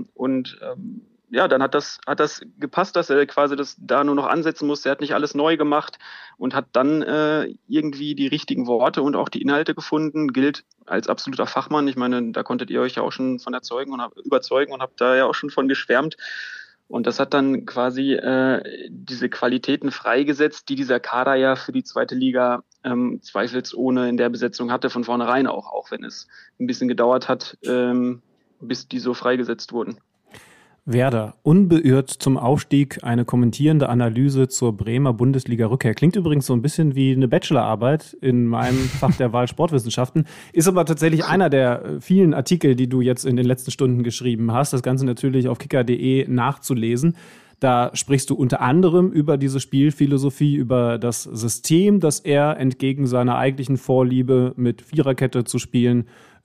Dann hat das gepasst, dass er quasi das da nur noch ansetzen musste. Er hat nicht alles neu gemacht und hat dann irgendwie die richtigen Worte und auch die Inhalte gefunden. Gilt als absoluter Fachmann. Ich meine, da konntet ihr euch ja auch schon von überzeugen und habt da ja auch schon von geschwärmt. Und das hat dann quasi diese Qualitäten freigesetzt, die dieser Kader ja für die zweite Liga zweifelsohne in der Besetzung hatte, von vornherein auch wenn es ein bisschen gedauert hat, bis die so freigesetzt wurden. Werder, unbeirrt zum Aufstieg, eine kommentierende Analyse zur Bremer Bundesliga-Rückkehr. Klingt übrigens so ein bisschen wie eine Bachelorarbeit in meinem Fach der Wahl Sportwissenschaften. Ist aber tatsächlich einer der vielen Artikel, die du jetzt in den letzten Stunden geschrieben hast. Das Ganze natürlich auf kicker.de nachzulesen. Da sprichst du unter anderem über diese Spielphilosophie, über das System, das er entgegen seiner eigentlichen Vorliebe mit Viererkette zu spielen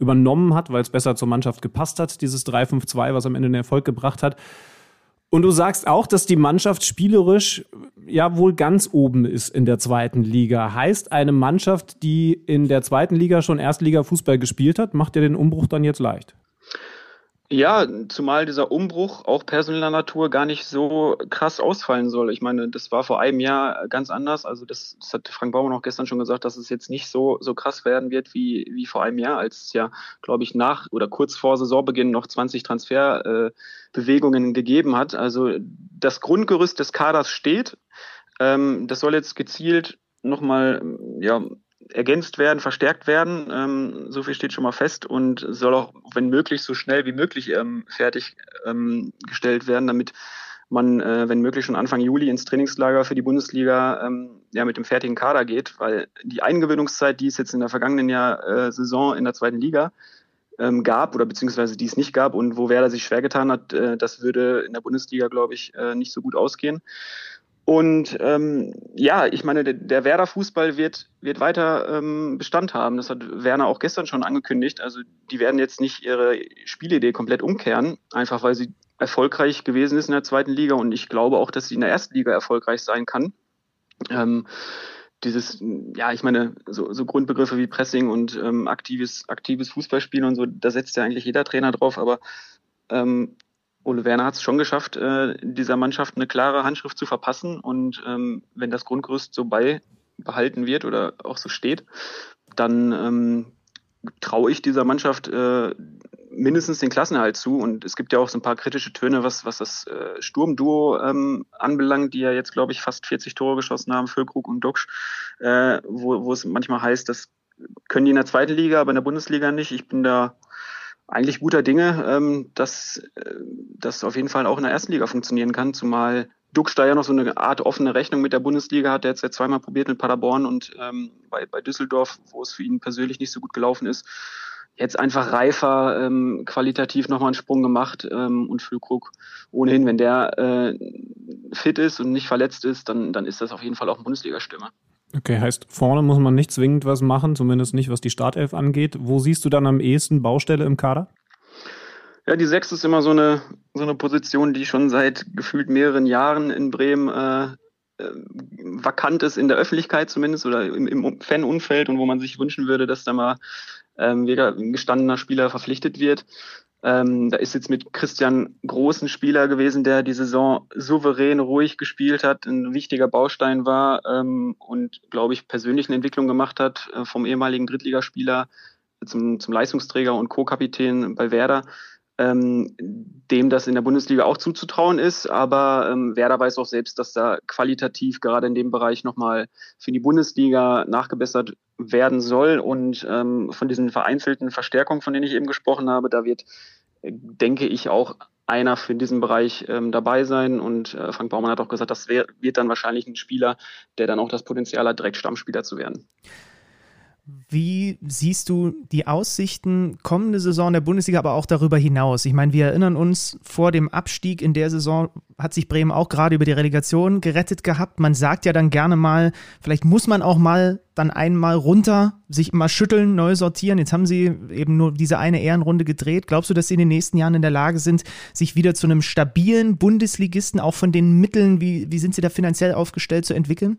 übernommen hat, weil es besser zur Mannschaft gepasst hat, dieses 3-5-2, was am Ende den Erfolg gebracht hat. Und du sagst auch, dass die Mannschaft spielerisch ja wohl ganz oben ist in der zweiten Liga. Heißt, eine Mannschaft, die in der zweiten Liga schon Erstliga-Fußball gespielt hat, macht dir den Umbruch dann jetzt leicht? Ja, zumal dieser Umbruch auch personeller Natur gar nicht so krass ausfallen soll. Ich meine, das war vor einem Jahr ganz anders. Also das hat Frank Baumann auch gestern schon gesagt, dass es jetzt nicht so krass werden wird wie vor einem Jahr, als es ja, glaube ich, nach oder kurz vor Saisonbeginn noch 20 Transferbewegungen gegeben hat. Also das Grundgerüst des Kaders steht. Das soll jetzt gezielt nochmal, ergänzt werden, verstärkt werden. So viel steht schon mal fest und soll auch, wenn möglich, so schnell wie möglich fertiggestellt werden, damit man, wenn möglich, schon Anfang Juli ins Trainingslager für die Bundesliga mit dem fertigen Kader geht, weil die Eingewöhnungszeit, die es jetzt in der vergangenen Saison in der zweiten Liga gab oder beziehungsweise die es nicht gab und wo Werder sich schwer getan hat, das würde in der Bundesliga, glaube ich, nicht so gut ausgehen. Und ich meine, der Werder-Fußball wird weiter Bestand haben. Das hat Werner auch gestern schon angekündigt. Also die werden jetzt nicht ihre Spielidee komplett umkehren, einfach weil sie erfolgreich gewesen ist in der zweiten Liga. Und ich glaube auch, dass sie in der ersten Liga erfolgreich sein kann. Ich meine, so Grundbegriffe wie Pressing und aktives Fußballspielen und so, da setzt ja eigentlich jeder Trainer drauf. Aber Ole Werner hat es schon geschafft, dieser Mannschaft eine klare Handschrift zu verpassen. Und wenn das Grundgerüst so beibehalten wird oder auch so steht, dann traue ich dieser Mannschaft mindestens den Klassenerhalt zu. Und es gibt ja auch so ein paar kritische Töne, was das Sturmduo anbelangt, die ja jetzt, glaube ich, fast 40 Tore geschossen haben, Füllkrug und Duxch, wo es manchmal heißt, das können die in der zweiten Liga, aber in der Bundesliga nicht. Ich bin da eigentlich guter Dinge, dass das auf jeden Fall auch in der ersten Liga funktionieren kann, zumal Duxch da ja noch so eine Art offene Rechnung mit der Bundesliga hat, der jetzt ja zweimal probiert mit Paderborn und bei Düsseldorf, wo es für ihn persönlich nicht so gut gelaufen ist, jetzt einfach reifer, qualitativ nochmal einen Sprung gemacht und Füllkrug ohnehin, wenn der fit ist und nicht verletzt ist, dann ist das auf jeden Fall auch eine Bundesliga-Stimme. Okay, heißt, vorne muss man nicht zwingend was machen, zumindest nicht, was die Startelf angeht. Wo siehst du dann am ehesten Baustelle im Kader? Ja, die 6 ist immer so eine Position, die schon seit gefühlt mehreren Jahren in Bremen vakant ist, in der Öffentlichkeit zumindest oder im Fanumfeld und wo man sich wünschen würde, dass da mal wieder ein gestandener Spieler verpflichtet wird. Da ist jetzt mit Christian Groß ein Spieler gewesen, der die Saison souverän, ruhig gespielt hat, ein wichtiger Baustein war und, glaube ich, persönlich eine Entwicklung gemacht hat vom ehemaligen Drittligaspieler zum Leistungsträger und Co-Kapitän bei Werder, dem das in der Bundesliga auch zuzutrauen ist. Aber Werder weiß auch selbst, dass da qualitativ gerade in dem Bereich nochmal für die Bundesliga nachgebessert werden soll. Und von diesen vereinzelten Verstärkungen, von denen ich eben gesprochen habe, da wird, denke ich, auch einer für diesen Bereich dabei sein. Und Frank Baumann hat auch gesagt, das wird dann wahrscheinlich ein Spieler, der dann auch das Potenzial hat, direkt Stammspieler zu werden. Wie siehst du die Aussichten kommende Saison der Bundesliga, aber auch darüber hinaus? Ich meine, wir erinnern uns, vor dem Abstieg in der Saison hat sich Bremen auch gerade über die Relegation gerettet gehabt. Man sagt ja dann gerne mal, vielleicht muss man auch mal dann einmal runter, sich mal schütteln, neu sortieren. Jetzt haben sie eben nur diese eine Ehrenrunde gedreht. Glaubst du, dass sie in den nächsten Jahren in der Lage sind, sich wieder zu einem stabilen Bundesligisten, auch von den Mitteln, wie sind sie da finanziell aufgestellt, zu entwickeln?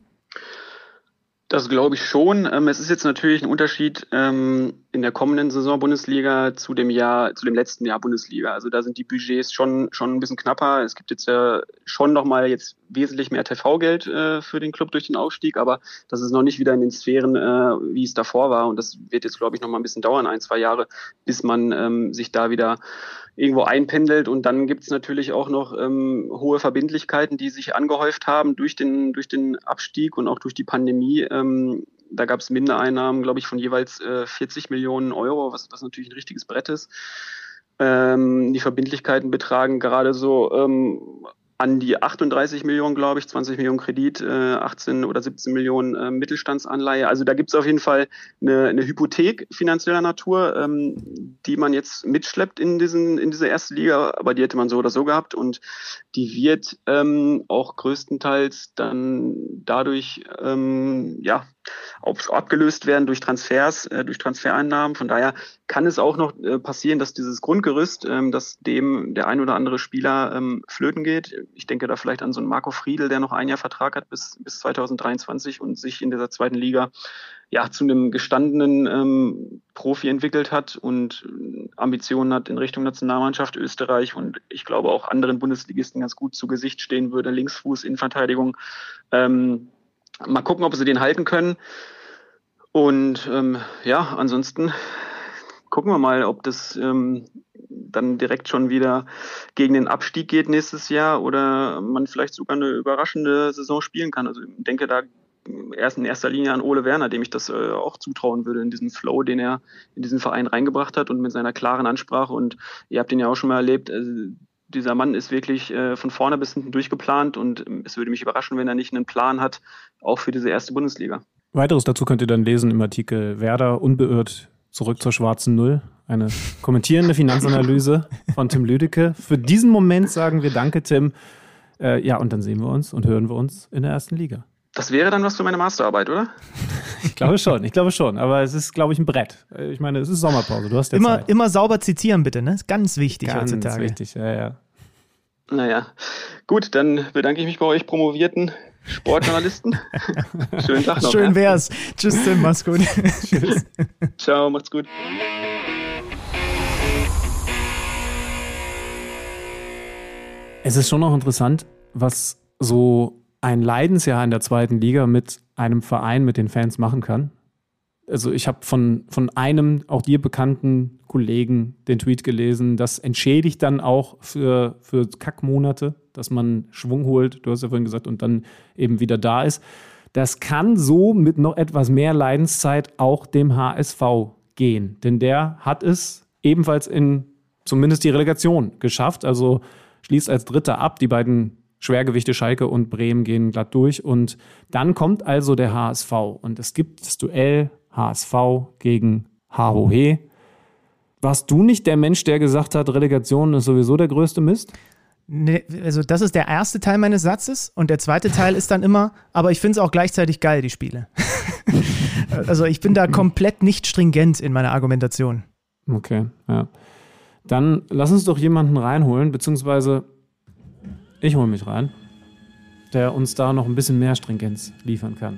Das glaube ich schon. Es ist jetzt natürlich ein Unterschied in der kommenden Saison Bundesliga zu dem letzten Jahr Bundesliga. Also da sind die Budgets schon ein bisschen knapper. Es gibt jetzt ja schon nochmal jetzt wesentlich mehr TV-Geld für den Club durch den Aufstieg, aber das ist noch nicht wieder in den Sphären, wie es davor war. Und das wird jetzt, glaube ich, nochmal ein bisschen dauern, 1-2 Jahre, bis man sich da wieder irgendwo einpendelt. Und dann gibt es natürlich auch noch hohe Verbindlichkeiten, die sich angehäuft haben durch den Abstieg und auch durch die Pandemie. Da gab es Mindereinnahmen, glaube ich, von jeweils 40 Millionen Euro, was natürlich ein richtiges Brett ist. Die Verbindlichkeiten betragen gerade so an die 38 Millionen, glaube ich, 20 Millionen Kredit, 18 oder 17 Millionen Mittelstandsanleihe. Also da gibt es auf jeden Fall eine Hypothek finanzieller Natur, die man jetzt mitschleppt in diese erste Liga, aber die hätte man so oder so gehabt und die wird auch größtenteils dann dadurch abgelöst werden durch Transfers, durch Transfereinnahmen. Von daher kann es auch noch passieren, dass dieses Grundgerüst, dass dem der ein oder andere Spieler flöten geht. Ich denke da vielleicht an so einen Marco Friedl, der noch ein Jahr Vertrag hat bis 2023 und sich in dieser zweiten Liga zu einem gestandenen Profi entwickelt hat und Ambitionen hat in Richtung Nationalmannschaft Österreich und ich glaube auch anderen Bundesligisten ganz gut zu Gesicht stehen würde. Linksfuß, Innenverteidigung. Mal gucken, ob sie den halten können. Und ansonsten gucken wir mal, ob das dann direkt schon wieder gegen den Abstieg geht nächstes Jahr oder man vielleicht sogar eine überraschende Saison spielen kann. Also ich denke da erst in erster Linie an Ole Werner, dem ich das auch zutrauen würde, in diesen Flow, den er in diesen Verein reingebracht hat und mit seiner klaren Ansprache. Und ihr habt ihn ja auch schon mal erlebt, dieser Mann ist wirklich von vorne bis hinten durchgeplant und es würde mich überraschen, wenn er nicht einen Plan hat, auch für diese erste Bundesliga. Weiteres dazu könnt ihr dann lesen im Artikel Werder unbeirrt zurück zur schwarzen Null. Eine kommentierende Finanzanalyse von Tim Lüdecke. Für diesen Moment sagen wir danke, Tim. Und dann sehen wir uns und hören wir uns in der ersten Liga. Das wäre dann was für meine Masterarbeit, oder? Ich glaube schon. Aber es ist, glaube ich, ein Brett. Ich meine, es ist Sommerpause. Du hast ja Zeit. Immer sauber zitieren, bitte. Ne? Ist ganz wichtig heutzutage. Ganz wichtig, ja. Naja, gut, dann bedanke ich mich bei euch promovierten Sportjournalisten. Schönen Tag noch. Schön wär's. Tschüss, Tim, mach's gut. Tschüss. Ciao, macht's gut. Es ist schon noch interessant, was so ein Leidensjahr in der zweiten Liga mit einem Verein, mit den Fans machen kann. Also ich habe von einem auch dir bekannten Kollegen den Tweet gelesen, das entschädigt dann auch für Kackmonate, dass man Schwung holt, du hast ja vorhin gesagt, und dann eben wieder da ist. Das kann so mit noch etwas mehr Leidenszeit auch dem HSV gehen, denn der hat es ebenfalls in zumindest die Relegation geschafft, also schließt als Dritter ab, die beiden Schwergewichte Schalke und Bremen gehen glatt durch und dann kommt also der HSV und es gibt das Duell HSV gegen HOH. Warst du nicht der Mensch, der gesagt hat, Relegation ist sowieso der größte Mist? Nee, also das ist der erste Teil meines Satzes und der zweite Teil ist dann immer, aber ich finde es auch gleichzeitig geil, die Spiele. Also ich bin da komplett nicht stringent in meiner Argumentation. Okay, ja. Dann lass uns doch jemanden reinholen, beziehungsweise ich hole mich rein, der uns da noch ein bisschen mehr Stringenz liefern kann.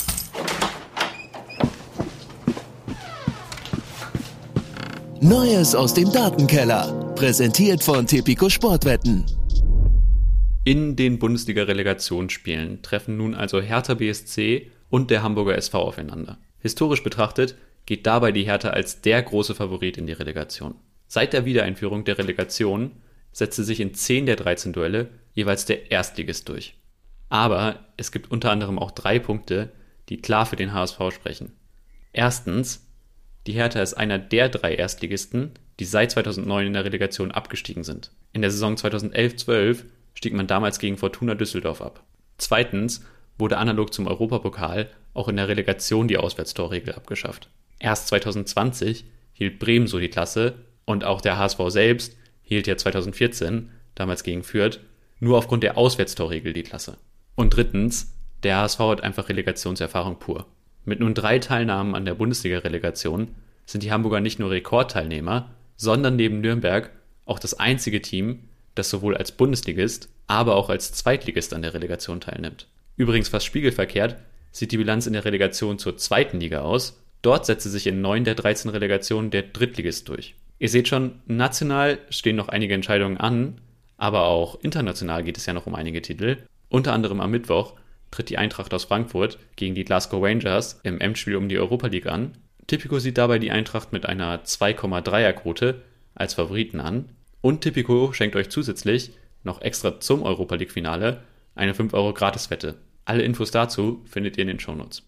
Neues aus dem Datenkeller. Präsentiert von Tipico Sportwetten. In den Bundesliga-Relegationsspielen treffen nun also Hertha BSC und der Hamburger SV aufeinander. Historisch betrachtet geht dabei die Hertha als der große Favorit in die Relegation. Seit der Wiedereinführung der Relegation setzte sich in 10 der 13 Duelle jeweils der Erstligist durch. Aber es gibt unter anderem auch 3 Punkte, die klar für den HSV sprechen. Erstens, die Hertha ist einer der 3 Erstligisten, die seit 2009 in der Relegation abgestiegen sind. In der Saison 2011-12 stieg man damals gegen Fortuna Düsseldorf ab. Zweitens wurde analog zum Europapokal auch in der Relegation die Auswärtstorregel abgeschafft. Erst 2020 hielt Bremen so die Klasse und auch der HSV selbst hielt ja 2014, damals gegen Fürth, nur aufgrund der Auswärtstorregel die Klasse. Und drittens, der HSV hat einfach Relegationserfahrung pur. Mit nun 3 Teilnahmen an der Bundesliga-Relegation sind die Hamburger nicht nur Rekordteilnehmer, sondern neben Nürnberg auch das einzige Team, das sowohl als Bundesligist, aber auch als Zweitligist an der Relegation teilnimmt. Übrigens fast spiegelverkehrt sieht die Bilanz in der Relegation zur zweiten Liga aus. Dort setzte sich in 9 der 13 Relegationen der Drittligist durch. Ihr seht schon, national stehen noch einige Entscheidungen an, aber auch international geht es ja noch um einige Titel. Unter anderem am Mittwoch tritt die Eintracht aus Frankfurt gegen die Glasgow Rangers im Endspiel um die Europa League an. Tipico sieht dabei die Eintracht mit einer 2,3er-Quote als Favoriten an. Und Tipico schenkt euch zusätzlich noch extra zum Europa League-Finale eine 5 € Gratiswette. Alle Infos dazu findet ihr in den Shownotes.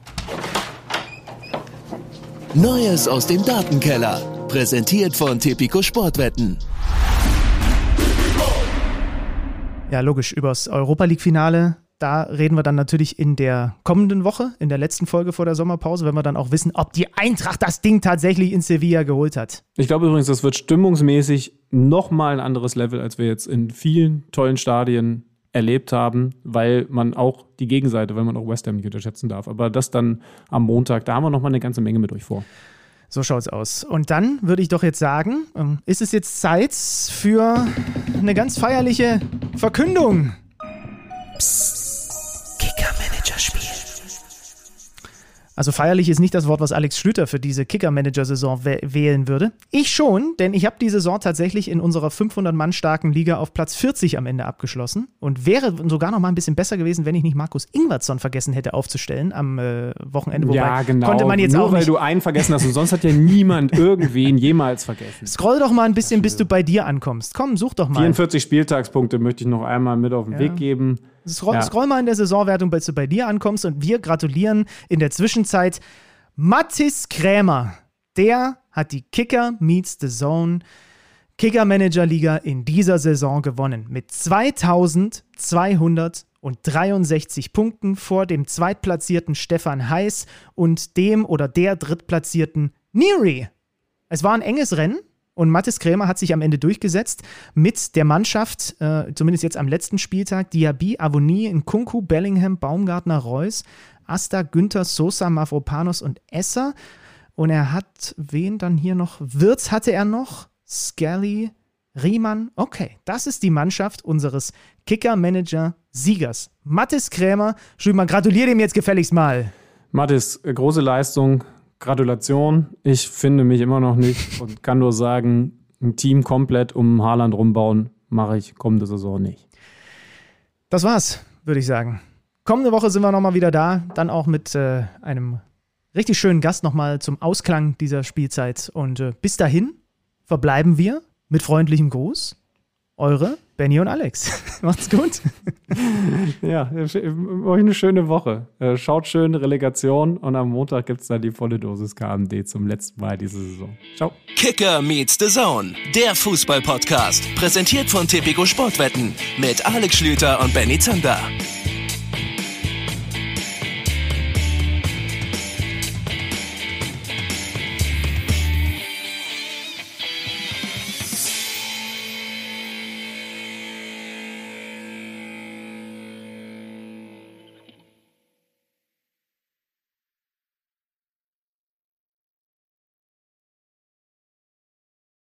Neues aus dem Datenkeller. Präsentiert von Tipico Sportwetten. Ja, logisch, übers Europa League-Finale. Da reden wir dann natürlich in der kommenden Woche, in der letzten Folge vor der Sommerpause, wenn wir dann auch wissen, ob die Eintracht das Ding tatsächlich in Sevilla geholt hat. Ich glaube übrigens, das wird stimmungsmäßig nochmal ein anderes Level, als wir jetzt in vielen tollen Stadien erlebt haben, weil man auch die Gegenseite, weil man auch West Ham nicht unterschätzen darf. Aber das dann am Montag, da haben wir nochmal eine ganze Menge mit euch vor. So schaut's aus. Und dann würde ich doch jetzt sagen, ist es jetzt Zeit für eine ganz feierliche Verkündung. Psst, Kicker-Manager-Spiel. Also feierlich ist nicht das Wort, was Alex Schlüter für diese Kicker-Manager-Saison wählen würde. Ich schon, denn ich habe die Saison tatsächlich in unserer 500-Mann starken Liga auf Platz 40 am Ende abgeschlossen und wäre sogar noch mal ein bisschen besser gewesen, wenn ich nicht Markus Ingwertsson vergessen hätte aufzustellen am Wochenende. Wobei, ja, genau. Konnte man jetzt nur auch weil nicht. Du einen vergessen hast und sonst hat ja niemand irgendwen jemals vergessen. Scroll doch mal ein bisschen, bis du bei dir ankommst. Komm, such doch mal. 44 Spieltagspunkte möchte ich noch einmal mit auf den Weg geben. Scroll mal in der Saisonwertung, bis du bei dir ankommst und wir gratulieren in der Zwischenzeit Mathis Krämer. Der hat die Kicker Meets the Zone Kicker-Manager-Liga in dieser Saison gewonnen. Mit 2263 Punkten vor dem zweitplatzierten Stefan Heiß und dem oder der drittplatzierten Neri. Es war ein enges Rennen. Und Mathis Krämer hat sich am Ende durchgesetzt mit der Mannschaft, zumindest jetzt am letzten Spieltag, Diaby, Avonie, Nkunku, Bellingham, Baumgartner, Reus, Asta, Günther, Sosa, Mavropanos und Esser. Und er hat, wen dann hier noch? Wirtz hatte er noch, Skelly, Riemann. Okay, das ist die Mannschaft unseres Kicker-Manager-Siegers. Mathis Krämer, Schümann, gratuliere dem jetzt gefälligst mal. Mathis, große Leistung. Gratulation, ich finde mich immer noch nicht und kann nur sagen, ein Team komplett um Haaland rumbauen, mache ich kommende Saison nicht. Das war's, würde ich sagen. Kommende Woche sind wir nochmal wieder da, dann auch mit einem richtig schönen Gast nochmal zum Ausklang dieser Spielzeit. Und bis dahin verbleiben wir mit freundlichem Gruß. Eure Benny und Alex. Macht's gut. Ja, euch eine schöne Woche. Schaut schön Relegation und am Montag gibt's dann die volle Dosis KMD zum letzten Mal diese Saison. Ciao. Kicker meets the Zone, der Fußball-Podcast. Präsentiert von Tipico Sportwetten mit Alex Schlüter und Benny Zander.